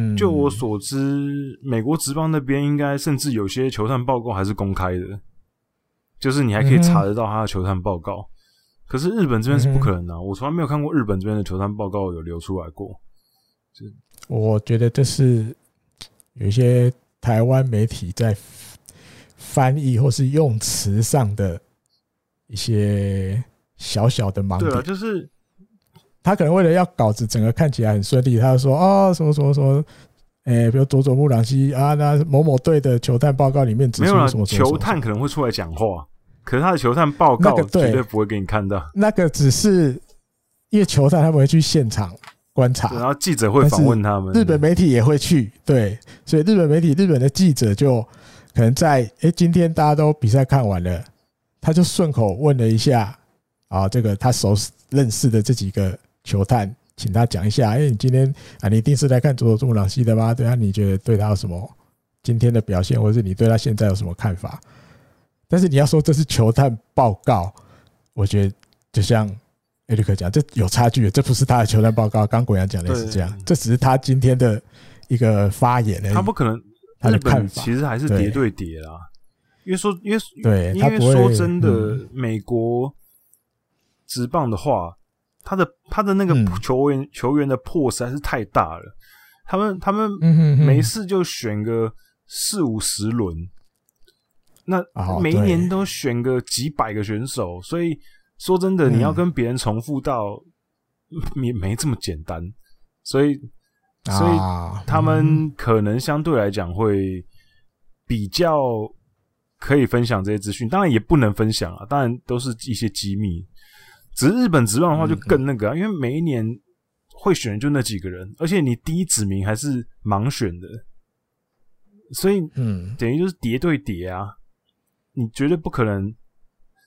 美国职棒那边应该甚至有些球探报告还是公开的。就是你还可以查得到他的球探报告，可是日本这边是不可能的我从来没有看过日本这边的球探报告有流出来过。 我觉得这是有一些台湾媒体在翻译或是用词上的一些小小的盲点。 对啊，就是他可能为了要稿子整个看起来很顺利，他就说什么什么什么。比如佐佐木朗希啊，那某某队的球探报告里面指出什么什么， 球探可能会出来讲话，可是他的球探报告绝对不会给你看到。 那个只是因为球探他们会去现场观察， 然后记者会访问他们， 日本媒体也会去，对，所以日本媒体、日本的记者就可能在今天大家都比赛看完了，他就顺口问了一下这个他认识的这几个球探。请他讲一下，你今天你一定是来看佐佐木朗希的吗？对啊，你觉得对他有什么今天的表现，或者是你对他现在有什么看法？但是你要说这是球探报告，我觉得就像Eric讲，这有差距的，这不是他的球探报告。刚国阳讲的也是这样，这只是他今天的一个发言而已。 他不可能， 他的看法其实还是叠对叠啦。因为说真的，美国职棒的话。他的那个球员的破实在是太大了，他们没事就选个40-50轮，那每一年都选个几百个选手，所以说真的你要跟别人重复到没这么简单，所以他们可能相对来讲会比较可以分享这些资讯，当然也不能分享啊，当然都是一些机密。只是日本职棒的话就更那个因为每一年会选的就那几个人，而且你第一指名还是盲选的，所以等于就是叠对叠啊，你绝对不可能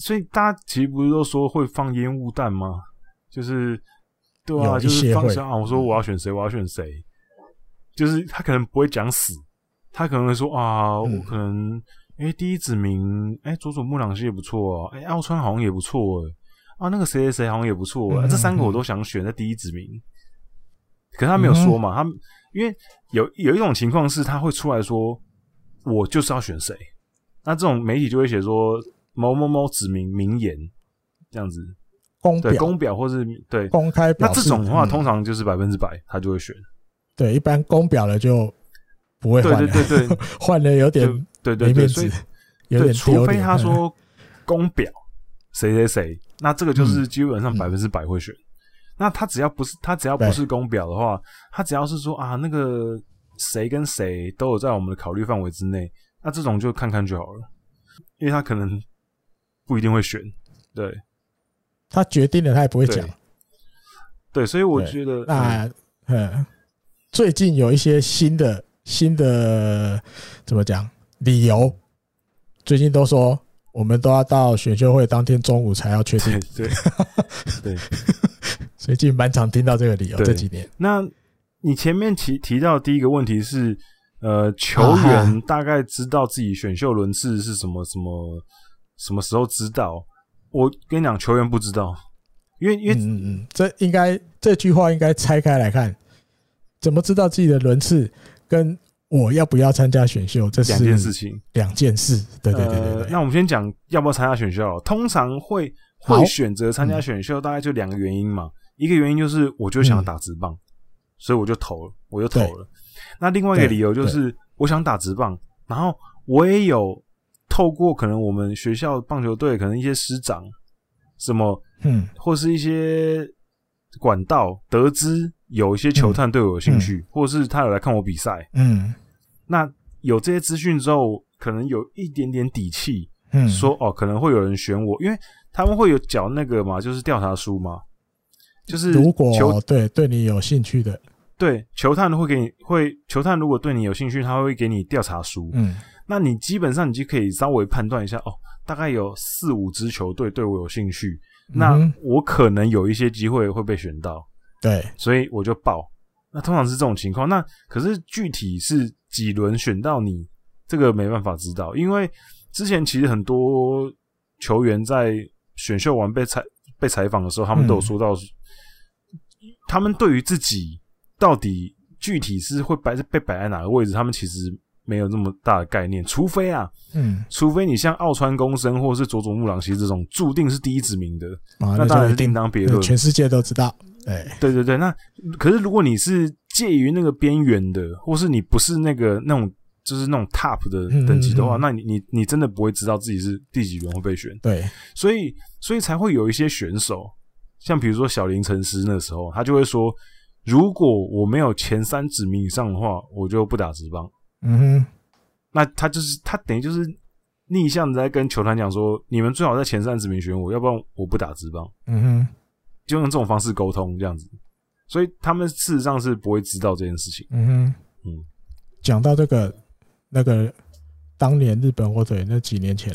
所以大家其实不是都说会放烟雾弹吗？就是对啊，就是放下啊，我说我要选谁，我要选谁，就是他可能不会讲死，他可能会说啊，我可能第一指名佐佐木朗希也不错啊，奥川好像也不错啊，那个谁谁谁好像也不错这3个我都想选在第一指名，可是他没有说嘛，他因为有一种情况是他会出来说我就是要选谁，那这种媒体就会写说某某某指名名言这样子。公表或是对公开表示， 那这种的话通常就是100%他就会选。 对，一般公表了就不会换了， 对， 换了有点没面子，有点除非他说公表谁谁谁，那这个就是基本上100%会选。那他只要不是公表的话，他只要是说啊那个谁跟谁都有在我们的考虑范围之内，那这种就看看就好了，因为他可能不一定会选，对。 他决定了，他也不会讲。 对，所以我觉得最近有一些新的怎么讲理由，最近都说我们都要到选秀会当天中午才要确定。 对， 最近蛮常听到这个理由这几年。 那你前面提到的第一个问题是，球员大概知道自己选秀轮次是什么时候知道？我跟你讲，球员不知道，因为这句话应该拆开来看，怎么知道自己的轮次跟我要不要参加选秀，这是两件事。对。 那我们先讲要不要参加选秀。通常会选择参加选秀，大概就2个原因嘛。一个原因就是我就想打职棒，所以我就投了。那另外一个理由就是我想打职棒，然后我也有。透过可能我们学校棒球队可能一些师长什么或是一些管道得知有一些球探对我有兴趣，或是他有来看我比赛，那有这些资讯之后可能有一点点底气，说可能会有人选我，因为他们会有缴那个嘛，就是调查书嘛，就是如果对你有兴趣的， 对球探球探如果对你有兴趣，他会给你调查书，那你基本上你就可以稍微判断一下大概有4-5支球队对我有兴趣，那我可能有一些机会会被选到，对，所以我就报。那通常是这种情况，那可是具体是几轮选到你，这个没办法知道，因为之前其实很多球员在选秀完被采访的时候，他们都有说到，他们对于自己到底具体是会被摆在哪个位置，他们其实没有这么大的概念，除非你像奥川公生或是佐佐木朗希这种注定是第一指名的，那当然是另当别论， 全世界都知道。 对，那可是如果你是介于那个边缘的，或是你不是那种就是那种 top 的等级的话，那你真的不会知道自己是第几轮会被选。对，所以才会有一些选手，像比如说小林诚司那时候，他就会说，如果我没有前3指名以上的话，我就不打职棒。那他等于就是逆向的在跟球团讲说，你们最好在前3指名选我，要不然我不打职棒。就用这种方式沟通这样子，所以他们事实上是不会知道这件事情。 讲到这个那个当年日本火腿那几年前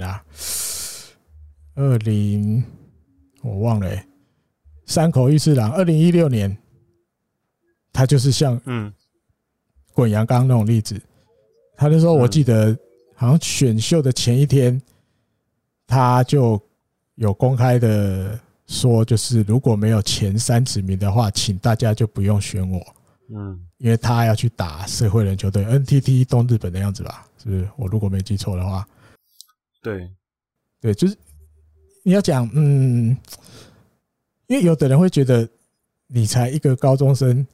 我忘了山口裕次郎2016年，他就是像滚阳刚那种例子。他那时候我记得好像选秀的前一天，他就有公开的说，就是如果没有前3指名的话，请大家就不用选我。因为他要去打社会人球队 NTT 东日本的样子吧，是不是？我如果没记错的话。对，就是你要讲，因为有的人会觉得你才一个高中生，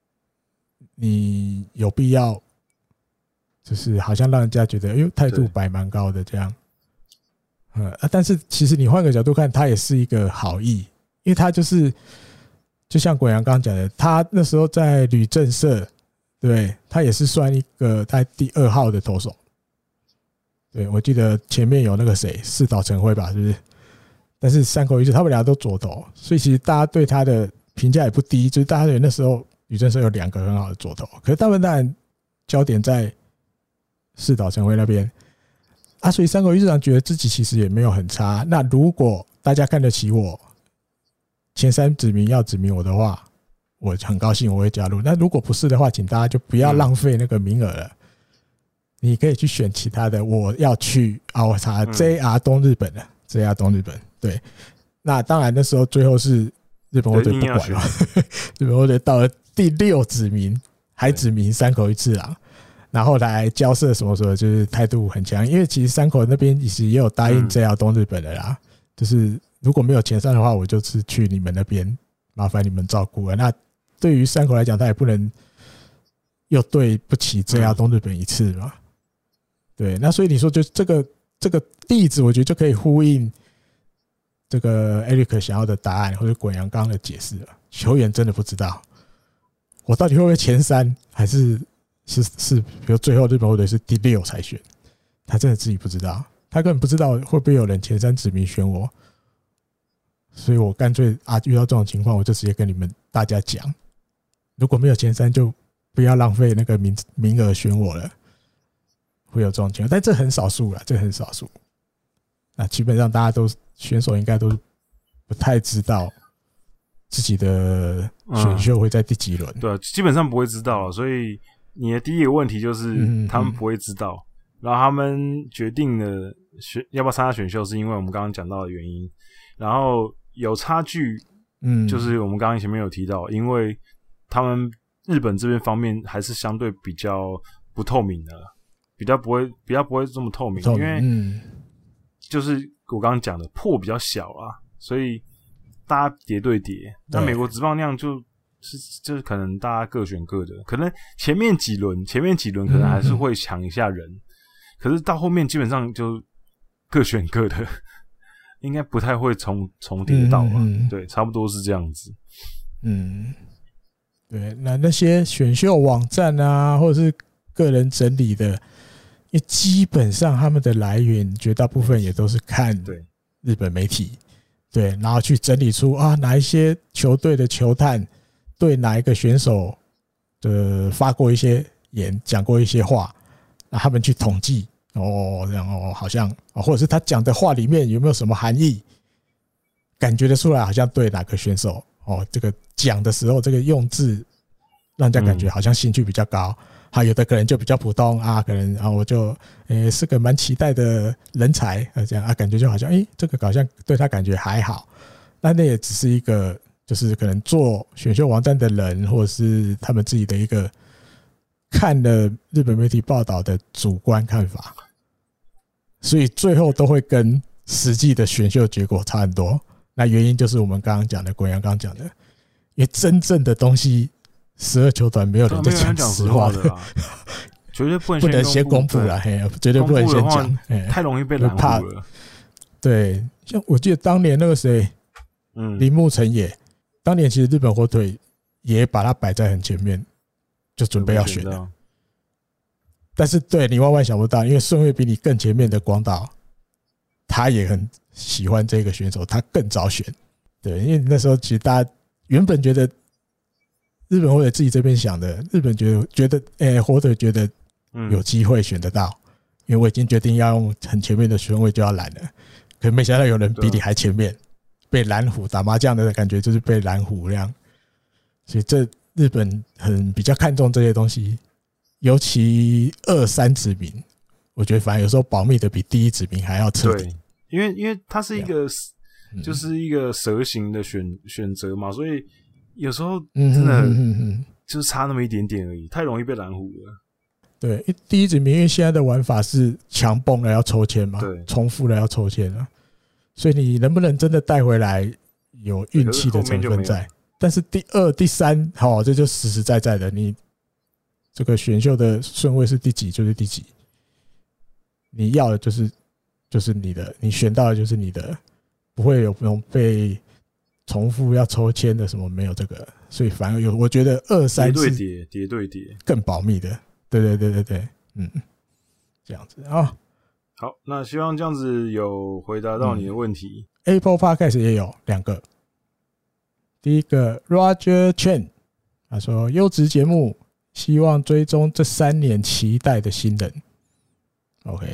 你有必要就是好像让人家觉得态度摆蛮高的这样。但是其实你换个角度看，他也是一个好意，因为他就像滚阳刚刚讲的，他那时候在旅政社，对，他也是算一个在第2号的投手。对，我记得前面有那个谁四岛成辉吧，是不是？但是山口裕次他们俩都左投，所以其实大家对他的评价也不低，就是大家对那时候旅政社有2个很好的左投，可是他们当然焦点在四岛成辉那边。 啊，所以山口一次郎觉得自己其实也没有很差。那如果大家看得起我，前3指名要指名我的话，我很高兴我会加入。那如果不是的话，请大家就不要浪费那个名额了。你可以去选其他的。我要去啊，我查 JR 东日本了，JR 东日本。对，那当然那时候最后是日本火腿不管了，日本火腿到了第6指名，还指名山口一次郎。然后来交涉什么什么，就是态度很强。因为其实山口那边其实也有答应JR东日本的啦，就是如果没有前3的话，我就是去你们那边，麻烦你们照顾了。那对于山口来讲，他也不能又对不起JR东日本一次嘛。对，那所以你说就这个例子，我觉得就可以呼应这个 Eric 想要的答案，或者滚阳刚刚的解释了。球员真的不知道，我到底会不会前3，还是比如最后日本火腿是第6才选，他真的自己不知道，他根本不知道会不会有人前3指名选我，所以我干脆遇到这种情况，我就直接跟你们大家讲，如果没有前3，就不要浪费那个名额选我了，会有这种情况，但这很少数啦，这很少数。那基本上大家选手应该都不太知道自己的选秀会在第几轮， 对，基本上不会知道，所以你的第一个问题就是他们不会知道，然后他们决定了要不要参加选秀，是因为我们刚刚讲到的原因，然后有差距，就是我们刚刚前面有提到，因为他们日本这边方面还是相对比较不透明的，比较不会这么透明，因为就是我刚刚讲的破比较小啊，所以大家叠对叠。那美国职棒那样就是可能大家各选各的，可能前面几轮可能还是会抢一下人，可是到后面基本上就各选各的，应该不太会重叠到吧？对，差不多是这样子。 对，那些选秀网站啊，或者是个人整理的，因为基本上他们的来源绝大部分也都是看日本媒体，对，然后去整理出哪一些球队的球探对哪一个选手发过一些言，讲过一些话，那他们去统计这样好像或者是他讲的话里面有没有什么含义，感觉得出来好像对哪个选手这个讲的时候这个用字让人家感觉好像兴趣比较高，有的可能就比较普通可能我就是个蛮期待的人才这样感觉就好像这个好像对他感觉还好，那也只是一个就是可能做选秀网站的人或者是他们自己的一个看了日本媒体报道的主观看法，所以最后都会跟实际的选秀结果差很多。那原因就是我们刚刚讲的，滚阳刚刚讲的，因为真正的东西12球团没有人在讲实话的啦， 绝对不能先公布啦，绝对不能先讲， 太容易被拦糊了。 对，像我记得当年那个谁，铃木成也，当年其实日本火腿也把他摆在很前面，就准备要选了。但是对你万万想不到，因为顺位比你更前面的广岛，他也很喜欢这个选手，他更早选。对，因为那时候其实大家原本觉得日本火腿自己这边想的，日本觉得火腿觉得有机会选得到，因为我已经决定要用很前面的顺位就要拦了，可没想到有人比你还前面，被蓝虎打麻将的感觉就是被蓝虎那样，所以这日本比较看重这些东西，尤其2、3指名，我觉得反而有时候保密的比第1指名还要彻底。 因为它是一个就是一个蛇形的选择嘛，所以有时候真的就是差那么一点点而已，太容易被拦糊了。对， 第1指名因为现在的玩法是强蹦了要抽签嘛，重复了要抽签了，所以你能不能真的带回来有运气的成分在。但是第2、第3，这就实实在在的，你这个选秀的顺位是第几就是第几，你要的就是你的，你选到的就是你的，不会有那种被重复要抽签的什么，没有这个，所以反而我觉得2、3是叠对叠更保密的，对，这样子啊。 好，那希望这样子有回答到你的问题。 Apple Podcast 也有2个，第一个 Roger Chen， 他说优质节目，希望追踪这3年期待的新人。OK，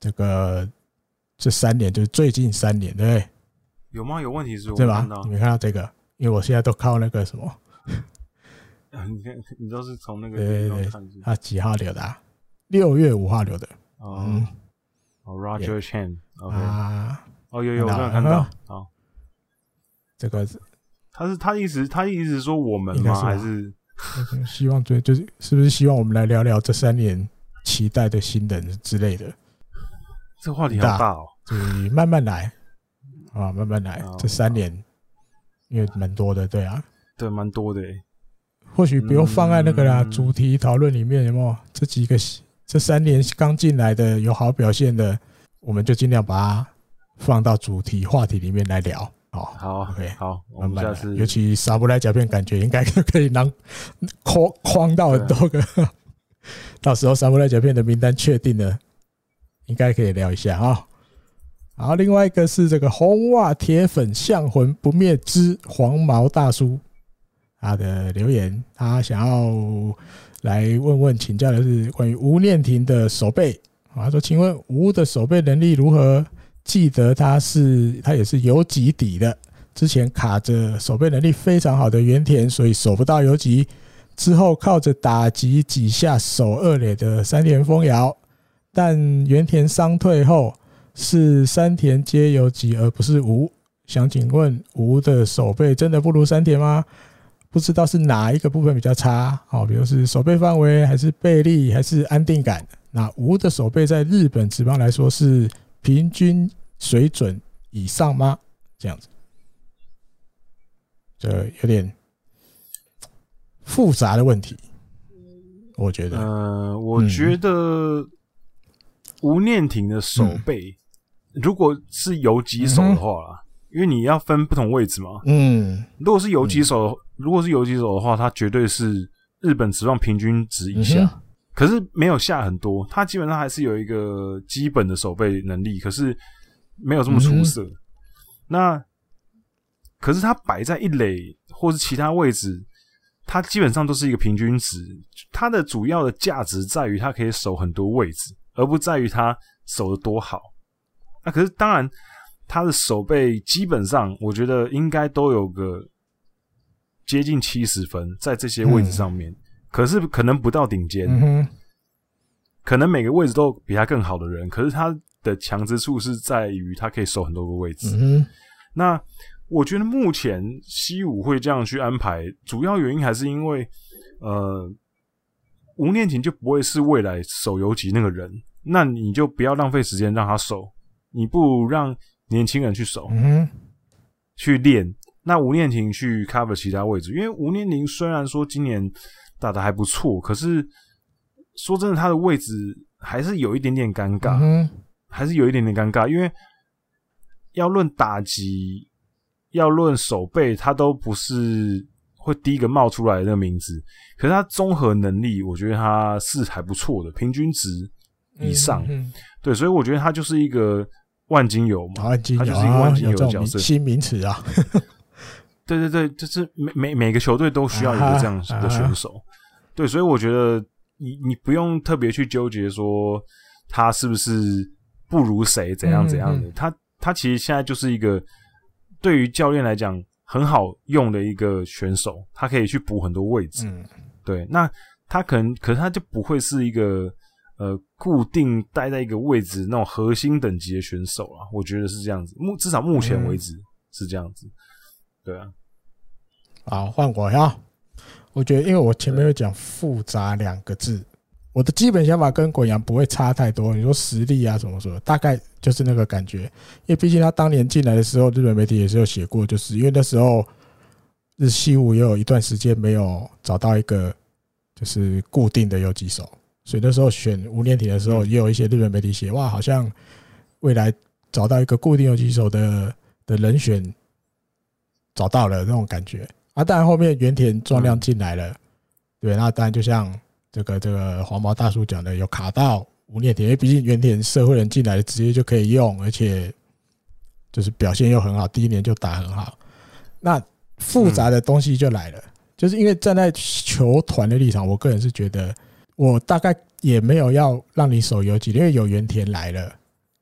这3年就是最近3年，对不对？ 有吗？有问题是我对吧？ 看到你没看到这个？因为我现在都靠那个什么， 你都是从那个对对对， 看是他几号留的？6月5号留的。 Roger Chen，OK，有，我有看到。好， 这个他意思说我们吗？还是希望就是是不是希望我们来聊聊这3年期待的新人之类的？ 这个话题好大哦， 所以慢慢来啊，慢慢来。这3年因为蛮多的，对啊， 对，蛮多的。 或许不用放在那个啦，主题讨论里面有没有这3年刚进来的有好表现的，我们就尽量把它放到主题话题里面来聊。 好 ，OK， 好，我们下次尤其沙布莱甲片，感觉应该可以框到很多个。到时候沙布莱甲片的名单确定了，应该可以聊一下啊。好，另外一个是这个红袜铁粉向魂不灭之黄毛大叔，他的留言，他想要来问请教的是关于吴念庭的守备。他说：“请问吴的守备能力如何？记得他也是游击底的，之前卡着守备能力非常好的原田，所以守不到游击。之后靠着打击几下守2垒的山田丰尧，但原田伤退后是山田接游击，而不是吴。想请问吴的守备真的不如山田吗？不知道是哪一个部分比较差，比如是守备范围，还是背力，还是安定感？那吴的守备在日本职棒来说是平均水准以上吗？这样子，这有点复杂的问题，我觉得。 我觉得吴念庭的守备，如果是游击手的话因为你要分不同位置嘛。如果是游击手的话，他绝对是日本职棒平均值以下。可是没有下很多，他基本上还是有一个基本的守备能力，可是没有这么出色。那可是他摆在一垒或是其他位置，他基本上都是一个平均值。他的主要的价值在于他可以守很多位置，而不在于他守得多好。那可是当然，他的守备基本上我觉得应该都有个接近70分在这些位置上面。可是可能不到顶尖，可能每个位置都比他更好的人，可是他的强之处是在于他可以守很多个位置。那我觉得目前西武会这样去安排，主要原因还是因为吴念庭就不会是未来守游击那个人，那你就不要浪费时间让他守，你不如让年轻人去守，去练。那吴念庭去 cover 其他位置，因为吴念庭虽然说今年打得还不错，可是说真的，他的位置还是有一点点尴尬，因为要论打击，要论守备，他都不是会第一个冒出来的那个名字。可是他综合能力，我觉得他是还不错的，平均值以上。对，所以我觉得他就是一个万金油嘛，他就是一个万金油的角色， 新名词啊。 对对对，就是每个球队都需要一个这样的选手。对，所以我觉得你不用特别去纠结说他是不是不如谁怎样怎样的，他其实现在就是一个对于教练来讲很好用的一个选手，他可以去补很多位置。对，那他可是他就不会是一个固定待在一个位置那种核心等级的选手啦，我觉得是这样子，至少目前为止是这样子。对啊， 好，换我呀。我觉得，因为我前面有讲复杂2个字，我的基本想法跟滚阳不会差太多。你说实力啊什么什么，大概就是那个感觉。因为毕竟他当年进来的时候，日本媒体也是有写过，就是因为那时候日西武也有一段时间没有找到一个就是固定的游击手，所以那时候选吴念庭的时候，也有一些日本媒体写，哇，好像未来找到一个固定游击手的人选找到了那种感觉。当然后面原田壮亮进来了，对，那当然就像这个黄毛大叔讲的，有卡到吴念庭，因为毕竟原田社会人进来的直接就可以用，而且就是表现又很好，第1年就打很好。那复杂的东西就来了，就是因为站在球团的立场，我个人是觉得，我大概也没有要让你守游击，因为有原田来了，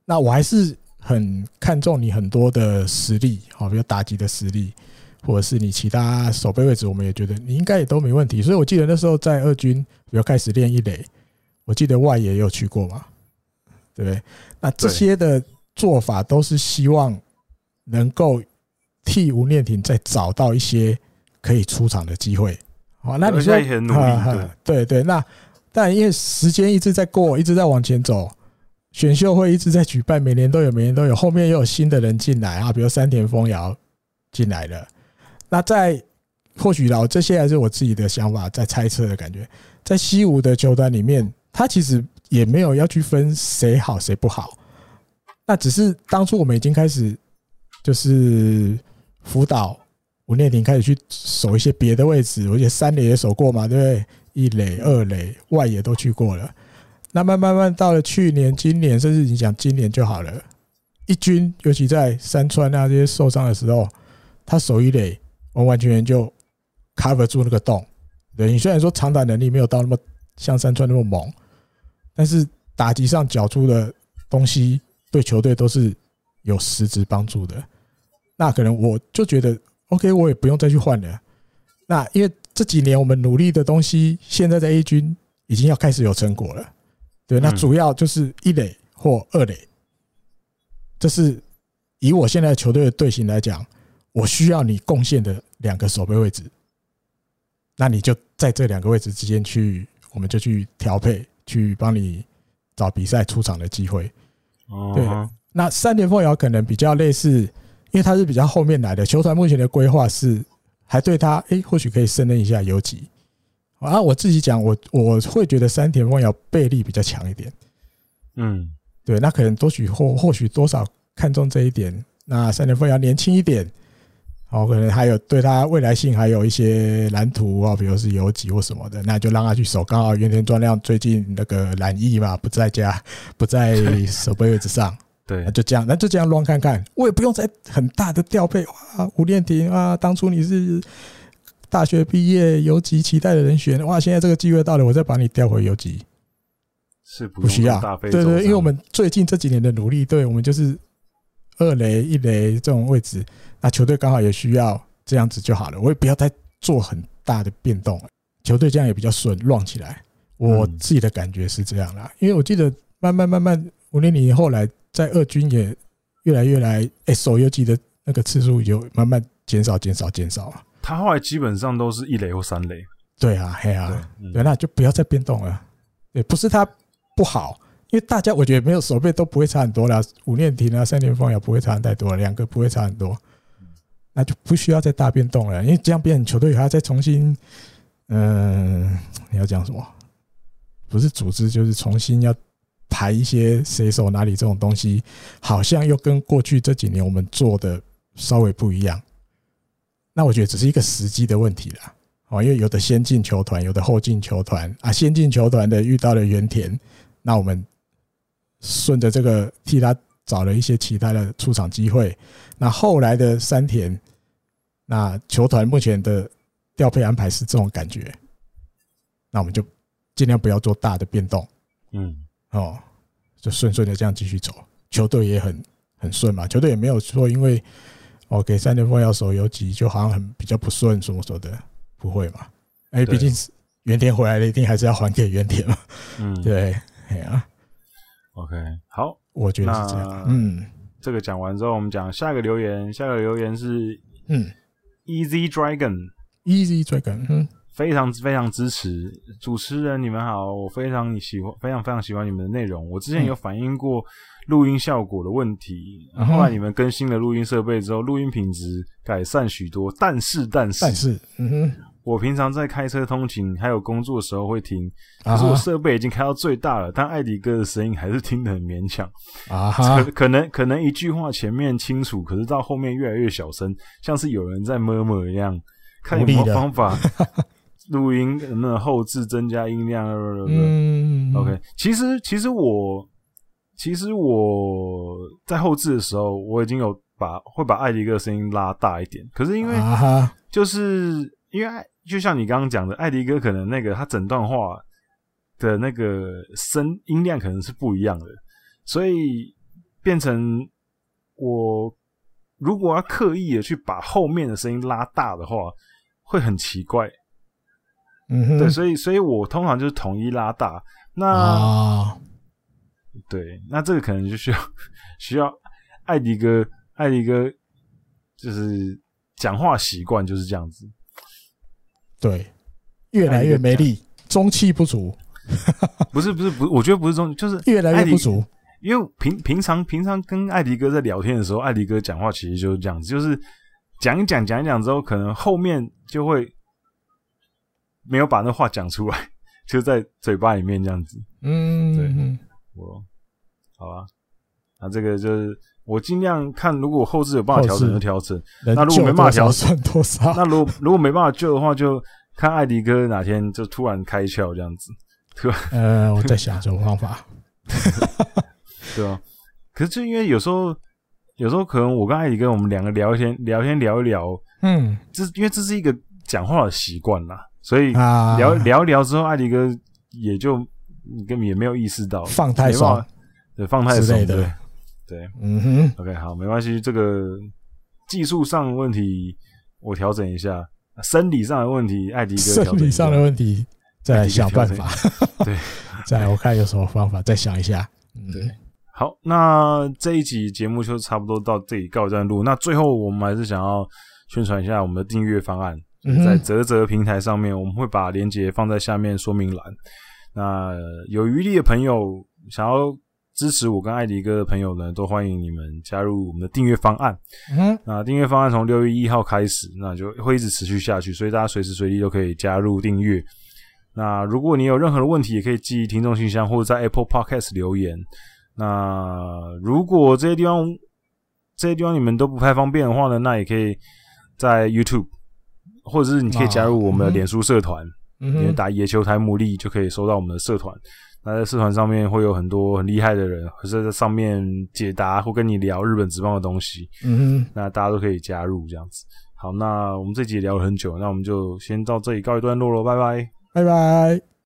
那我还是很看重你很多的实力，比如打击的实力，或者是你其他守备位置，我们也觉得你应该也都没问题。所以我记得那时候在二军有开始练一垒，我记得外野也有去过嘛，对不对？那这些的做法都是希望能够替吴念庭再找到一些可以出场的机会。好，那你说也很努力， 对，那但因为时间一直在过，一直在往前走，选秀会一直在举办，每年都有，后面又有新的人进来啊，比如山田丰尧进来了。那在或许这些还是我自己的想法，在猜测的感觉，在西武的球团里面，他其实也没有要去分谁好谁不好，那只是当初我们已经开始就是辅导吴念庭开始去守一些别的位置，而且三垒也守过嘛，对不对？一垒、二垒、外野都去过了。那慢慢到了去年、今年，甚至你讲今年就好了。一军尤其在山川啊这些受伤的时候，他守一垒完完全全就 cover 住那个洞。对，你虽然说长打能力没有到那么像山川那么猛，但是打击上缴出的东西对球队都是有实质帮助的。那可能我就觉得 OK， 我也不用再去换了。那因为这几年我们努力的东西，现在在 A 军已经要开始有成果了。对，那主要就是一垒或二垒，这是以我现在球队的队形来讲，我需要你贡献的2个守备位置。那你就在这2个位置之间去，我们就去调配，去帮你找比赛出场的机会。对，那山田丰尧可能比较类似，因为他是比较后面来的，球团目前的规划是还对他或许可以胜任一下游击。我自己讲，我会觉得山田丰尧背力比较强一点。对，那可能或许多少看重这一点。那山田丰尧年轻一点，可能还有对他未来性还有一些蓝图比如是游击或什么的，那就让他去守。刚好原田庄亮最近那个染疫嘛，不在家，不在守备位置上。对，那就这样乱看看，我也不用再很大的调配。哇，吴念庭啊，当初你是大学毕业游击期待的人选，哇，现在这个机会到了，我再把你调回游击， 是不需要。 对，因为我们最近这几年的努力，对我们就是二垒、一垒这种位置，那球队刚好也需要这样子就好了，我也不要再做很大的变动，球队这样也比较顺，乱起来。我自己的感觉是这样啦，因为我记得慢慢，吴念庭后来在二军也越来守游击的那个次数有慢慢减少啊。 他后来基本上都是一垒或三垒。 对啊，对，那就不要再变动了。对，不是他不好，因为大家我觉得没有守备都不会差很多啦，吴念庭啊、山田丰尧不会差太多，2个不会差很多，那就不需要再大变动了，因为这样变成球队还要再重新，你要讲什么？不是组织，就是重新要排一些谁守哪里这种东西，好像又跟过去这几年我们做的稍微不一样。那我觉得只是一个时机的问题啦，因为有的先进球团，有的后进球团啊，先进球团的遇到了原田，那我们顺着这个替他找了一些其他的出场机会。那后来的山田，那球团目前的调配安排是这种感觉，那我们就尽量不要做大的变动，就顺的这样继续走，球队也很顺嘛，球队也没有说因为给山田丰尧守游击就好像比较不顺什么的，不会嘛？毕竟原田回来了，一定还是要还给原田嘛。对 ，OK， 好， 我觉得是这样。 这个讲完之后，我们讲下个留言。下个留言是Easy Dragon，Easy Dragon， 非常非常支持主持人，你们好，我非常喜欢你们的内容。我之前有反映过录音效果的问题，后来你们更新了录音设备之后，录音品质改善许多。但是，我平常在开车通勤还有工作的时候会听，可是我设备已经开到最大了，但艾迪哥的声音还是听得很勉强。可能一句话前面清楚，可是到后面越来越小声，像是有人在 murmur 一样。看有没有方法录音能不能后置增加音量。OK， 其实我在后置的时候，我已经有会把艾迪哥的声音拉大一点。可是因为就像你刚刚讲的，艾迪哥可能那个他整段话的那个音量可能是不一样的，所以变成我如果要刻意的去把后面的声音拉大的话，会很奇怪。对，所以我通常就是统一拉大。那对，那这个可能就需要艾迪哥就是讲话习惯就是这样子。 对，越来越没力，中气不足。 不是，我觉得不是中，就是越来越不足。 因为平常跟艾迪哥在聊天的时候，艾迪哥讲话其实就是这样子，就是讲一讲之后，可能后面就会没有把那话讲出来，就在嘴巴里面这样子。对，好吧，那这个就是我尽量看，如果后置有办法调整就调整，那如果没办法调整多少， 那如果没办法救的话，就看艾迪哥哪天就突然开窍这样子。 我在想这种方法。 对啊，可是就因为有时候可能我跟艾迪哥我们两个聊一聊，因为这是一个讲话的习惯啦，所以聊一聊之后，艾迪哥也就你根本也没有意识到放太松， 对，放太松的， 对，OK， 好，没关系，这个技术上的问题我调整一下，生理上的问题艾迪哥调整一下， 生理上的问题再来想办法， 对， 再来我看有什么方法再想一下， 对。好，那这一集节目就差不多到这里告一段落。那最后我们还是想要宣传一下我们的订阅方案，在嘖平台上面，我们会把连结放在下面说明栏。那有余力的朋友，想要支持我跟艾迪哥的朋友呢，都欢迎你们加入我们的订阅方案。那订阅方案从6月1号开始，那就会一直持续下去，所以大家随时随地都可以加入订阅。那如果你有任何的问题，也可以寄听众信箱或者在 Apple Podcast 留言。那如果这些地方你们都不太方便的话呢，那也可以在 YouTube， 或者是你可以加入我们的脸书社团，你打野球台牡蛎就可以收到我们的社团。那在社团上面会有很多很厉害的人，或者在上面解答或跟你聊日本职棒的东西。那大家都可以加入这样子。好，那我们这集也聊了很久，那我们就先到这里告一段落咯，拜拜， 拜拜。